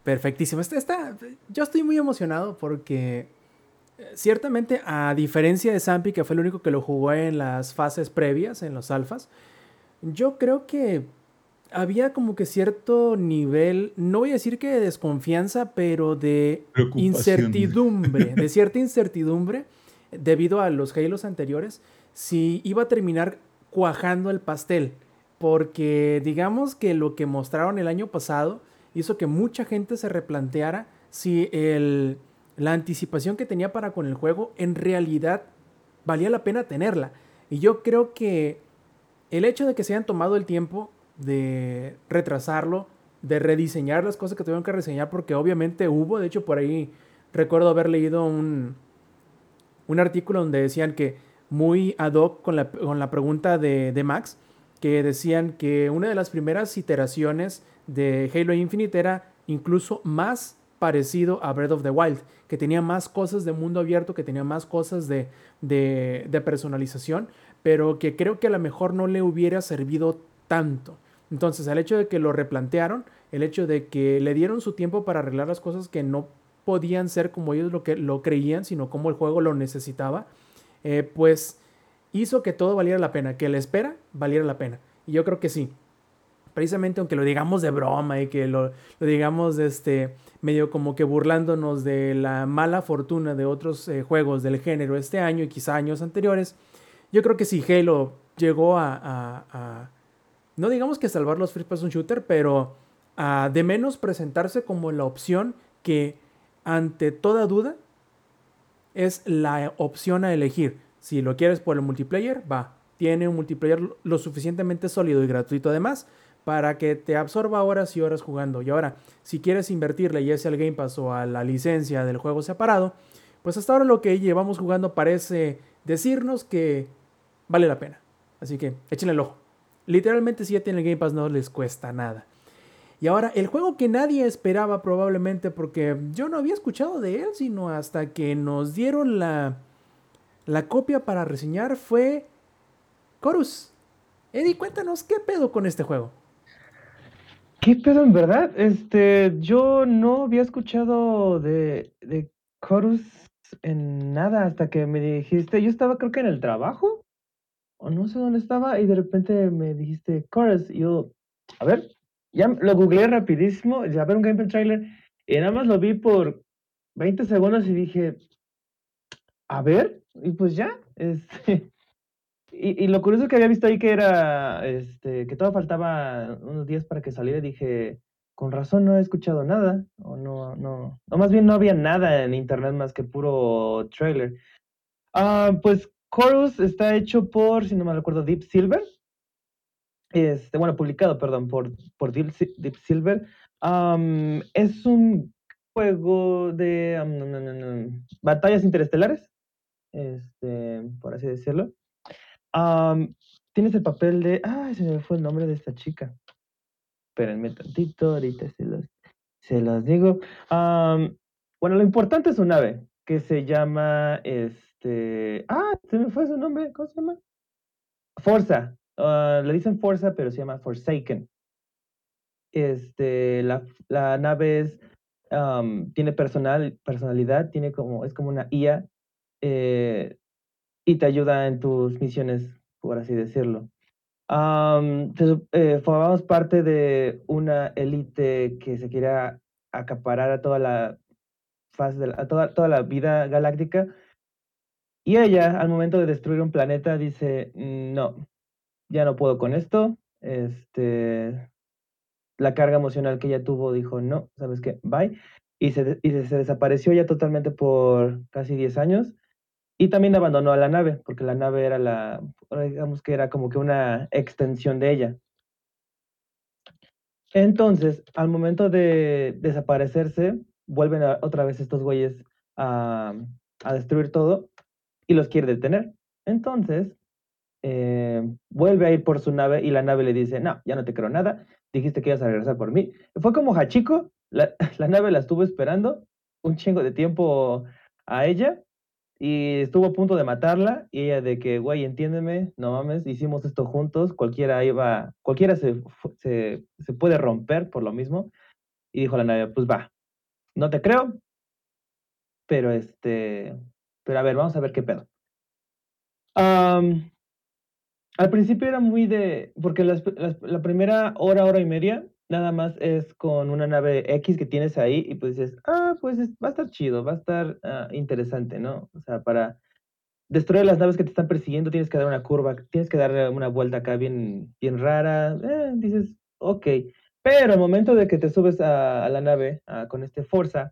Speaker 2: Perfectísimo. Yo estoy muy emocionado porque ciertamente, a diferencia de Zampi, que fue el único que lo jugó en las fases previas, en los alfas, yo creo que había como que cierto nivel, no voy a decir que de desconfianza, pero de
Speaker 1: Preocupación.
Speaker 2: incertidumbre, de cierta incertidumbre, debido a los Halos anteriores, si iba a terminar cuajando el pastel. Porque digamos que lo que mostraron el año pasado hizo que mucha gente se replanteara si la anticipación que tenía para con el juego en realidad valía la pena tenerla. Y yo creo que el hecho de que se hayan tomado el tiempo de retrasarlo, de rediseñar las cosas que tuvieron que reseñar, porque obviamente hubo, de hecho por ahí recuerdo haber leído un artículo donde decían que muy ad hoc con la pregunta de Max, que decían que una de las primeras iteraciones de Halo Infinite era incluso más parecido a Breath of the Wild, que tenía más cosas de mundo abierto, que tenía más cosas de personalización, pero que creo que a lo mejor no le hubiera servido tanto. Entonces, el hecho de que lo replantearon, el hecho de que le dieron su tiempo para arreglar las cosas que no podían ser como ellos lo creían, sino como el juego lo necesitaba, pues hizo que todo valiera la pena, que la espera valiera la pena. Y yo creo que sí. Precisamente aunque lo digamos de broma y que lo digamos medio como que burlándonos de la mala fortuna de otros juegos del género este año y quizá años anteriores, yo creo que sí, Halo llegó no digamos que salvar los first person shooter, pero a de menos presentarse como la opción que ante toda duda es la opción a elegir. Si lo quieres por el multiplayer, va. Tiene un multiplayer lo suficientemente sólido y gratuito además para que te absorba horas y horas jugando. Y ahora, si quieres invertirle ya sea al Game Pass o a la licencia del juego separado, pues hasta ahora lo que llevamos jugando parece decirnos que vale la pena. Así que échenle el ojo. Literalmente si ya tienen el Game Pass no les cuesta nada. Y ahora, el juego que nadie esperaba probablemente, porque yo no había escuchado de él, sino hasta que nos dieron la copia para reseñar, fue Chorus. Eddie, cuéntanos qué pedo con este juego.
Speaker 6: ¿Qué pedo en verdad? Yo no había escuchado de Chorus en nada hasta que me dijiste, yo estaba creo que en el trabajo, o no sé dónde estaba, y de repente me dijiste Chorus, y yo, a ver, ya lo googleé rapidísimo, ya ver un gameplay trailer, y nada más lo vi por 20 segundos y dije, a ver, y pues ya, y lo curioso que había visto ahí que era, que todo faltaba unos días para que saliera, dije, con razón no he escuchado nada, o no, más bien no había nada en internet más que puro trailer. Pues Chorus está hecho por, si no me recuerdo, Deep Silver, bueno, publicado, perdón, por Deep Silver. Es un juego de batallas interestelares, por así decirlo. Tienes el papel de. Ay, se me fue el nombre de esta chica. Espérenme tantito, ahorita se los digo. Bueno, lo importante es su nave, que se llama. Se me fue su nombre. ¿Cómo se llama? Forza. Le dicen Forza, pero se llama Forsaken. La nave tiene personalidad, es como una IA, y te ayuda en tus misiones, por así decirlo. Formamos parte de una élite que se quiere acaparar a toda la faz a toda la vida galáctica. Y ella, al momento de destruir un planeta, dice: No, ya no puedo con esto. La carga emocional que ella tuvo dijo: No, ¿sabes qué? Bye. Y se desapareció ya totalmente por casi 10 años. Y también abandonó a la nave, porque la nave era digamos que era como que una extensión de ella. Entonces, al momento de desaparecerse, vuelven otra vez estos güeyes a, a destruir todo y los quiere detener. Entonces, vuelve a ir por su nave y la nave le dice: No, ya no te creo nada, dijiste que ibas a regresar por mí. Fue como Hachiko, la nave la estuvo esperando un chingo de tiempo a ella y estuvo a punto de matarla y ella de que, güey, entiéndeme, no mames, hicimos esto juntos, cualquiera se puede romper por lo mismo. Y dijo la nave: Pues va, No te creo, pero pero a ver, vamos a ver qué pedo. Am, Al principio era muy porque la primera hora y media, nada más es con una nave X que tienes ahí y pues dices, pues va a estar chido, va a estar interesante, ¿no? O sea, para destruir las naves que te están persiguiendo tienes que dar una curva, tienes que dar una vuelta acá bien, bien rara, dices, ok. Pero al momento de que te subes a la nave con Forza,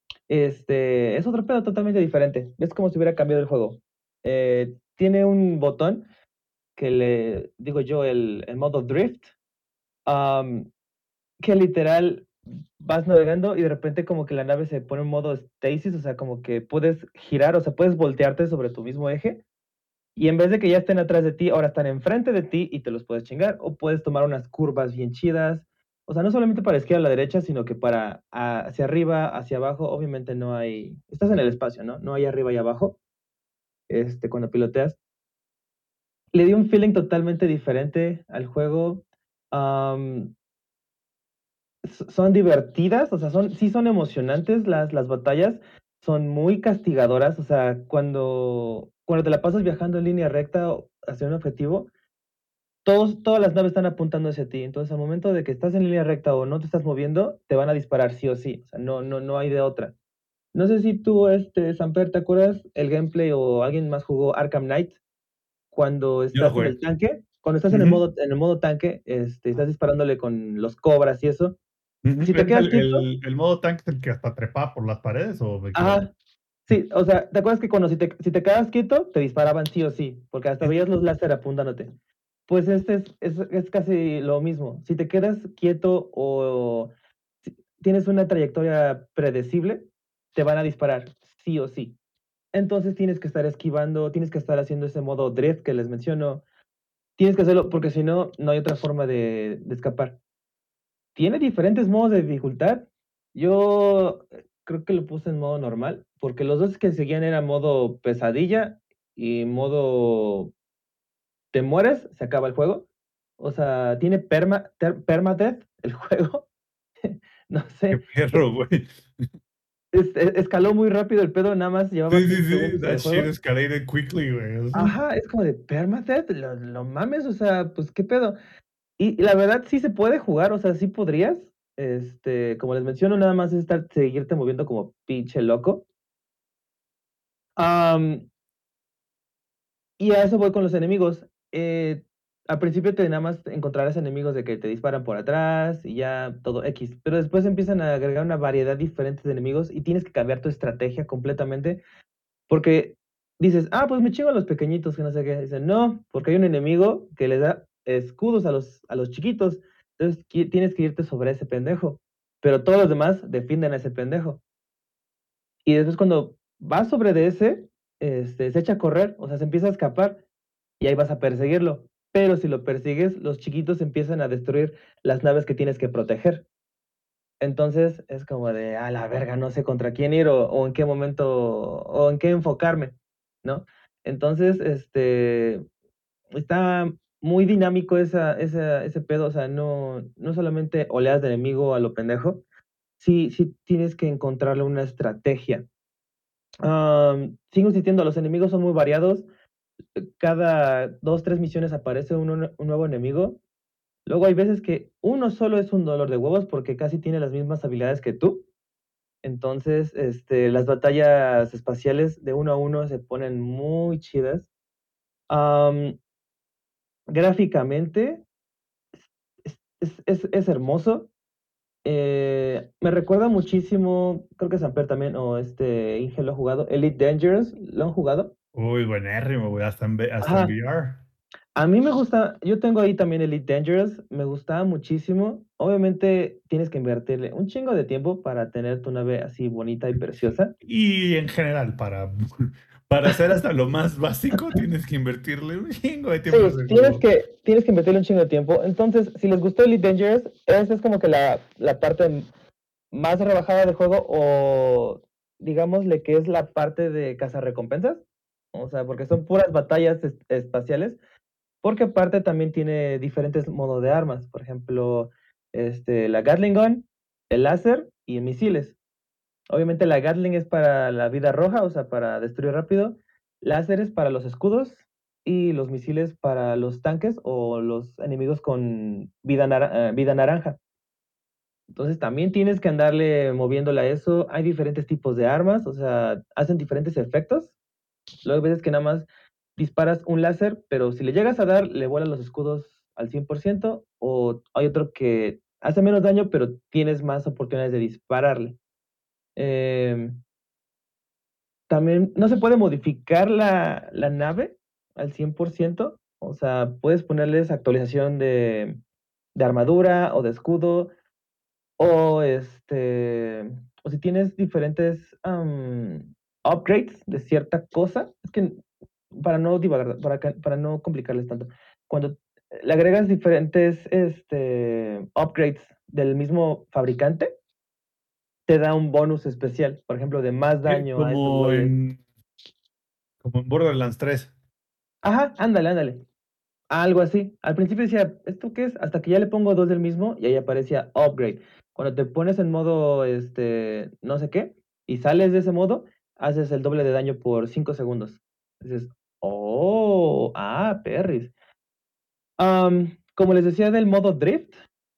Speaker 6: es otro pedo totalmente diferente. Es como si hubiera cambiado el juego. Tiene un botón que le digo yo el modo drift, am, que literal vas navegando y de repente como que la nave se pone en modo stasis, o sea, como que puedes girar, o sea, puedes voltearte sobre tu mismo eje y en vez de que ya estén atrás de ti, ahora están enfrente de ti y te los puedes chingar o puedes tomar unas curvas bien chidas. O sea, no solamente para izquierda a la derecha, sino que para hacia arriba, hacia abajo, obviamente no hay, estás en el espacio, ¿no? No hay arriba y abajo, cuando piloteas. Le dio un feeling totalmente diferente al juego. Am, Son divertidas, o sea, sí son emocionantes las batallas, son muy castigadoras, o sea, cuando te la pasas viajando en línea recta hacia un objetivo, todas las naves están apuntando hacia ti, entonces al momento de que estás en línea recta o no te estás moviendo, te van a disparar sí o sí, o sea, no hay de otra. No sé si tú, Samper, ¿te acuerdas el gameplay o alguien más jugó Arkham Knight? Cuando
Speaker 1: Yo lo
Speaker 6: estás en
Speaker 1: jugué.
Speaker 6: el tanque, cuando estás
Speaker 1: Ujú.
Speaker 6: en el modo tanque, estás disparándole con los cobras y eso.
Speaker 1: Ujú.
Speaker 6: Si te
Speaker 1: ¿Es
Speaker 6: quedas quieto,
Speaker 1: el modo tanque es el que hasta trepaba por las paredes o me equivoco?
Speaker 6: ajá, sí, o sea, ¿te acuerdas que cuando si te quedas quieto, te disparaban sí o sí? Porque hasta veías los láser apuntándote. Pues es casi lo mismo. Si te quedas quieto o tienes una trayectoria predecible, te van a disparar sí o sí. Entonces tienes que estar esquivando, tienes que estar haciendo ese modo drift que les menciono. Tienes que hacerlo porque si no, no hay otra forma de escapar. Tiene diferentes modos de dificultad. Yo creo que lo puse en modo normal, porque los dos que seguían eran modo pesadilla y modo te mueres, se acaba el juego. O sea, tiene permadeath el juego. No
Speaker 1: Qué
Speaker 6: sé,
Speaker 1: perro, güey.
Speaker 6: escaló muy rápido el pedo, nada más llevaba
Speaker 1: Sí, sí,
Speaker 6: 15
Speaker 1: sí.
Speaker 6: segundos en
Speaker 1: That
Speaker 6: el
Speaker 1: shit
Speaker 6: juego.
Speaker 1: escalated quickly, güey. Sí.
Speaker 6: Ajá, es como de permadeath, lo mames, o sea, pues qué pedo. Y la verdad sí se puede jugar, o sea, sí podrías. Como les menciono, nada más es seguirte moviendo como pinche loco. Am, y a eso voy con los enemigos. Al principio te nada más encontrarás enemigos de que te disparan por atrás y ya todo X. Pero después empiezan a agregar una variedad diferente de enemigos y tienes que cambiar tu estrategia completamente. Porque dices, pues me chingo a los pequeñitos, que no sé qué. Dicen, no, porque hay un enemigo que les da escudos a los chiquitos. Entonces tienes que irte sobre ese pendejo. Pero todos los demás defienden a ese pendejo. Y después cuando vas sobre de ese, se echa a correr, o sea, se empieza a escapar y ahí vas a perseguirlo. Pero si lo persigues, los chiquitos empiezan a destruir las naves que tienes que proteger. Entonces es como de, a la verga, no sé contra quién ir o en qué momento o en qué enfocarme, ¿no? Entonces, está muy dinámico ese pedo, o sea, no solamente oleadas de enemigo a lo pendejo, sí tienes que encontrarle una estrategia. Sigo insistiendo, los enemigos son muy variados, cada 2, 3 misiones aparece un nuevo enemigo. Luego hay veces que uno solo es un dolor de huevos porque casi tiene las mismas habilidades que tú. Entonces, las batallas espaciales de uno a uno se ponen muy chidas. Am, Gráficamente es hermoso. Me recuerda muchísimo, creo que Samper también, o Inge lo ha jugado, Elite Dangerous, ¿lo han jugado?
Speaker 1: Uy, buenérrimo, güey. Hasta en
Speaker 6: Ajá,
Speaker 1: VR.
Speaker 6: a mí me gusta, yo tengo ahí también Elite Dangerous, me gustaba muchísimo. Obviamente tienes que invertirle un chingo de tiempo para tener tu nave así bonita y preciosa.
Speaker 1: Y en general, para hacer hasta lo más básico, tienes que invertirle un chingo de
Speaker 6: Sí,
Speaker 1: tiempo a ese juego.
Speaker 6: tienes que invertirle un chingo de tiempo. Entonces, si les gustó Elite Dangerous, esa es como que la parte más rebajada del juego o digámosle que es la parte de cazarrecompensas. O sea, porque son puras batallas espaciales. Porque aparte también tiene diferentes modos de armas. Por ejemplo, la Gatling Gun, el láser y misiles. Obviamente la Gatling es para la vida roja, o sea, para destruir rápido. Láseres para los escudos y los misiles para los tanques o los enemigos con vida naranja. Entonces también tienes que andarle moviéndole a eso. Hay diferentes tipos de armas, o sea, hacen diferentes efectos. Luego hay veces que nada más disparas un láser, pero si le llegas a dar, le vuelan los escudos al 100%, o hay otro que hace menos daño, pero tienes más oportunidades de dispararle. Em, También no se puede modificar la nave al 100%, o sea, puedes ponerles actualización de armadura o de escudo, o o si tienes diferentes upgrades de cierta cosa, es que para no divagar, para no complicarles tanto, cuando le agregas diferentes upgrades del mismo fabricante, te da un bonus especial, por ejemplo, de más daño a estos
Speaker 1: Como
Speaker 6: güeyes.
Speaker 1: como en Borderlands 3.
Speaker 6: Ajá, ándale, ándale. Algo así. Al principio decía, ¿esto qué es? Hasta que ya le pongo dos del mismo y ahí aparecía upgrade. Cuando te pones en modo, no sé qué, y sales de ese modo, haces el doble de daño por 5 segundos. Dices, oh, perris. Como les decía del modo drift,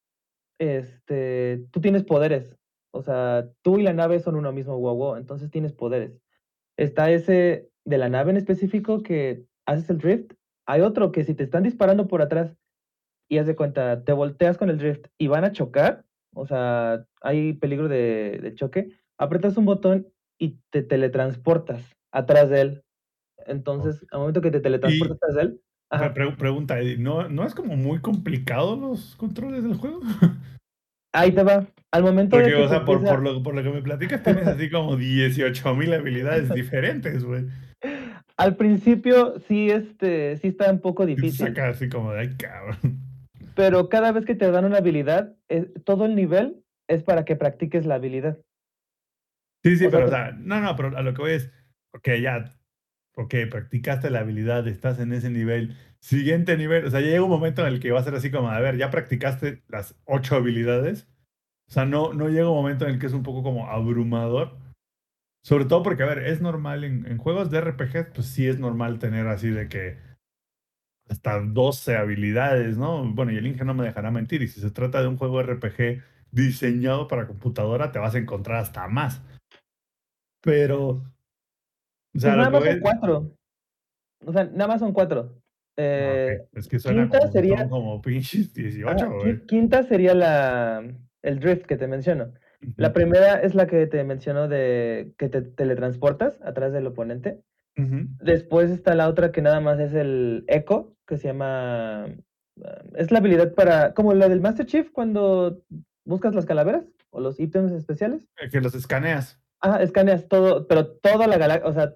Speaker 6: tú tienes poderes. O sea, tú y la nave son uno mismo, wow, wow, entonces tienes poderes. Está ese de la nave en específico que haces el drift. Hay otro que si te están disparando por atrás y haz de cuenta, te volteas con el drift y van a chocar, o sea, hay peligro de choque, aprietas un botón y te teletransportas atrás de él. Entonces, al momento que te teletransportas
Speaker 1: Y
Speaker 6: atrás de él, ajá,
Speaker 1: pregunta, ¿no es como muy complicado los controles del juego?
Speaker 6: ahí te va. Al momento de
Speaker 1: Porque,
Speaker 6: que
Speaker 1: o
Speaker 6: te
Speaker 1: sea,
Speaker 6: empieza,
Speaker 1: por lo que me platicas, tienes así como 18,000 habilidades diferentes, güey.
Speaker 6: al principio sí, sí está un poco
Speaker 1: Y tú
Speaker 6: difícil,
Speaker 1: sacas así como de, ay, cabrón.
Speaker 6: pero cada vez que te dan una habilidad, todo el nivel es para que practiques la habilidad.
Speaker 1: Sí, sí,
Speaker 6: O sea,
Speaker 1: pero, o sea, no, pero a lo que voy es, ok, ya, ok, practicaste la habilidad, estás en ese nivel, siguiente nivel, o sea, ya llega un momento en el que va a ser así como, a ver, ya practicaste las 8 habilidades, o sea, no llega un momento en el que es un poco como abrumador, sobre todo porque, a ver, es normal en juegos de RPG, pues sí es normal tener así de que hasta 12 habilidades, ¿no? Bueno, y el Inge no me dejará mentir, y si se trata de un juego RPG diseñado para computadora, te vas a encontrar hasta más. Pero, o
Speaker 6: pues
Speaker 1: sea, lo
Speaker 6: nada
Speaker 1: que
Speaker 6: más
Speaker 1: voy
Speaker 6: son
Speaker 1: es,
Speaker 6: 4. O sea, nada más son 4.
Speaker 1: ah, ok, es que suena
Speaker 6: Quinta
Speaker 1: como que
Speaker 6: sería,
Speaker 1: son como pinches 18, güey.
Speaker 6: quinta sería el drift que te menciono. La
Speaker 1: Ujú,
Speaker 6: primera es la que te menciono de que te teletransportas atrás del oponente.
Speaker 1: ujú.
Speaker 6: Después está la otra que nada más es el eco, que se llama, es la habilidad para, como la del Master Chief cuando buscas las calaveras o los ítems especiales.
Speaker 1: Que los escaneas,
Speaker 6: Escaneas todo, pero toda la galaxia, o sea,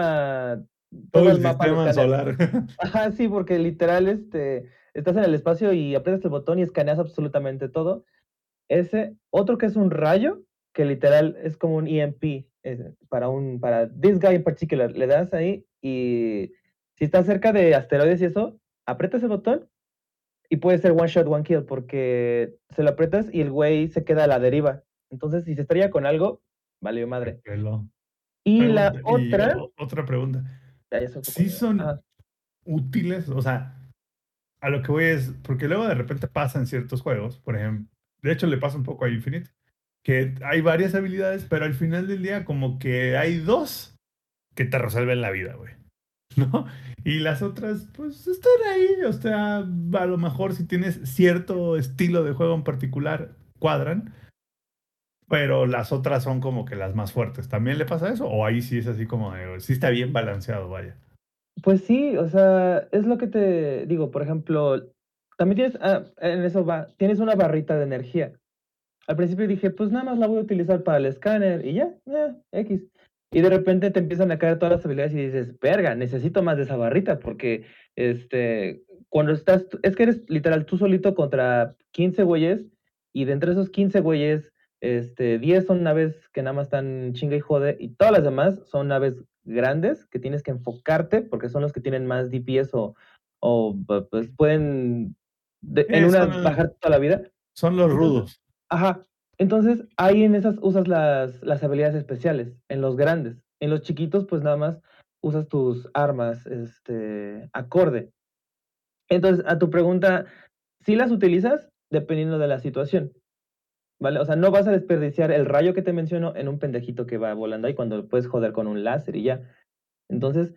Speaker 1: todo
Speaker 6: todo
Speaker 1: el
Speaker 6: el mapa lo
Speaker 1: sistema
Speaker 6: escaneas.
Speaker 1: solar.
Speaker 6: Sí, porque literal, estás en el espacio y aprietas el botón y escaneas absolutamente todo. Ese, otro que es un rayo, que literal es como un EMP, para this guy en particular. Le das ahí y si estás cerca de asteroides y eso, aprietas el botón y puede ser one shot, one kill, porque se lo aprietas y el güey se queda a la deriva. Entonces, si se estrella con algo, valió
Speaker 1: Qué
Speaker 6: madre.
Speaker 1: pelo.
Speaker 6: Y la
Speaker 1: Pregunta, y
Speaker 6: otra,
Speaker 1: otra pregunta.
Speaker 6: ya es un poco
Speaker 1: ¿Sí
Speaker 6: de.
Speaker 1: son útiles? O sea, a lo que voy es, porque luego de repente pasan ciertos juegos, por ejemplo, de hecho le pasa un poco a Infinite, que hay varias habilidades, pero al final del día como que hay dos que te resuelven la vida, güey. ¿No? Y las otras, pues están ahí, o sea, a lo mejor si tienes cierto estilo de juego en particular, cuadran, pero las otras son como que las más fuertes. ¿También le pasa eso? ¿O ahí sí es así como, sí está bien balanceado, vaya?
Speaker 6: Pues sí, o sea, es lo que te digo, por ejemplo, también tienes, en eso va, tienes una barrita de energía. Al principio dije, pues nada más la voy a utilizar para el escáner y ya, X. Y de repente te empiezan a caer todas las habilidades y dices, verga, necesito más de esa barrita porque, cuando estás, es que eres literal tú solito contra 15 güeyes y de entre esos 15 güeyes, 10 son naves que nada más están chinga y jode y todas las demás son naves grandes que tienes que enfocarte porque son los que tienen más DPS pues pueden en una
Speaker 1: Son,
Speaker 6: bajar toda la vida.
Speaker 1: son los
Speaker 6: Entonces,
Speaker 1: rudos.
Speaker 6: ajá. Entonces, ahí en esas usas las habilidades especiales, en los grandes. En los chiquitos, pues nada más usas tus armas, acorde. Entonces, a tu pregunta, sí las utilizas dependiendo de la situación, ¿vale? O sea, no vas a desperdiciar el rayo que te menciono en un pendejito que va volando ahí cuando puedes joder con un láser y ya. Entonces,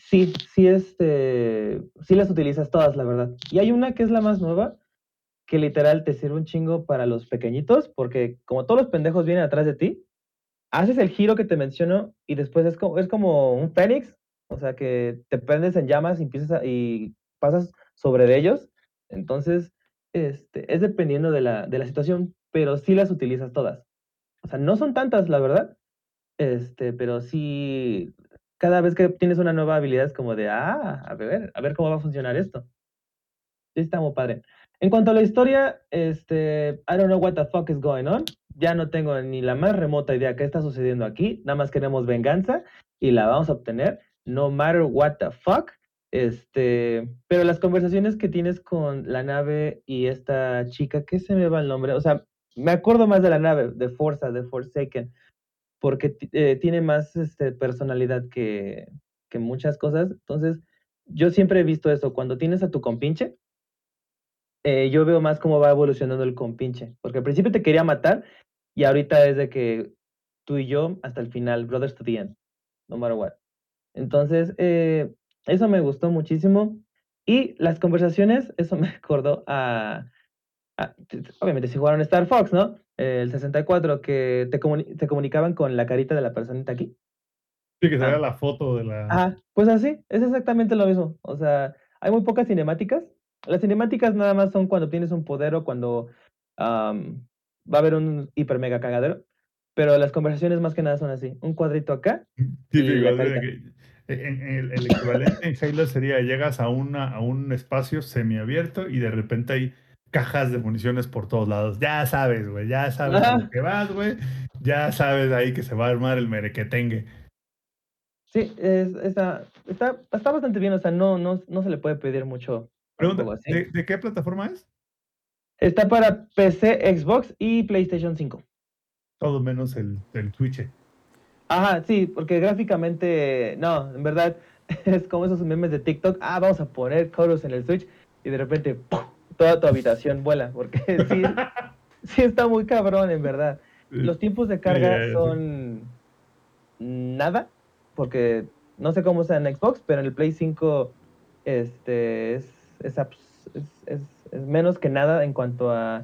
Speaker 6: sí las utilizas todas, la verdad. Y hay una que es la más nueva, que literal te sirve un chingo para los pequeñitos, porque como todos los pendejos vienen atrás de ti, haces el giro que te menciono y después es como un fénix, o sea que te prendes en llamas y y pasas sobre de ellos. Entonces, es dependiendo de la situación, pero sí las utilizas todas. O sea, no son tantas, la verdad, pero sí, cada vez que tienes una nueva habilidad es como de, a ver cómo va a funcionar esto. Sí, está muy padre. En cuanto a la historia, I don't know what the fuck is going on. Ya no tengo ni la más remota idea qué está sucediendo aquí. Nada más queremos venganza y la vamos a obtener, no matter what the fuck. Pero las conversaciones que tienes con la nave y esta chica, ¿qué se me va el nombre? O sea, me acuerdo más de la nave, de Forza, de Forsaken, porque tiene más personalidad que muchas cosas. Entonces, yo siempre he visto eso. Cuando tienes a tu compinche, yo veo más cómo va evolucionando el compinche. Porque al principio te quería matar y ahorita es de que tú y yo hasta el final, brothers to the end, no matter what. Entonces, eso me gustó muchísimo. Y las conversaciones, eso me acordó obviamente, si jugaron Star Fox, ¿no? El 64, que te comunicaban con la carita de la personita aquí.
Speaker 1: Sí, que se vea
Speaker 6: Ah,
Speaker 1: la foto de la.
Speaker 6: pues así, es exactamente lo mismo. O sea, hay muy pocas cinemáticas. Las cinemáticas nada más son cuando tienes un poder o cuando va a haber un hiper mega cagadero. Pero las conversaciones más que nada son así. Un cuadrito acá y
Speaker 1: Típico,
Speaker 6: la
Speaker 1: así de
Speaker 6: carita.
Speaker 1: que el equivalente en Halo sería llegas a un espacio semiabierto y de repente hay cajas de municiones por todos lados. Ya sabes, güey, ya sabes a lo
Speaker 6: Ajá,
Speaker 1: que vas, güey. Ya sabes ahí que se va a armar el merequetengue.
Speaker 6: sí, está bastante bien. O sea, no se le puede pedir mucho a un
Speaker 1: Pregunta,
Speaker 6: juego así.
Speaker 1: de qué plataforma es?
Speaker 6: Está para PC, Xbox y PlayStation 5.
Speaker 1: Todo menos el Twitch.
Speaker 6: Ajá, sí, porque gráficamente, no, en verdad, es como esos memes de TikTok. Vamos a poner Chorus en el Switch y de repente ¡pum! Toda tu habitación vuela, porque sí está muy cabrón, en verdad.
Speaker 1: Sí,
Speaker 6: Los tiempos de
Speaker 1: ya,
Speaker 6: carga
Speaker 1: ya sé.
Speaker 6: son nada, porque no sé cómo sea en Xbox, pero en el Play 5 es, abs- es menos que nada en cuanto a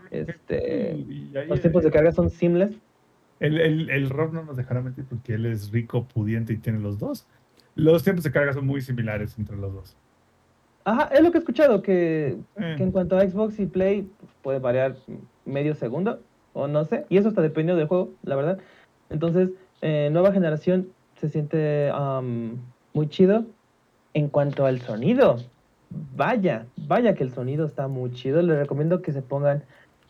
Speaker 1: Y ahí
Speaker 6: los tiempos de carga son seamless.
Speaker 1: el Rob no nos dejará mentir porque él es rico, pudiente y tiene los dos. Los tiempos de carga son muy similares entre los dos.
Speaker 6: Ajá, es lo que he escuchado, que
Speaker 1: Eh,
Speaker 6: en cuanto a Xbox y Play pues, puede variar medio segundo, o no sé, y eso está dependiendo del juego, la verdad. Entonces, nueva generación se siente muy chido. En cuanto al sonido, vaya que el sonido está muy chido. Les recomiendo que se pongan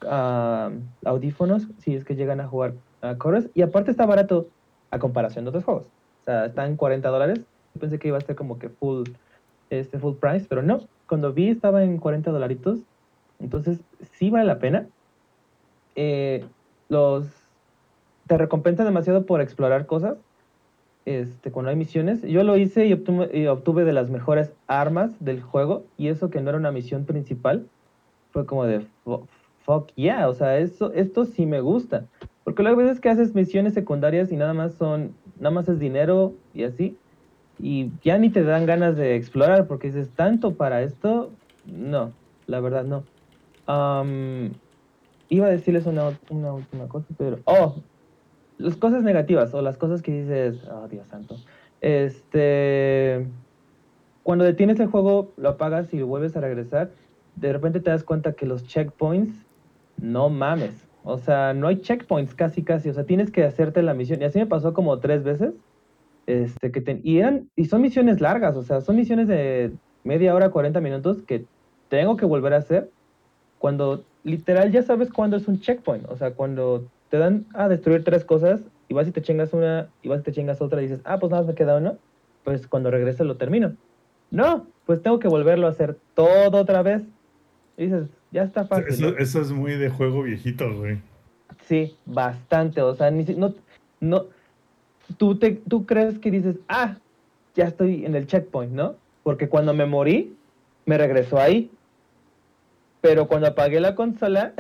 Speaker 6: audífonos si es que llegan a jugar a Chorus. Y aparte está barato a comparación de otros juegos. O sea, está en $40. Yo pensé que iba a ser como que full price, pero no. Cuando vi estaba en $40. Entonces, sí vale la pena. Eh, los te recompensa demasiado por explorar cosas cuando hay misiones. Yo lo hice y obtuve de las mejores armas del juego, y eso que no era una misión principal, fue como de fuck yeah, o sea, esto sí me gusta. Porque luego hay veces que haces misiones secundarias y nada más es dinero y así, y ya ni te dan ganas de explorar porque dices, tanto para esto, no, la verdad no. Am, Iba a decirles una última cosa, pero, las cosas negativas o las cosas que dices, oh Dios santo. Este, Cuando detienes el juego, lo apagas y lo vuelves a regresar, de repente te das cuenta que los checkpoints, no mames. O sea, no hay checkpoints casi casi, o sea, tienes que hacerte la misión. Y así me pasó como 3 veces, y son misiones largas, o sea, son misiones de media hora, 40 minutos que tengo que volver a hacer cuando literal ya sabes cuándo es un checkpoint, o sea, cuando te dan a destruir 3 cosas y vas y te chingas una y vas y te chingas otra y dices, pues nada más me queda una, pues cuando regrese lo termino. No, pues tengo que volverlo a hacer todo otra vez. Y dices, ya está fácil, ¿no?
Speaker 1: eso es muy de juego viejito, güey.
Speaker 6: Sí, bastante. O sea, no, tú crees que dices, ya estoy en el checkpoint, ¿no? Porque cuando me morí, me regresó ahí. Pero cuando apagué la consola,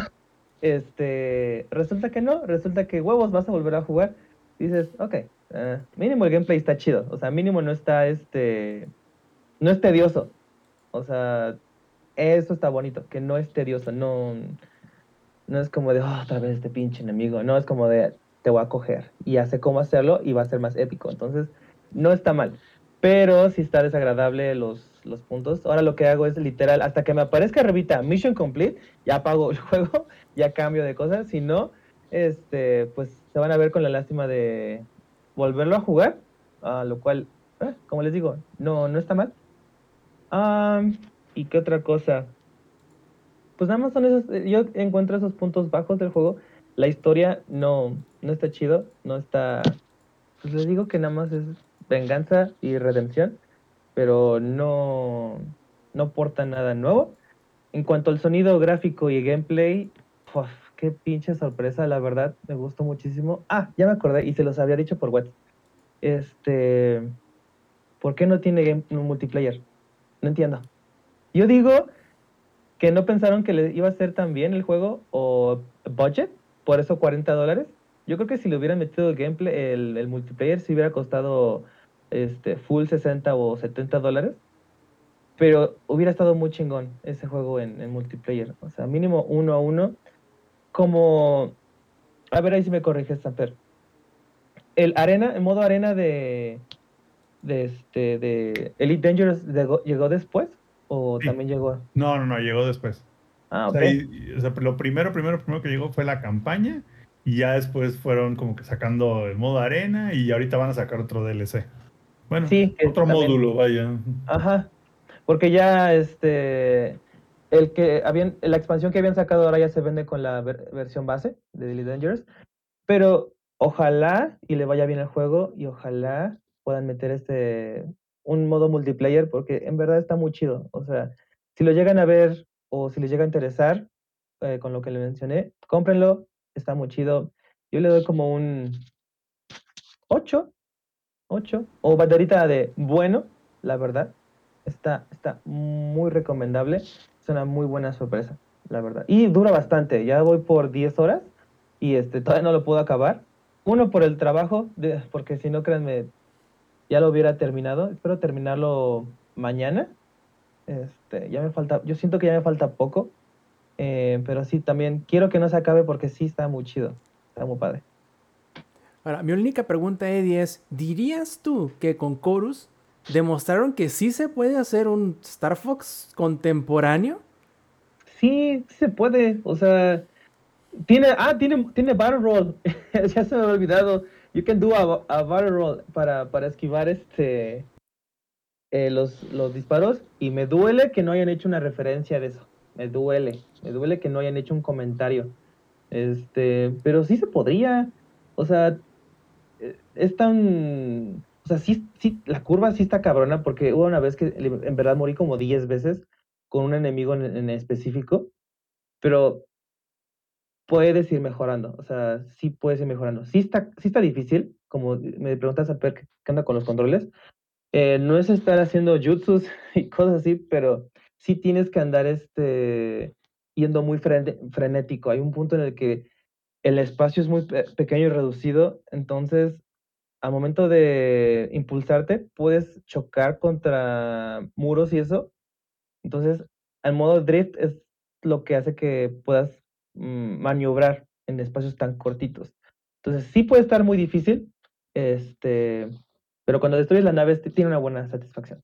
Speaker 6: resulta que no, resulta que huevos, vas a volver a jugar. Dices, ok, mínimo el gameplay está chido. O sea, mínimo no está, no es tedioso. O sea, eso está bonito, que no es tedioso, no es como de, otra vez este pinche enemigo, no, es como de, te voy a coger y ya sé cómo hacerlo y va a ser más épico. Entonces, no está mal, pero sí está desagradable los puntos. Ahora lo que hago es literal, hasta que me aparezca revista Mission Complete, ya apago el juego, ya cambio de cosas, si no, pues se van a ver con la lástima de volverlo a jugar, lo cual, como les digo, no está mal. Ah, ¿Y qué otra cosa? Pues nada más son esos, yo encuentro esos puntos bajos del juego. La historia no está chido, no está, pues les digo que nada más es venganza y redención, pero no aporta nada nuevo. En cuanto al sonido gráfico y gameplay, uf, qué pinche sorpresa, la verdad, me gustó muchísimo. Ya me acordé y se los había dicho por WhatsApp. Este, ¿Por qué no tiene multiplayer? No entiendo. Yo digo que no pensaron que le iba a ser tan bien el juego o budget, por eso $40. Yo creo que si le hubieran metido el gameplay, el multiplayer, si hubiera costado full 60 o $70, pero hubiera estado muy chingón ese juego en multiplayer. O sea, mínimo 1-1, como, a ver ahí si me corriges, Samper. El modo arena de Elite Dangerous llegó después o
Speaker 1: Sí.
Speaker 6: también llegó.
Speaker 1: No, llegó después. O
Speaker 6: Ok.
Speaker 1: sea, o sea, lo primero que llegó fue la campaña y ya después fueron como que sacando el modo arena y ahorita van a sacar otro DLC. Bueno,
Speaker 6: Sí, que
Speaker 1: otro
Speaker 6: también.
Speaker 1: módulo, vaya.
Speaker 6: Ajá. Porque ya la expansión que habían sacado ahora ya se vende con la versión base de Daily Dangerous. Pero ojalá y le vaya bien el juego y ojalá puedan meter un modo multiplayer porque en verdad está muy chido. O sea, si lo llegan a ver o si les llega a interesar con lo que le mencioné, cómprenlo, está muy chido. Yo le doy como un 8 o banderita de bueno, la verdad. Está muy recomendable. Es una muy buena sorpresa, la verdad. Y dura bastante. Ya voy por 10 horas y todavía no lo puedo acabar. Uno por el trabajo, porque si no, créanme, ya lo hubiera terminado. Espero terminarlo mañana. Ya me falta, yo siento que ya me falta poco, pero sí, también quiero que no se acabe porque sí está muy chido. Está muy padre.
Speaker 2: Ahora, mi única pregunta, Eddie, es, ¿dirías tú que con Chorus demostraron que sí se puede hacer un Star Fox contemporáneo?
Speaker 6: Sí, sí se puede. O sea, tiene Battle Roll. Ya se me había olvidado. You can do a Battle Roll para esquivar los disparos. Y me duele que no hayan hecho una referencia de eso. Me duele. Me duele que no hayan hecho un comentario. Pero sí se podría. O sea, es tan. O sea, sí, la curva sí está cabrona. Porque hubo una vez que en verdad morí como 10 veces con un enemigo en específico. Pero puedes ir mejorando, o sea, sí puedes ir mejorando. Sí está difícil, como me preguntas a Per qué anda con los controles. No es estar haciendo jutsus y cosas así, pero sí tienes que andar yendo muy frenético. Hay un punto en el que el espacio es muy pequeño y reducido, entonces al momento de impulsarte puedes chocar contra muros y eso, entonces, el modo drift es lo que hace que puedas maniobrar en espacios tan cortitos. Entonces, sí puede estar muy difícil, pero cuando destruyes la nave tiene una buena satisfacción.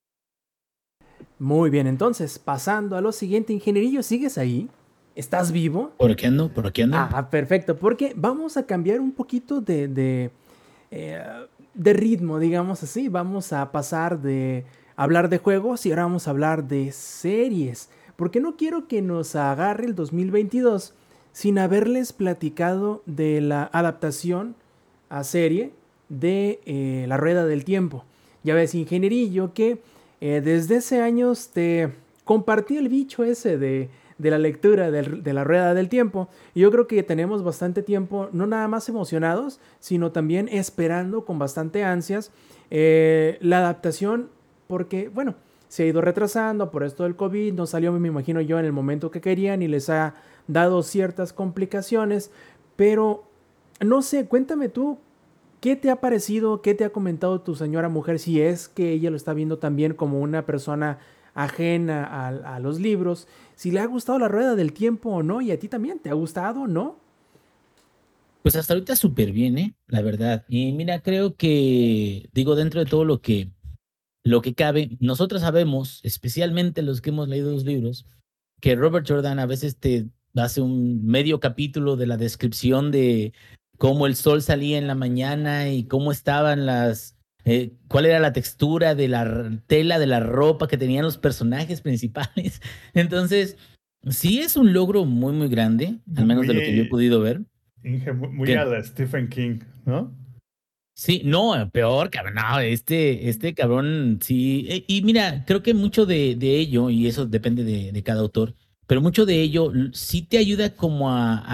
Speaker 2: Muy bien, entonces, pasando a lo siguiente, ingenierillo, ¿sigues ahí? ¿Estás vivo?
Speaker 5: ¿Por qué ando? ¿Por qué ando?
Speaker 2: Perfecto, porque vamos a cambiar un poquito eh, de ritmo, digamos así. Vamos a pasar de hablar de juegos y ahora vamos a hablar de series. Porque no quiero que nos agarre el 2022 sin haberles platicado de la adaptación a serie de La Rueda del Tiempo. Ya ves, ingenierillo, que desde ese año te compartí el bicho ese de la lectura de la Rueda del Tiempo. Y yo creo que tenemos bastante tiempo, no nada más emocionados, sino también esperando con bastante ansias la adaptación, porque, bueno, se ha ido retrasando por esto del COVID, no salió, me imagino yo, en el momento que querían y les ha dado ciertas complicaciones, pero no sé, cuéntame tú, ¿qué te ha parecido? ¿Qué te ha comentado tu señora mujer? Si es que ella lo está viendo también como una persona ajena a los libros, si le ha gustado la Rueda del Tiempo o no, y a ti también, ¿te ha gustado, no?
Speaker 5: Pues hasta ahorita súper bien, ¿eh? La verdad. Y mira, creo que, digo, dentro de todo lo que cabe, nosotros sabemos, especialmente los que hemos leído los libros, que Robert Jordan a veces te hace un medio capítulo de la descripción de cómo el sol salía en la mañana y cómo estaban cuál era la textura de la tela de la ropa que tenían los personajes principales. Entonces, sí es un logro muy, muy grande, al menos de lo que yo he
Speaker 1: Muy,
Speaker 5: podido ver.
Speaker 1: Inge, muy a
Speaker 5: Que
Speaker 1: la Stephen King, ¿no?
Speaker 5: sí, no, peor, cabrón, no, este cabrón, sí, y mira, creo que mucho de ello, y eso depende de cada autor, pero mucho de ello sí te ayuda como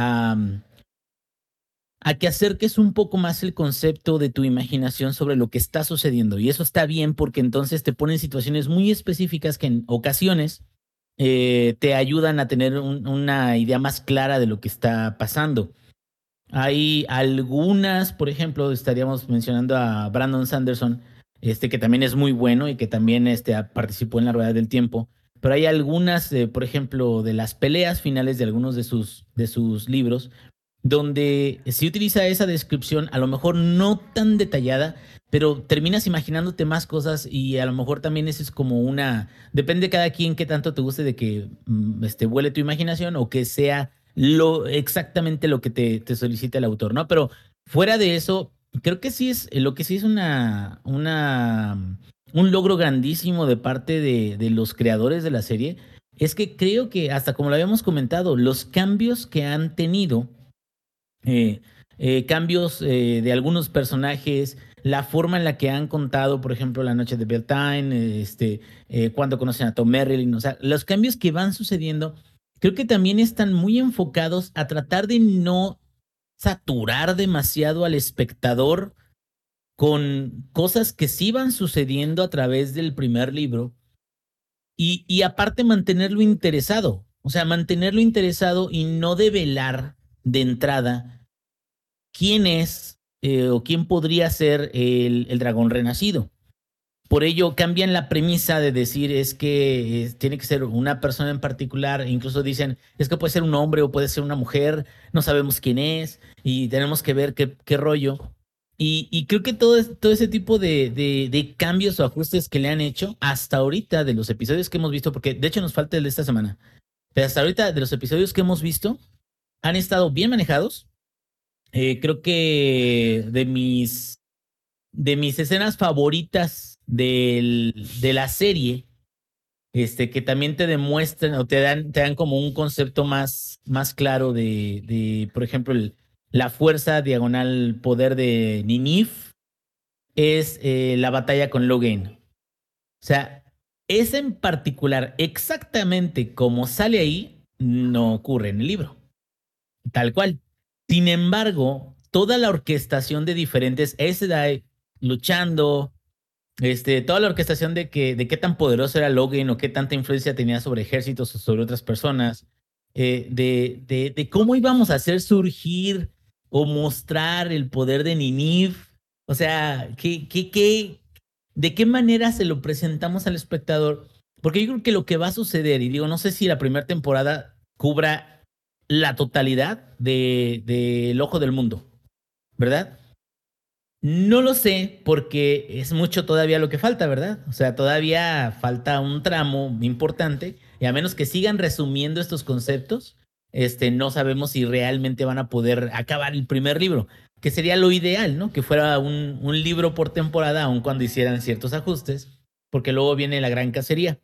Speaker 5: a que acerques un poco más el concepto de tu imaginación sobre lo que está sucediendo, y eso está bien porque entonces te ponen situaciones muy específicas que en ocasiones te ayudan a tener una idea más clara de lo que está pasando. Hay algunas, por ejemplo, estaríamos mencionando a Brandon Sanderson, que también es muy bueno y que también participó en la Rueda del Tiempo. Pero hay algunas, por ejemplo, de las peleas finales de algunos de sus libros, donde sí utiliza esa descripción, a lo mejor no tan detallada, pero terminas imaginándote más cosas y a lo mejor también eso es como depende de cada quien qué tanto te guste de que vuele tu imaginación o que sea exactamente lo que te solicita el autor, ¿no? Pero fuera de eso, creo que sí es, lo que sí es un logro grandísimo de parte de los creadores de la serie, es que creo que hasta como lo habíamos comentado, los cambios que han tenido eh, cambios de algunos personajes, la forma en la que han contado, por ejemplo, La Noche de Beltane, cuando conocen a Tom Merrilin, o sea, los cambios que van sucediendo, creo que también están muy enfocados a tratar de no saturar demasiado al espectador con cosas que sí van sucediendo a través del primer libro y aparte mantenerlo interesado, o sea, mantenerlo interesado y no develar de entrada quién es o quién podría ser el dragón renacido. Por ello cambian la premisa de decir es que tiene que ser una persona en particular, incluso dicen es que puede ser un hombre o puede ser una mujer, no sabemos quién es y tenemos que ver qué rollo. Y creo que todo ese tipo de cambios o ajustes que le han hecho hasta ahorita de los episodios que hemos visto, porque de hecho nos falta el de esta semana, pero hasta ahorita de los episodios que hemos visto han estado bien manejados. Creo que de mis escenas favoritas de la serie, que también te demuestran o te dan como un concepto más claro por ejemplo, la fuerza diagonal poder de Nynaeve, es la batalla con Logain. O sea, esa en particular, exactamente como sale ahí, no ocurre en el libro. Tal cual. Sin embargo, toda la orquestación de diferentes Aes Sedai luchando, toda la orquestación de qué tan poderoso era Logan o qué tanta influencia tenía sobre ejércitos o sobre otras personas, de cómo íbamos a hacer surgir o mostrar el poder de Nynaeve. O sea, de qué manera se lo presentamos al espectador. Porque yo creo que lo que va a suceder, y digo, no sé si la primera temporada cubra la totalidad del Ojo del Mundo, ¿verdad? No lo sé porque es mucho todavía lo que falta, ¿verdad? O sea, todavía falta un tramo importante y a menos que sigan resumiendo estos conceptos, no sabemos si realmente van a poder acabar el primer libro, que sería lo ideal, ¿no? Que fuera un libro por temporada, aun cuando hicieran ciertos ajustes, porque luego viene la gran cacería.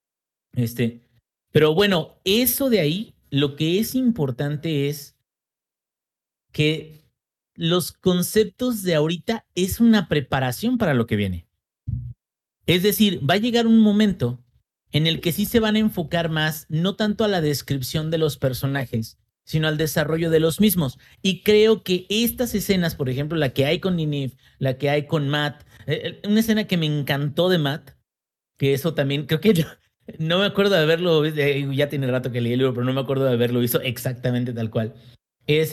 Speaker 5: Pero bueno, eso de ahí, lo que es importante es que los conceptos de ahorita es una preparación para lo que viene. Es decir, va a llegar un momento en el que sí se van a enfocar más, no tanto a la descripción de los personajes, sino al desarrollo de los mismos. Y creo que estas escenas, por ejemplo, la que hay con Nynaeve, la que hay con Matt, una escena que me encantó de Matt, que eso también creo que no me acuerdo de haberlo, ya tiene rato que leí el libro, pero no me acuerdo de haberlo visto exactamente tal cual. Es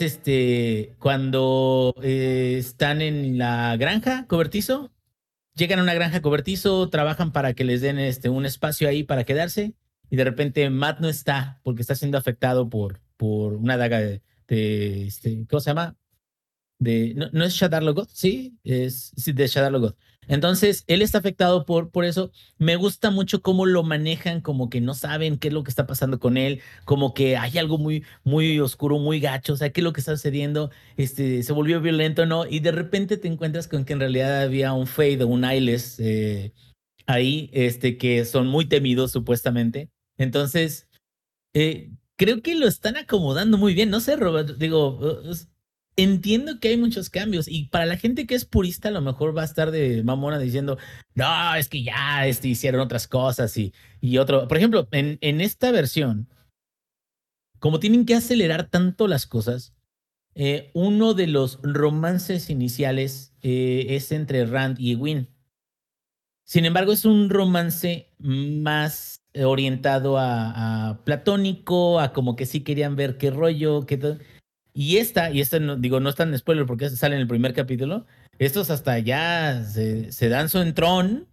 Speaker 5: cuando están en la granja cobertizo, llegan a una granja cobertizo, trabajan para que les den un espacio ahí para quedarse, y de repente Matt no está porque está siendo afectado por una daga ¿cómo se llama? No es Shadar Logoth, sí, sí, de Shadar Logoth. Entonces, él está afectado por eso. Me gusta mucho cómo lo manejan, como que no saben qué es lo que está pasando con él, como que hay algo muy, muy oscuro, muy gacho, o sea, qué es lo que está sucediendo, se volvió violento, ¿no? Y de repente te encuentras con que en realidad había un Fade o un Ailes ahí, que son muy temidos supuestamente. Entonces, creo que lo están acomodando muy bien. No sé, Robert, digo, entiendo que hay muchos cambios y para la gente que es purista a lo mejor va a estar de mamona diciendo, no, es que ya hicieron otras cosas y otro. Por ejemplo, en esta versión, como tienen que acelerar tanto las cosas, uno de los romances iniciales es entre Rand y Wynn. Sin embargo, es un romance más orientado a platónico, a como que sí querían ver qué rollo, qué todo. Y esta no, digo, no es tan spoiler porque sale en el primer capítulo. Estos hasta ya se dan su entrón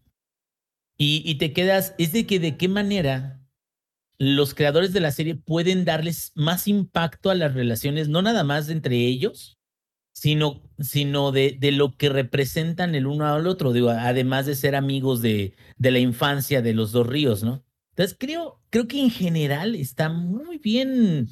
Speaker 5: y te quedas, es de que de qué manera los creadores de la serie pueden darles más impacto a las relaciones, no nada más entre ellos, sino de lo que representan el uno al otro, digo, además de ser amigos de la infancia de los dos ríos, ¿no? Entonces creo que en general está muy bien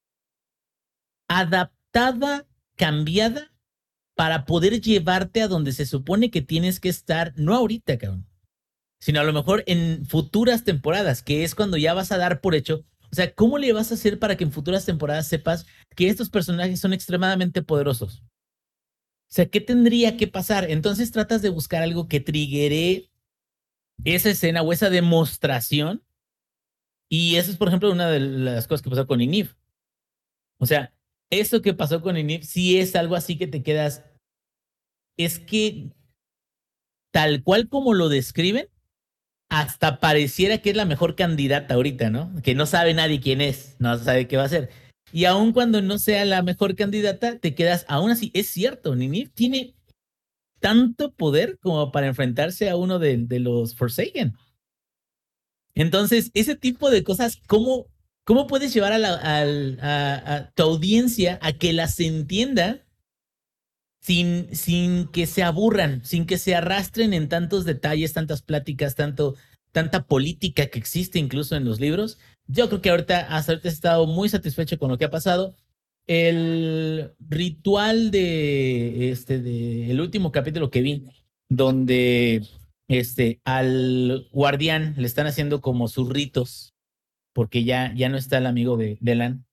Speaker 5: adaptada, cambiada, para poder llevarte a donde se supone que tienes que estar, no ahorita, cabrón, sino a lo mejor en futuras temporadas, que es cuando ya vas a dar por hecho. O sea, ¿cómo le vas a hacer para que en futuras temporadas sepas que estos personajes son extremadamente poderosos? O sea, ¿qué tendría que pasar? Entonces tratas de buscar algo que triggere esa escena o esa demostración. Y eso es, por ejemplo, una de las cosas que pasó con Nynaeve. O sea, eso que pasó con Nynaeve sí es algo así que te quedas. Es que tal cual como lo describen, hasta pareciera que es la mejor candidata ahorita, ¿no? Que no sabe nadie quién es, no sabe qué va a hacer. Y aun cuando no sea la mejor candidata, te quedas, aún así, es cierto, Nynaeve tiene tanto poder como para enfrentarse a uno de los Forsaken. Entonces, ese tipo de cosas, ¿cómo puedes llevar a tu audiencia a que las entienda sin que se aburran, sin que se arrastren en tantos detalles, tantas pláticas, tanta política que existe incluso en los libros? Yo creo que hasta ahorita he estado muy satisfecho con lo que ha pasado. El ritual el último capítulo que vi, donde al guardián le están haciendo como sus ritos, porque ya no está el amigo de Lan.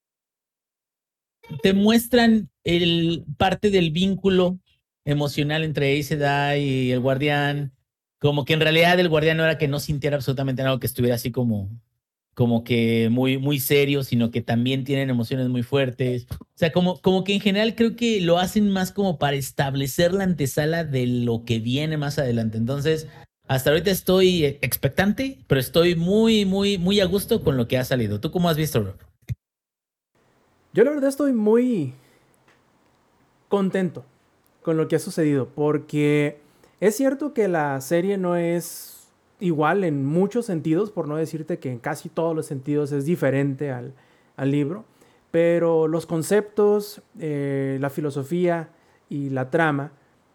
Speaker 5: Te muestran parte del vínculo emocional entre Aes Sedai y el guardián, como que en realidad el guardián no era que no sintiera absolutamente nada, que estuviera así como que muy, muy serio, sino que también tienen emociones muy fuertes. O sea, como que en general creo que lo hacen más como para establecer la antesala de lo que viene más adelante. Entonces, hasta ahorita estoy expectante, pero estoy muy, muy, muy a gusto con lo que ha salido. ¿Tú cómo has visto, Rob?
Speaker 2: Yo la verdad estoy muy contento con lo que ha sucedido, porque es cierto que la serie no es igual en muchos sentidos, por no decirte que en casi todos los sentidos es diferente al libro, pero los conceptos, la filosofía y la trama,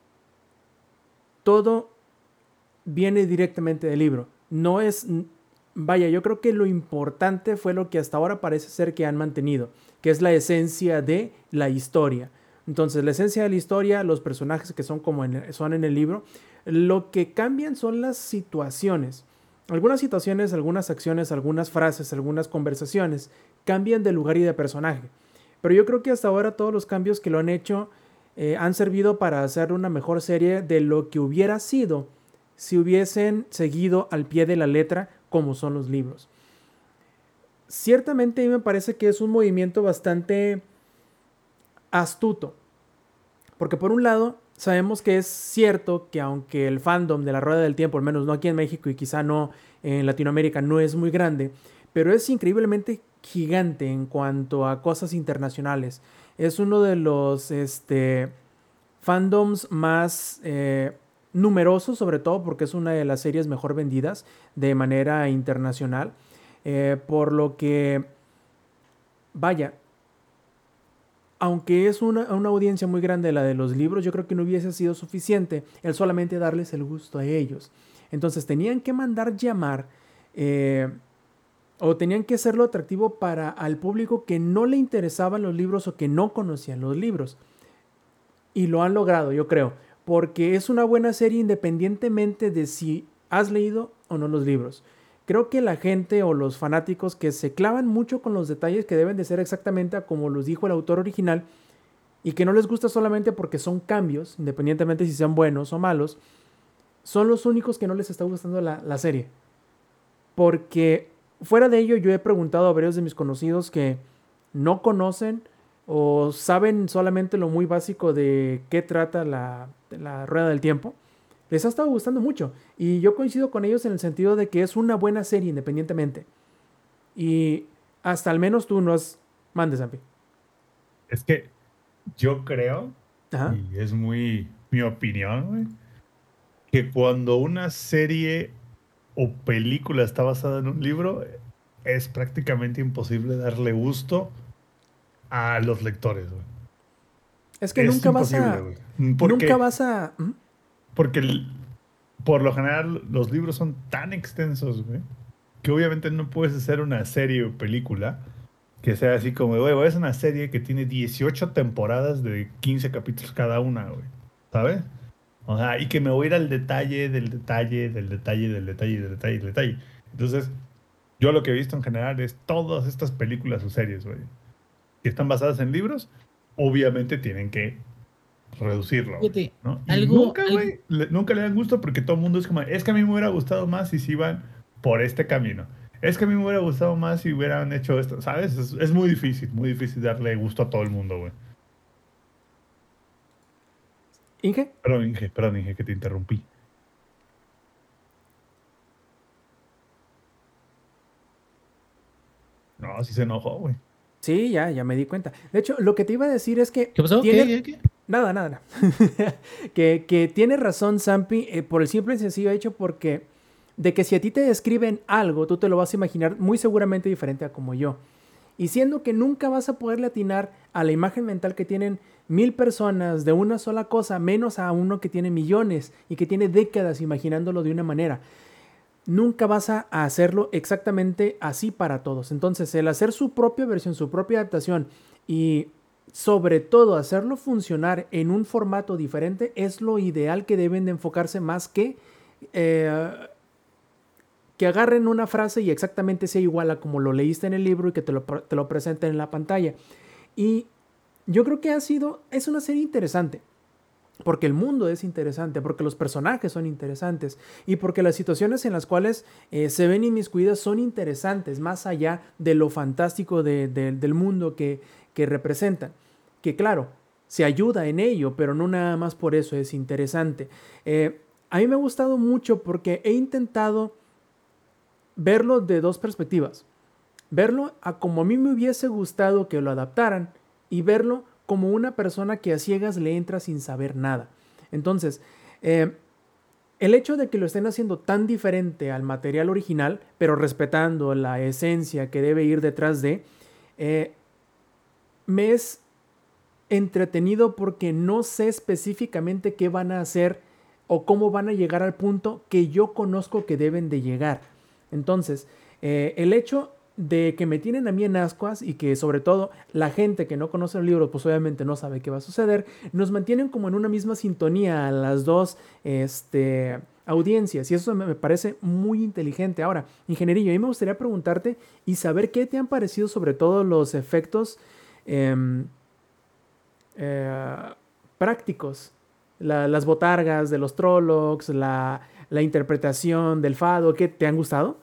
Speaker 2: todo viene directamente del libro. No es... Vaya, yo creo que lo importante fue lo que hasta ahora parece ser que han mantenido, que es la esencia de la historia. Entonces, la esencia de la historia, los personajes que son como son en el libro, lo que cambian son las situaciones. Algunas situaciones, algunas acciones, algunas frases, algunas conversaciones cambian de lugar y de personaje. Pero yo creo que hasta ahora todos los cambios que lo han hecho han servido para hacer una mejor serie de lo que hubiera sido si hubiesen seguido al pie de la letra como son los libros. Ciertamente a mí me parece que es un movimiento bastante astuto, porque por un lado sabemos que es cierto que aunque el fandom de la Rueda del Tiempo, al menos no aquí en México y quizá no en Latinoamérica, no es muy grande, pero es increíblemente gigante en cuanto a cosas internacionales. Es uno de los fandoms más numerosos, sobre todo porque es una de las series mejor vendidas de manera internacional. Por lo que, vaya, aunque es una audiencia muy grande la de los libros, yo creo que no hubiese sido suficiente el solamente darles el gusto a ellos. Entonces tenían que mandar llamar o tenían que hacerlo atractivo para al público que no le interesaban los libros o que no conocían los libros. Y lo han logrado, yo creo, porque es una buena serie independientemente de si has leído o no los libros. Creo que la gente o los fanáticos que se clavan mucho con los detalles que deben de ser exactamente como los dijo el autor original y que no les gusta solamente porque son cambios, independientemente si sean buenos o malos, son los únicos que no les está gustando la serie. Porque fuera de ello yo he preguntado a varios de mis conocidos que no conocen o saben solamente lo muy básico de qué trata la Rueda del Tiempo. Les ha estado gustando mucho y yo coincido con ellos en el sentido de que es una buena serie independientemente. Y hasta al menos tú no has... Mande, Zampi.
Speaker 1: Es que yo creo,
Speaker 2: Ajá.
Speaker 1: y es muy mi opinión, güey, que cuando una serie o película está basada en un libro, es prácticamente imposible darle gusto a los lectores, güey.
Speaker 2: Es que
Speaker 1: Es
Speaker 2: nunca vas
Speaker 1: imposible,
Speaker 2: a...
Speaker 1: güey.
Speaker 2: Nunca vas a... ¿Mm?
Speaker 1: Porque por lo general los libros son tan extensos, güey, que obviamente no puedes hacer una serie o película que sea así como, güey, es una serie que tiene 18 temporadas de 15 capítulos cada una, güey, ¿sabes? O sea, y que me voy a ir al detalle, del detalle, del detalle, del detalle, del detalle, del detalle. Entonces, yo lo que he visto en general es todas estas películas o series, güey, que están basadas en libros, obviamente tienen que reducirlo, güey,
Speaker 5: Fíjate,
Speaker 1: ¿no? Y
Speaker 5: algo,
Speaker 1: nunca, güey, nunca le dan gusto porque todo el mundo es como, es que a mí me hubiera gustado más si se iban por este camino. Es que a mí me hubiera gustado más si hubieran hecho esto, ¿sabes? Es muy difícil darle gusto a todo el mundo, güey.
Speaker 2: Inge.
Speaker 1: Perdón, Inge, que te interrumpí. No, sí se enojó, güey.
Speaker 2: Sí, ya me di cuenta. De hecho, lo que te iba a decir es que...
Speaker 5: ¿qué pasó? ¿Qué?
Speaker 2: Nada. que tiene razón Zampi por el simple y sencillo hecho porque de que si a ti te describen algo, tú te lo vas a imaginar muy seguramente diferente a como yo. Y siendo que nunca vas a poderle atinar a la imagen mental que tienen 1000 personas de una sola cosa, menos a uno que tiene millones y que tiene décadas imaginándolo de una manera. Nunca vas a hacerlo exactamente así para todos. Entonces, el hacer su propia versión, su propia adaptación y sobre todo hacerlo funcionar en un formato diferente es lo ideal que deben de enfocarse más que agarren una frase y exactamente sea igual a como lo leíste en el libro y que te lo presenten en la pantalla. Y yo creo que es una serie interesante. Porque el mundo es interesante, porque los personajes son interesantes y porque las situaciones en las cuales se ven inmiscuidas son interesantes, más allá de lo fantástico del mundo que representan. Que claro, se ayuda en ello, pero no nada más por eso es interesante. A mí me ha gustado mucho porque he intentado verlo de dos perspectivas. Verlo a como a mí me hubiese gustado que lo adaptaran y verlo como una persona que a ciegas le entra sin saber nada. Entonces, el hecho de que lo estén haciendo tan diferente al material original, pero respetando la esencia que debe ir detrás de, me es entretenido porque no sé específicamente qué van a hacer o cómo van a llegar al punto que yo conozco que deben de llegar. Entonces, el hecho de que me tienen a mí en ascuas y que sobre todo la gente que no conoce el libro pues obviamente no sabe qué va a suceder, nos mantienen como en una misma sintonía a las dos audiencias y eso me parece muy inteligente. Ahora, ingenierillo, a mí me gustaría preguntarte y saber qué te han parecido sobre todo los efectos prácticos, las botargas de los Trollocs, la interpretación del fado, ¿qué te han gustado?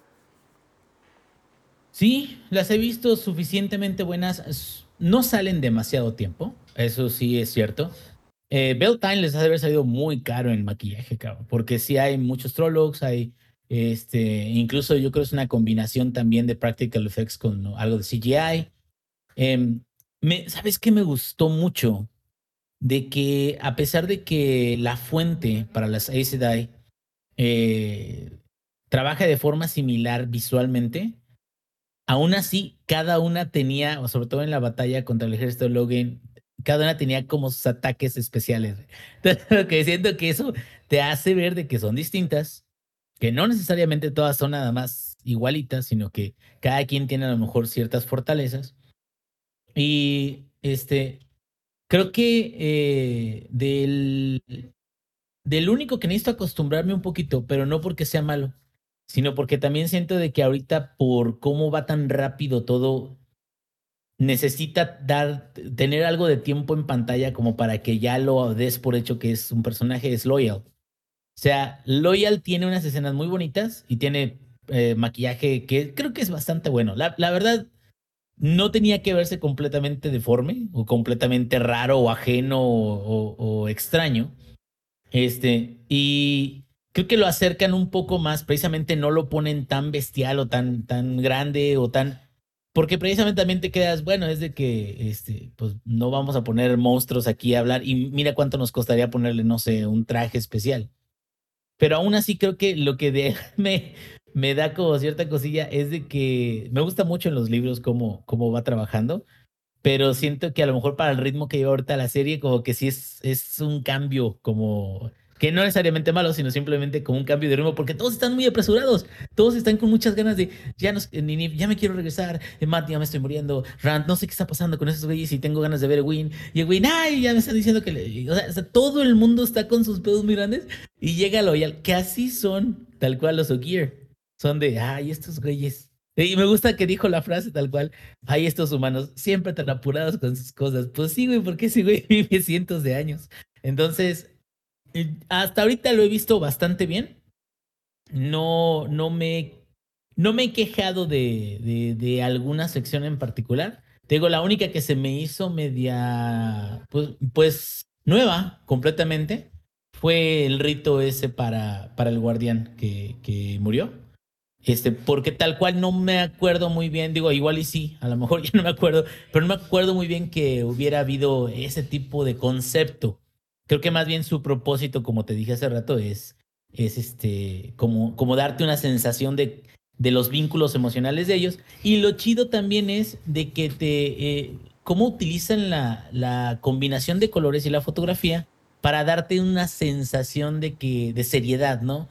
Speaker 5: Sí, las he visto suficientemente buenas. No salen demasiado tiempo, eso sí es cierto. Beltane les ha de haber salido muy caro en maquillaje, cabrón, porque sí hay muchos Trollocs, hay incluso yo creo que es una combinación también de practical effects con, ¿no?, algo de CGI. ¿Sabes qué me gustó mucho? De que a pesar de que la fuente para las Aes Sedai trabaja de forma similar visualmente, aún así cada una tenía, o sobre todo en la batalla contra el ejército de Logan, cada una tenía como sus ataques especiales. Entonces, que siento que eso te hace ver de que son distintas, que no necesariamente todas son nada más igualitas, sino que cada quien tiene a lo mejor ciertas fortalezas. Y creo que del único que necesito acostumbrarme un poquito, pero no porque sea malo, sino porque también siento de que ahorita por cómo va tan rápido todo, necesita tener algo de tiempo en pantalla como para que ya lo des por hecho que es un personaje, es Loyal. O sea, Loyal tiene unas escenas muy bonitas y tiene maquillaje que creo que es bastante bueno. La verdad, no tenía que verse completamente deforme o completamente raro o ajeno o extraño. Y creo que lo acercan un poco más, precisamente no lo ponen tan bestial o tan grande o tan. Porque precisamente también te quedas, bueno, es de que pues no vamos a poner monstruos aquí a hablar y mira cuánto nos costaría ponerle, no sé, un traje especial. Pero aún así creo que lo que me da como cierta cosilla es de que me gusta mucho en los libros cómo va trabajando, pero siento que a lo mejor para el ritmo que lleva ahorita la serie, como que sí es un cambio, como que no necesariamente malo, sino simplemente como un cambio de ritmo, porque todos están muy apresurados, todos están con muchas ganas de, ya me quiero regresar, Matt, ya me estoy muriendo, Rand, no sé qué está pasando con esos güeyes y tengo ganas de ver a Win, y el Win, ay, ya me están diciendo que, o sea, todo el mundo está con sus pedos muy grandes, y llega Loyal, que así son, tal cual los Ogier, son de, ay, estos güeyes. Y me gusta que dijo la frase tal cual. Hay estos humanos siempre tan apurados con sus cosas. Pues sí, güey, porque ese güey vive cientos de años. Entonces, hasta ahorita lo he visto bastante bien. No, no me he quejado de alguna sección en particular. Te digo, la única que se me hizo media, pues nueva completamente, fue el rito ese para el guardián que murió. Porque tal cual no me acuerdo muy bien, digo, igual y sí, a lo mejor ya no me acuerdo, pero no me acuerdo muy bien que hubiera habido ese tipo de concepto. Creo que más bien su propósito, como te dije hace rato, es como darte una sensación de los vínculos emocionales de ellos. Y lo chido también es de que cómo utilizan la combinación de colores y la fotografía para darte una sensación de seriedad, ¿no?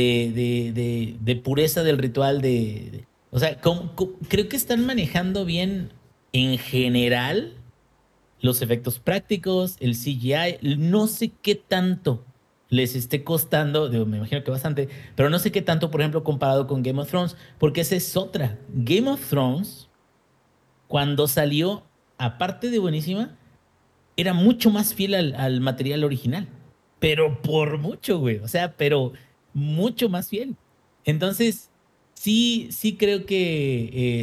Speaker 5: De pureza del ritual, o sea, creo que están manejando bien en general los efectos prácticos, el CGI, no sé qué tanto les esté costando, digo, me imagino que bastante, pero no sé qué tanto, por ejemplo, comparado con Game of Thrones, porque esa es otra. Game of Thrones, cuando salió, aparte de buenísima, era mucho más fiel al material original. Pero por mucho, güey. O sea, pero mucho más fiel. Entonces, sí creo que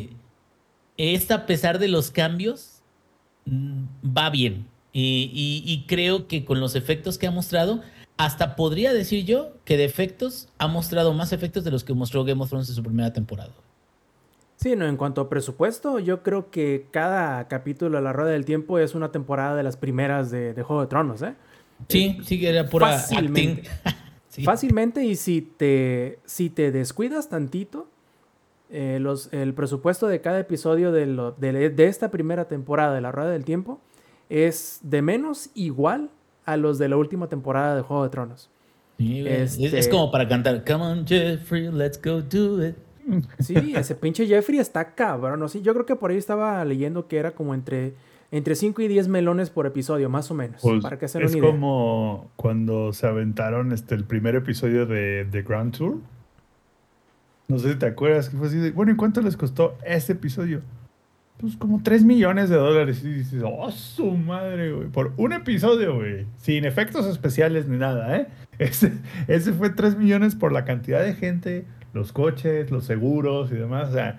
Speaker 5: esta, a pesar de los cambios, va bien. Y creo que con los efectos que ha mostrado, hasta podría decir yo que de efectos ha mostrado más efectos de los que mostró Game of Thrones en su primera temporada.
Speaker 2: Sí, no, en cuanto a presupuesto, yo creo que cada capítulo de La Rueda del Tiempo es una temporada de las primeras de Juego de Tronos, ¿eh?
Speaker 5: Sí, sí que era pura
Speaker 2: Fácilmente.
Speaker 5: acting. Sí.
Speaker 2: Fácilmente, y si te descuidas tantito, el presupuesto de cada episodio de esta primera temporada de La Rueda del Tiempo es de menos igual a los de la última temporada de Juego de Tronos.
Speaker 5: Sí, es como para cantar Come on Jeffrey, let's go do it.
Speaker 2: Sí, ese pinche Jeffrey está cabrón, ¿no? Sí, yo creo que por ahí estaba leyendo que era como entre 5 y 10 melones por episodio, más o menos,
Speaker 1: Pues
Speaker 2: para que se
Speaker 1: es
Speaker 2: den una idea.
Speaker 1: como cuando se aventaron el primer episodio de Grand Tour. No sé si te acuerdas que fue así de, bueno, ¿y cuánto les costó ese episodio? Pues como $3 millones. Y dices, oh, su madre, güey. Por un episodio, güey. Sin efectos especiales ni nada, ¿eh? Ese fue 3 millones por la cantidad de gente, los coches, los seguros y demás. O sea,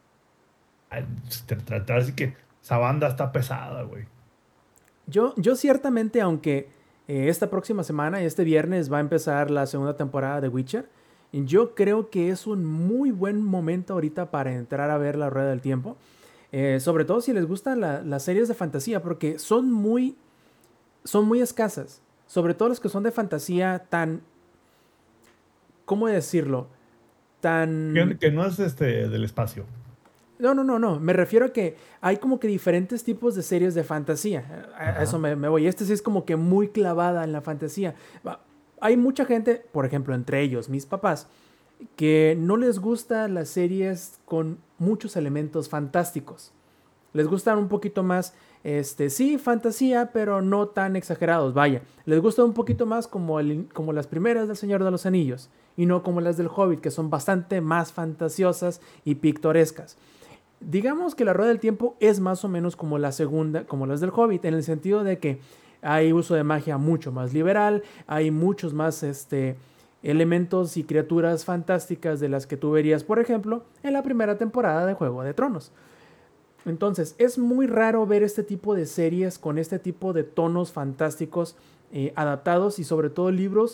Speaker 1: tratar así que esa banda está pesada, güey.
Speaker 2: Yo ciertamente, aunque esta próxima semana, este viernes, va a empezar la segunda temporada de Witcher, yo creo que es un muy buen momento ahorita para entrar a ver La Rueda del Tiempo. Sobre todo si les gustan las series de fantasía, porque son muy escasas. Sobre todo las que son de fantasía tan... ¿Cómo decirlo? Tan...
Speaker 1: Que no es del espacio.
Speaker 2: No. Me refiero a que hay como que diferentes tipos de series de fantasía. A eso me voy. Este sí es como que muy clavada en la fantasía. Hay mucha gente, por ejemplo, entre ellos, mis papás, que no les gustan las series con muchos elementos fantásticos. Les gustan un poquito más, sí, fantasía, pero no tan exagerados, vaya. Les gusta un poquito más como las primeras del Señor de los Anillos y no como las del Hobbit, que son bastante más fantasiosas y pictorescas. Digamos que La Rueda del Tiempo es más o menos como la segunda, como las del Hobbit, en el sentido de que hay uso de magia mucho más liberal, hay muchos más elementos y criaturas fantásticas de las que tú verías, por ejemplo, en la primera temporada de Juego de Tronos. Entonces, es muy raro ver este tipo de series con este tipo de tonos fantásticos adaptados y sobre todo libros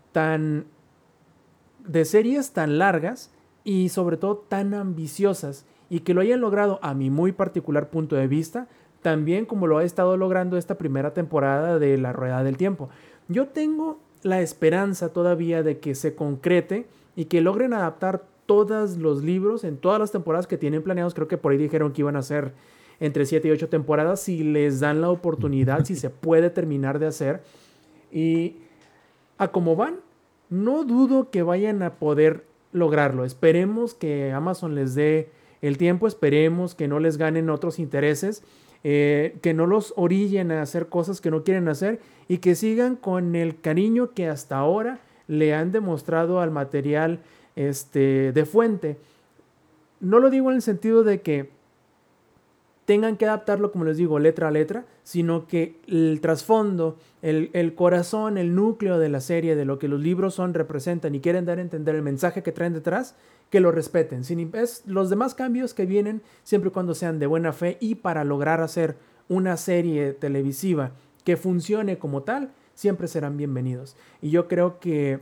Speaker 2: de series tan largas y sobre todo tan ambiciosas y que lo hayan logrado a mi muy particular punto de vista, también como lo ha estado logrando esta primera temporada de La Rueda del Tiempo. Yo tengo la esperanza todavía de que se concrete y que logren adaptar todos los libros en todas las temporadas que tienen planeados. Creo que por ahí dijeron que iban a ser entre 7 y 8 temporadas si les dan la oportunidad, si se puede terminar de hacer. Y a como van, no dudo que vayan a poder lograrlo. Esperemos que Amazon les dé el tiempo, esperemos que no les ganen otros intereses, que no los orillen a hacer cosas que no quieren hacer y que sigan con el cariño que hasta ahora le han demostrado al material de fuente. No lo digo en el sentido de que tengan que adaptarlo, como les digo, letra a letra, sino que el trasfondo, el corazón, el núcleo de la serie, de lo que los libros representan y quieren dar a entender el mensaje que traen detrás, que lo respeten. Los demás cambios que vienen, siempre y cuando sean de buena fe y para lograr hacer una serie televisiva que funcione como tal, siempre serán bienvenidos. Y yo creo que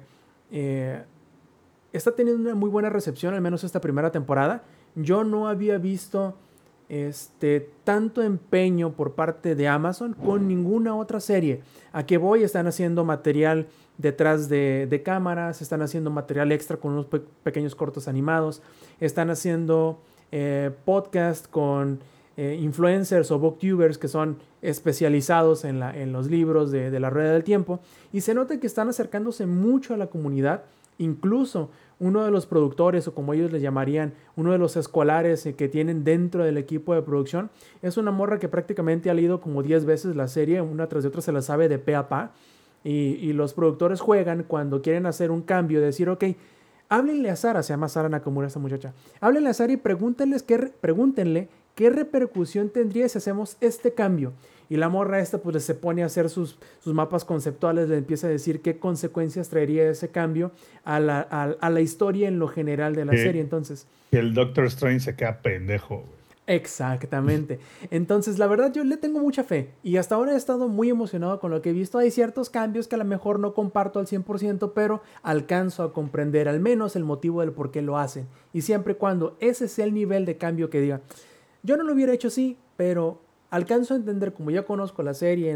Speaker 2: está teniendo una muy buena recepción, al menos esta primera temporada. Yo no había visto tanto empeño por parte de Amazon con ninguna otra serie. ¿A qué voy? Están haciendo material detrás de cámaras, están haciendo material extra con unos pequeños cortos animados, están haciendo podcast con influencers o booktubers que son especializados en los libros de La Rueda del Tiempo, y se nota que están acercándose mucho a la comunidad. Incluso uno de los productores, o como ellos le llamarían, uno de los escolares que tienen dentro del equipo de producción, es una morra que prácticamente ha leído como 10 veces la serie, una tras de otra se la sabe de pe a pa, y los productores juegan cuando quieren hacer un cambio, decir, ok, háblenle a Sara, se llama Sara Nakamura esta muchacha, háblenle a Sara y pregúntenle qué repercusión tendría si hacemos este cambio. Y la morra pues se pone a hacer sus mapas conceptuales, le empieza a decir qué consecuencias traería ese cambio a la historia en lo general de la serie. Entonces,
Speaker 1: que el Doctor Strange se queda pendejo, güey.
Speaker 2: Exactamente. Entonces, la verdad, yo le tengo mucha fe y hasta ahora he estado muy emocionado con lo que he visto. Hay ciertos cambios que a lo mejor no comparto al 100%, pero alcanzo a comprender al menos el motivo del por qué lo hacen. Y siempre y cuando ese sea el nivel de cambio que diga, yo no lo hubiera hecho así, pero alcanzo a entender, como ya conozco la serie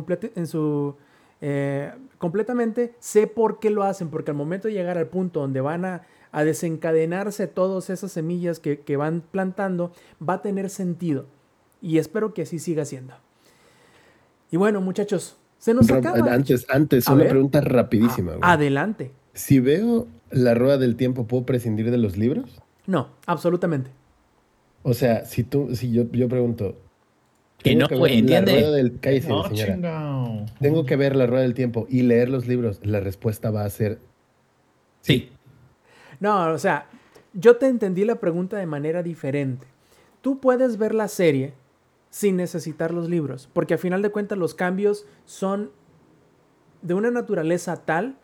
Speaker 2: completamente, sé por qué lo hacen, porque al momento de llegar al punto donde van a desencadenarse todas esas semillas que van plantando, va a tener sentido. Y espero que así siga siendo. Y bueno, muchachos, se nos acaba.
Speaker 3: Antes una pregunta rapidísima.
Speaker 2: Adelante.
Speaker 3: Si veo La Rueda del Tiempo, ¿puedo prescindir de los libros?
Speaker 2: No, absolutamente.
Speaker 3: O sea, si yo pregunto,
Speaker 5: que no, güey, entiende.
Speaker 3: Cállese, señora. Tengo que ver La Rueda del Tiempo y leer los libros. La respuesta va a ser
Speaker 5: sí.
Speaker 2: No, o sea, yo te entendí la pregunta de manera diferente. Tú puedes ver la serie sin necesitar los libros, porque a final de cuentas los cambios son de una naturaleza tal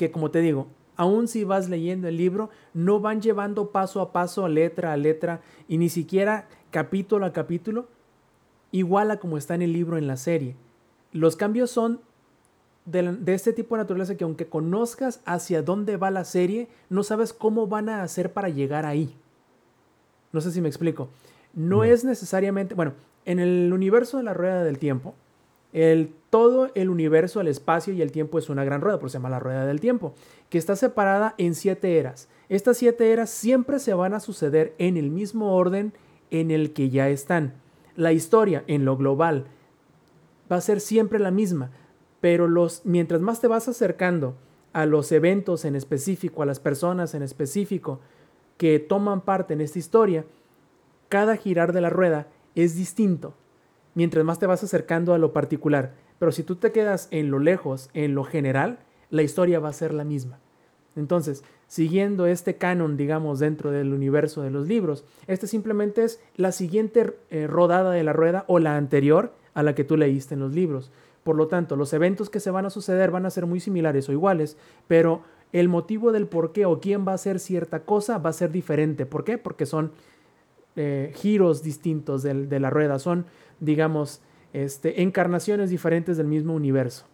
Speaker 2: que, como te digo, aún si vas leyendo el libro, no van llevando paso a paso, letra a letra, y ni siquiera capítulo a capítulo, igual a como está en el libro en la serie. Los cambios son de este tipo de naturaleza que aunque conozcas hacia dónde va la serie, no sabes cómo van a hacer para llegar ahí. No sé si me explico. No es necesariamente... Bueno, en el universo de la rueda del tiempo, todo el universo, el espacio y el tiempo es una gran rueda, por eso se llama la rueda del tiempo, que está separada en 7 eras. Estas 7 eras siempre se van a suceder en el mismo orden en el que ya están. La historia en lo global va a ser siempre la misma, pero mientras más te vas acercando a los eventos en específico, a las personas en específico que toman parte en esta historia, cada girar de la rueda es distinto, mientras más te vas acercando a lo particular. Pero si tú te quedas en lo lejos, en lo general, la historia va a ser la misma. Entonces, siguiendo este canon, digamos, dentro del universo de los libros, este simplemente es la siguiente rodada de la rueda o la anterior a la que tú leíste en los libros. Por lo tanto, los eventos que se van a suceder van a ser muy similares o iguales, pero el motivo del por qué o quién va a hacer cierta cosa va a ser diferente. ¿Por qué? Porque son giros distintos de la rueda, son, digamos, encarnaciones diferentes del mismo universo.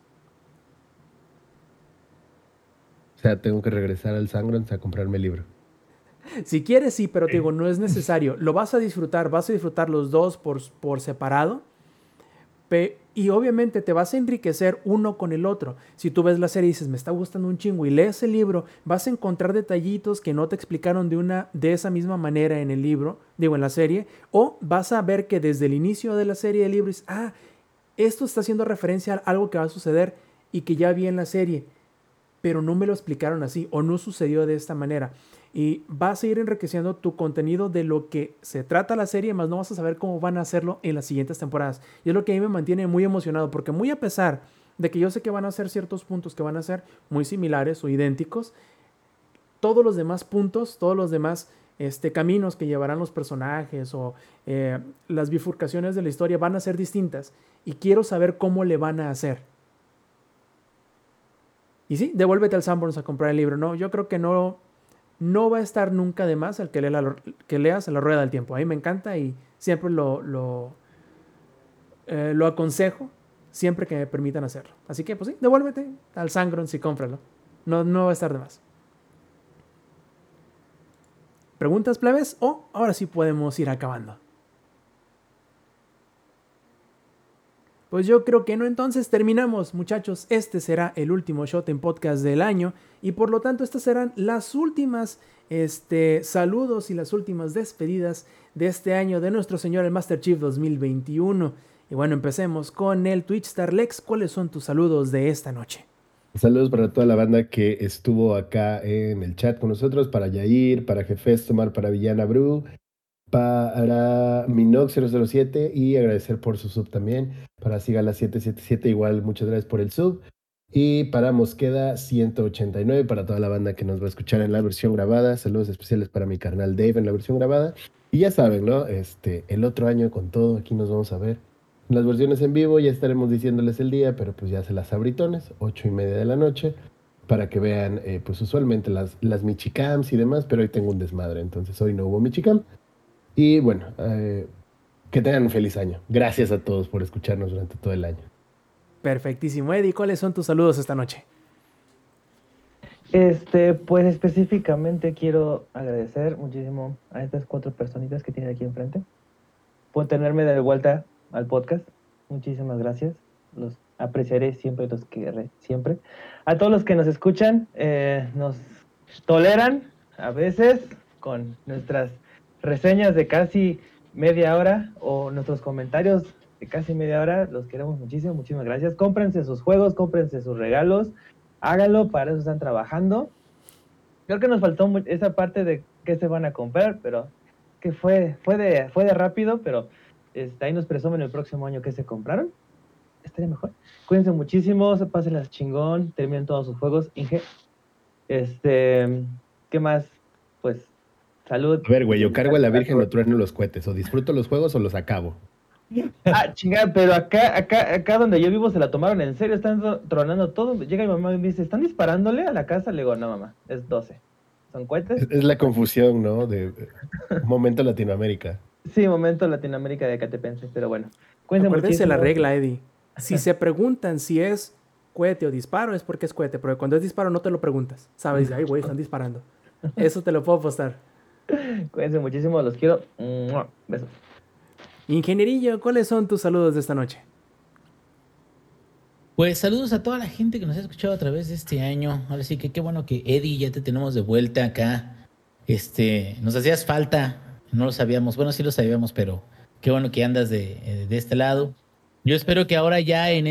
Speaker 3: O sea, tengo que regresar al Sangrons a comprarme el libro.
Speaker 2: Si quieres, sí, pero te digo, no es necesario. Lo vas a disfrutar los dos por separado. Y obviamente te vas a enriquecer uno con el otro. Si tú ves la serie y dices, me está gustando un chingo, y lees el libro, vas a encontrar detallitos que no te explicaron de esa misma manera en el libro, en la serie, o vas a ver que desde el inicio de la serie del libro dices, esto está haciendo referencia a algo que va a suceder y que ya vi en la serie, pero no me lo explicaron así, o no sucedió de esta manera. Y vas a ir enriqueciendo tu contenido de lo que se trata la serie, más no vas a saber cómo van a hacerlo en las siguientes temporadas. Y es lo que a mí me mantiene muy emocionado, porque muy a pesar de que yo sé que van a ser ciertos puntos que van a ser muy similares o idénticos, todos los demás puntos, todos los demás caminos que llevarán los personajes o las bifurcaciones de la historia van a ser distintas. Y quiero saber cómo le van a hacer. Y sí, devuélvete al Sanborns a comprar el libro. No, yo creo que no va a estar nunca de más el que leas La Rueda del Tiempo. A mí me encanta y siempre lo aconsejo, siempre que me permitan hacerlo. Así que, pues sí, devuélvete al Sangrons y cómpralo. No va a estar de más. ¿Preguntas, plebes? O ahora sí podemos ir acabando. Pues yo creo que no, entonces terminamos, muchachos. Este será el último Showtime Podcast del año y por lo tanto estas serán las últimas saludos y las últimas despedidas de este año de nuestro señor el Master Chief 2021. Y bueno, empecemos con el Twitch Star Lex. ¿Cuáles son tus saludos de esta noche?
Speaker 3: Saludos para toda la banda que estuvo acá en el chat con nosotros, para Yair, para Jefes Tomar, para Villana Bru, para Minox007 y agradecer por su sub también, para Sigala777 igual, muchas gracias por el sub, y para Mosqueda189, para toda la banda que nos va a escuchar en la versión grabada, saludos especiales para mi carnal Dave en la versión grabada, y ya saben, ¿no? El otro año con todo, aquí nos vamos a ver. En las versiones en vivo ya estaremos diciéndoles el día, pero pues ya se las abritones, 8:30 de la noche, para que vean, pues usualmente las Michicams y demás, pero hoy tengo un desmadre, entonces hoy no hubo Michicam. Y bueno, que tengan un feliz año. Gracias a todos por escucharnos durante todo el año.
Speaker 2: Perfectísimo, Eddie. ¿Cuáles son tus saludos esta noche?
Speaker 6: Pues específicamente quiero agradecer muchísimo a estas 4 personitas que tienen aquí enfrente por tenerme de vuelta al podcast. Muchísimas gracias. Los apreciaré siempre, los querré siempre. A todos los que nos escuchan, nos toleran a veces con nuestras reseñas de casi media hora o nuestros comentarios de casi media hora, los queremos muchísimo, muchísimas gracias. Cómprense sus juegos, cómprense sus regalos, háganlo, para eso están trabajando. Creo que nos faltó esa parte de qué se van a comprar, pero que fue de rápido, pero ahí nos presumen el próximo año que se compraron. Estaría mejor. Cuídense muchísimo, se pasen las chingón, terminen todos sus juegos. Inge, ¿qué más? Pues salud.
Speaker 3: A ver, güey, yo cargo a la Virgen o trueno los cohetes, o disfruto los juegos o los acabo.
Speaker 6: Ah, chingada, pero acá donde yo vivo se la tomaron en serio, están tronando todo. Llega mi mamá y me dice, ¿están disparándole a la casa? Le digo, no, mamá, es 12. ¿Son cohetes?
Speaker 3: Es la confusión, ¿no? De momento Latinoamérica.
Speaker 6: Sí, momento Latinoamérica de Catepense, pero bueno. Cuídense
Speaker 2: Acuérdense la
Speaker 6: muchísimo.
Speaker 2: regla, Eddie. Si se preguntan si es cohete o disparo, es porque es cohete. Porque cuando es disparo no te lo preguntas. Sabes, ay, güey, están disparando. Eso te lo puedo apostar.
Speaker 6: Cuídense muchísimo, los quiero. ¡Mua! Besos.
Speaker 2: Ingenierillo, ¿cuáles son tus saludos de esta noche?
Speaker 5: Pues saludos a toda la gente que nos ha escuchado a través de este año. Ahora sí que qué bueno que Eddie ya te tenemos de vuelta acá. Nos hacías falta, no lo sabíamos. Bueno, sí lo sabíamos, pero qué bueno que andas de este lado. Yo espero que ahora ya en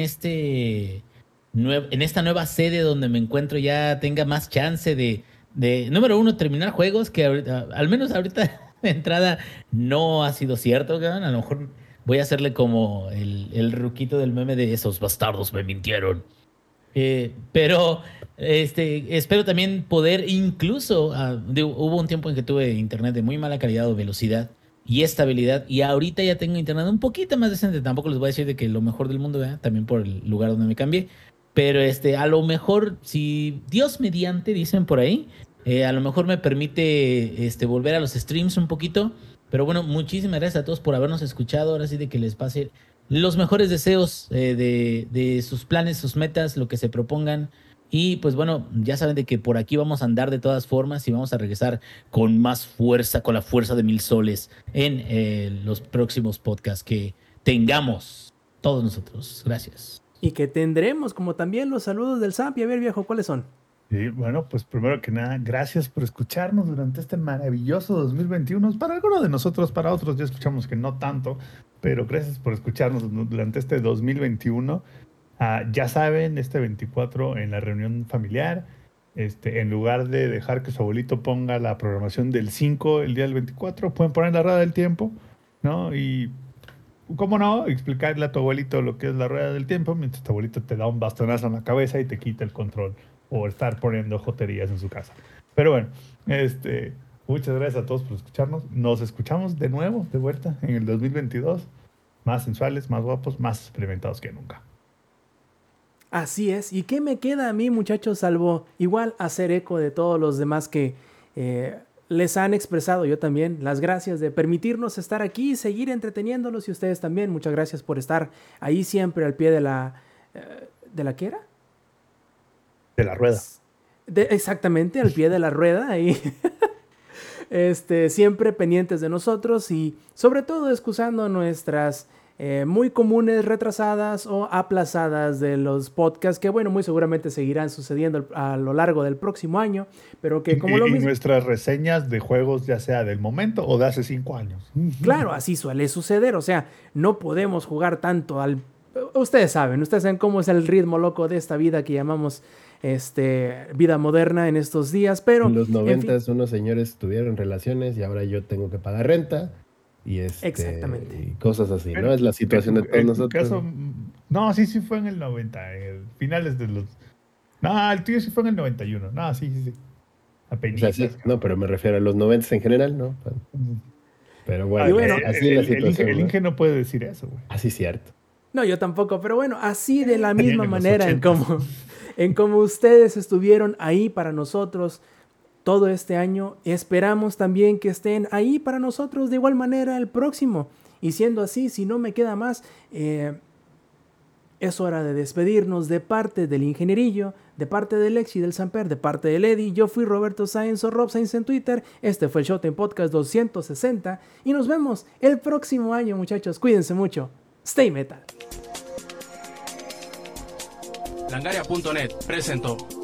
Speaker 5: esta nueva sede donde me encuentro ya tenga más chance número uno, terminar juegos que al menos ahorita de entrada no ha sido cierto, cabrón. A lo mejor voy a hacerle como el ruquito del meme de esos bastardos me mintieron. Pero espero también poder incluso, hubo un tiempo en que tuve internet de muy mala calidad o velocidad y estabilidad, y ahorita ya tengo internet un poquito más decente. Tampoco les voy a decir de que lo mejor del mundo, ¿verdad? También por el lugar donde me cambié. Pero a lo mejor, si Dios mediante, dicen por ahí, a lo mejor me permite volver a los streams un poquito. Pero bueno, muchísimas gracias a todos por habernos escuchado. Ahora sí de que les pase los mejores deseos de sus planes, sus metas, lo que se propongan. Y pues bueno, ya saben de que por aquí vamos a andar de todas formas y vamos a regresar con más fuerza, con la fuerza de 1000 soles en los próximos podcasts que tengamos todos nosotros. Gracias.
Speaker 2: Y que tendremos como también los saludos del Zampi. A ver, viejo, ¿cuáles son?
Speaker 1: Sí, bueno, pues primero que nada, gracias por escucharnos durante este maravilloso 2021. Para algunos de nosotros, para otros ya escuchamos que no tanto, pero gracias por escucharnos durante este 2021. Ya saben, este 24 en la reunión familiar, en lugar de dejar que su abuelito ponga la programación del 5 el día del 24, pueden poner la rueda del tiempo, ¿no? Y, ¿cómo no? Explicarle a tu abuelito lo que es la rueda del tiempo, mientras tu abuelito te da un bastonazo en la cabeza y te quita el control por estar poniendo joterías en su casa. Pero bueno, muchas gracias a todos por escucharnos. Nos escuchamos de nuevo, de vuelta, en el 2022. Más sensuales, más guapos, más experimentados que nunca.
Speaker 2: Así es. ¿Y qué me queda a mí, muchachos, salvo igual hacer eco de todos los demás que les han expresado yo también las gracias de permitirnos estar aquí y seguir entreteniéndolos, y ustedes también, muchas gracias por estar ahí siempre al pie de la... ¿de la qué era?
Speaker 1: De la rueda.
Speaker 2: Exactamente, al pie de la rueda, ahí. Siempre pendientes de nosotros y sobre todo excusando nuestras muy comunes retrasadas o aplazadas de los podcasts que, bueno, muy seguramente seguirán sucediendo a lo largo del próximo año, pero que como lo mismo...
Speaker 1: nuestras reseñas de juegos, ya sea del momento o de hace 5 años.
Speaker 2: Claro, así suele suceder, o sea, no podemos jugar tanto al... Ustedes saben cómo es el ritmo loco de esta vida que llamamos vida moderna en estos días, pero...
Speaker 3: En los 90 unos señores tuvieron relaciones y ahora yo tengo que pagar renta y
Speaker 2: Exactamente.
Speaker 3: y cosas así,
Speaker 1: Pero,
Speaker 3: ¿no? Es la situación de todos nosotros.
Speaker 1: Caso, no, sí fue en el 90, finales de los... No, el tuyo sí fue en el 91. No, sí.
Speaker 3: O sea, sí, no, pero me refiero a los 90 en general, ¿no? Pero bueno, así es la situación.
Speaker 1: El Inge no puede decir eso, güey.
Speaker 3: Así es cierto.
Speaker 2: No, yo tampoco, pero bueno, así de la misma manera en como ustedes estuvieron ahí para nosotros todo este año, esperamos también que estén ahí para nosotros de igual manera el próximo. Y siendo así, si no me queda más, es hora de despedirnos de parte del Ingenierillo, de parte del Lex y del Samper, de parte del Eddie. Yo fui Roberto Sainz o Rob Sainz en Twitter. Este fue el Showtime Podcast 260 y nos vemos el próximo año, muchachos. Cuídense mucho. Stay metal.
Speaker 4: Langaria.net presentó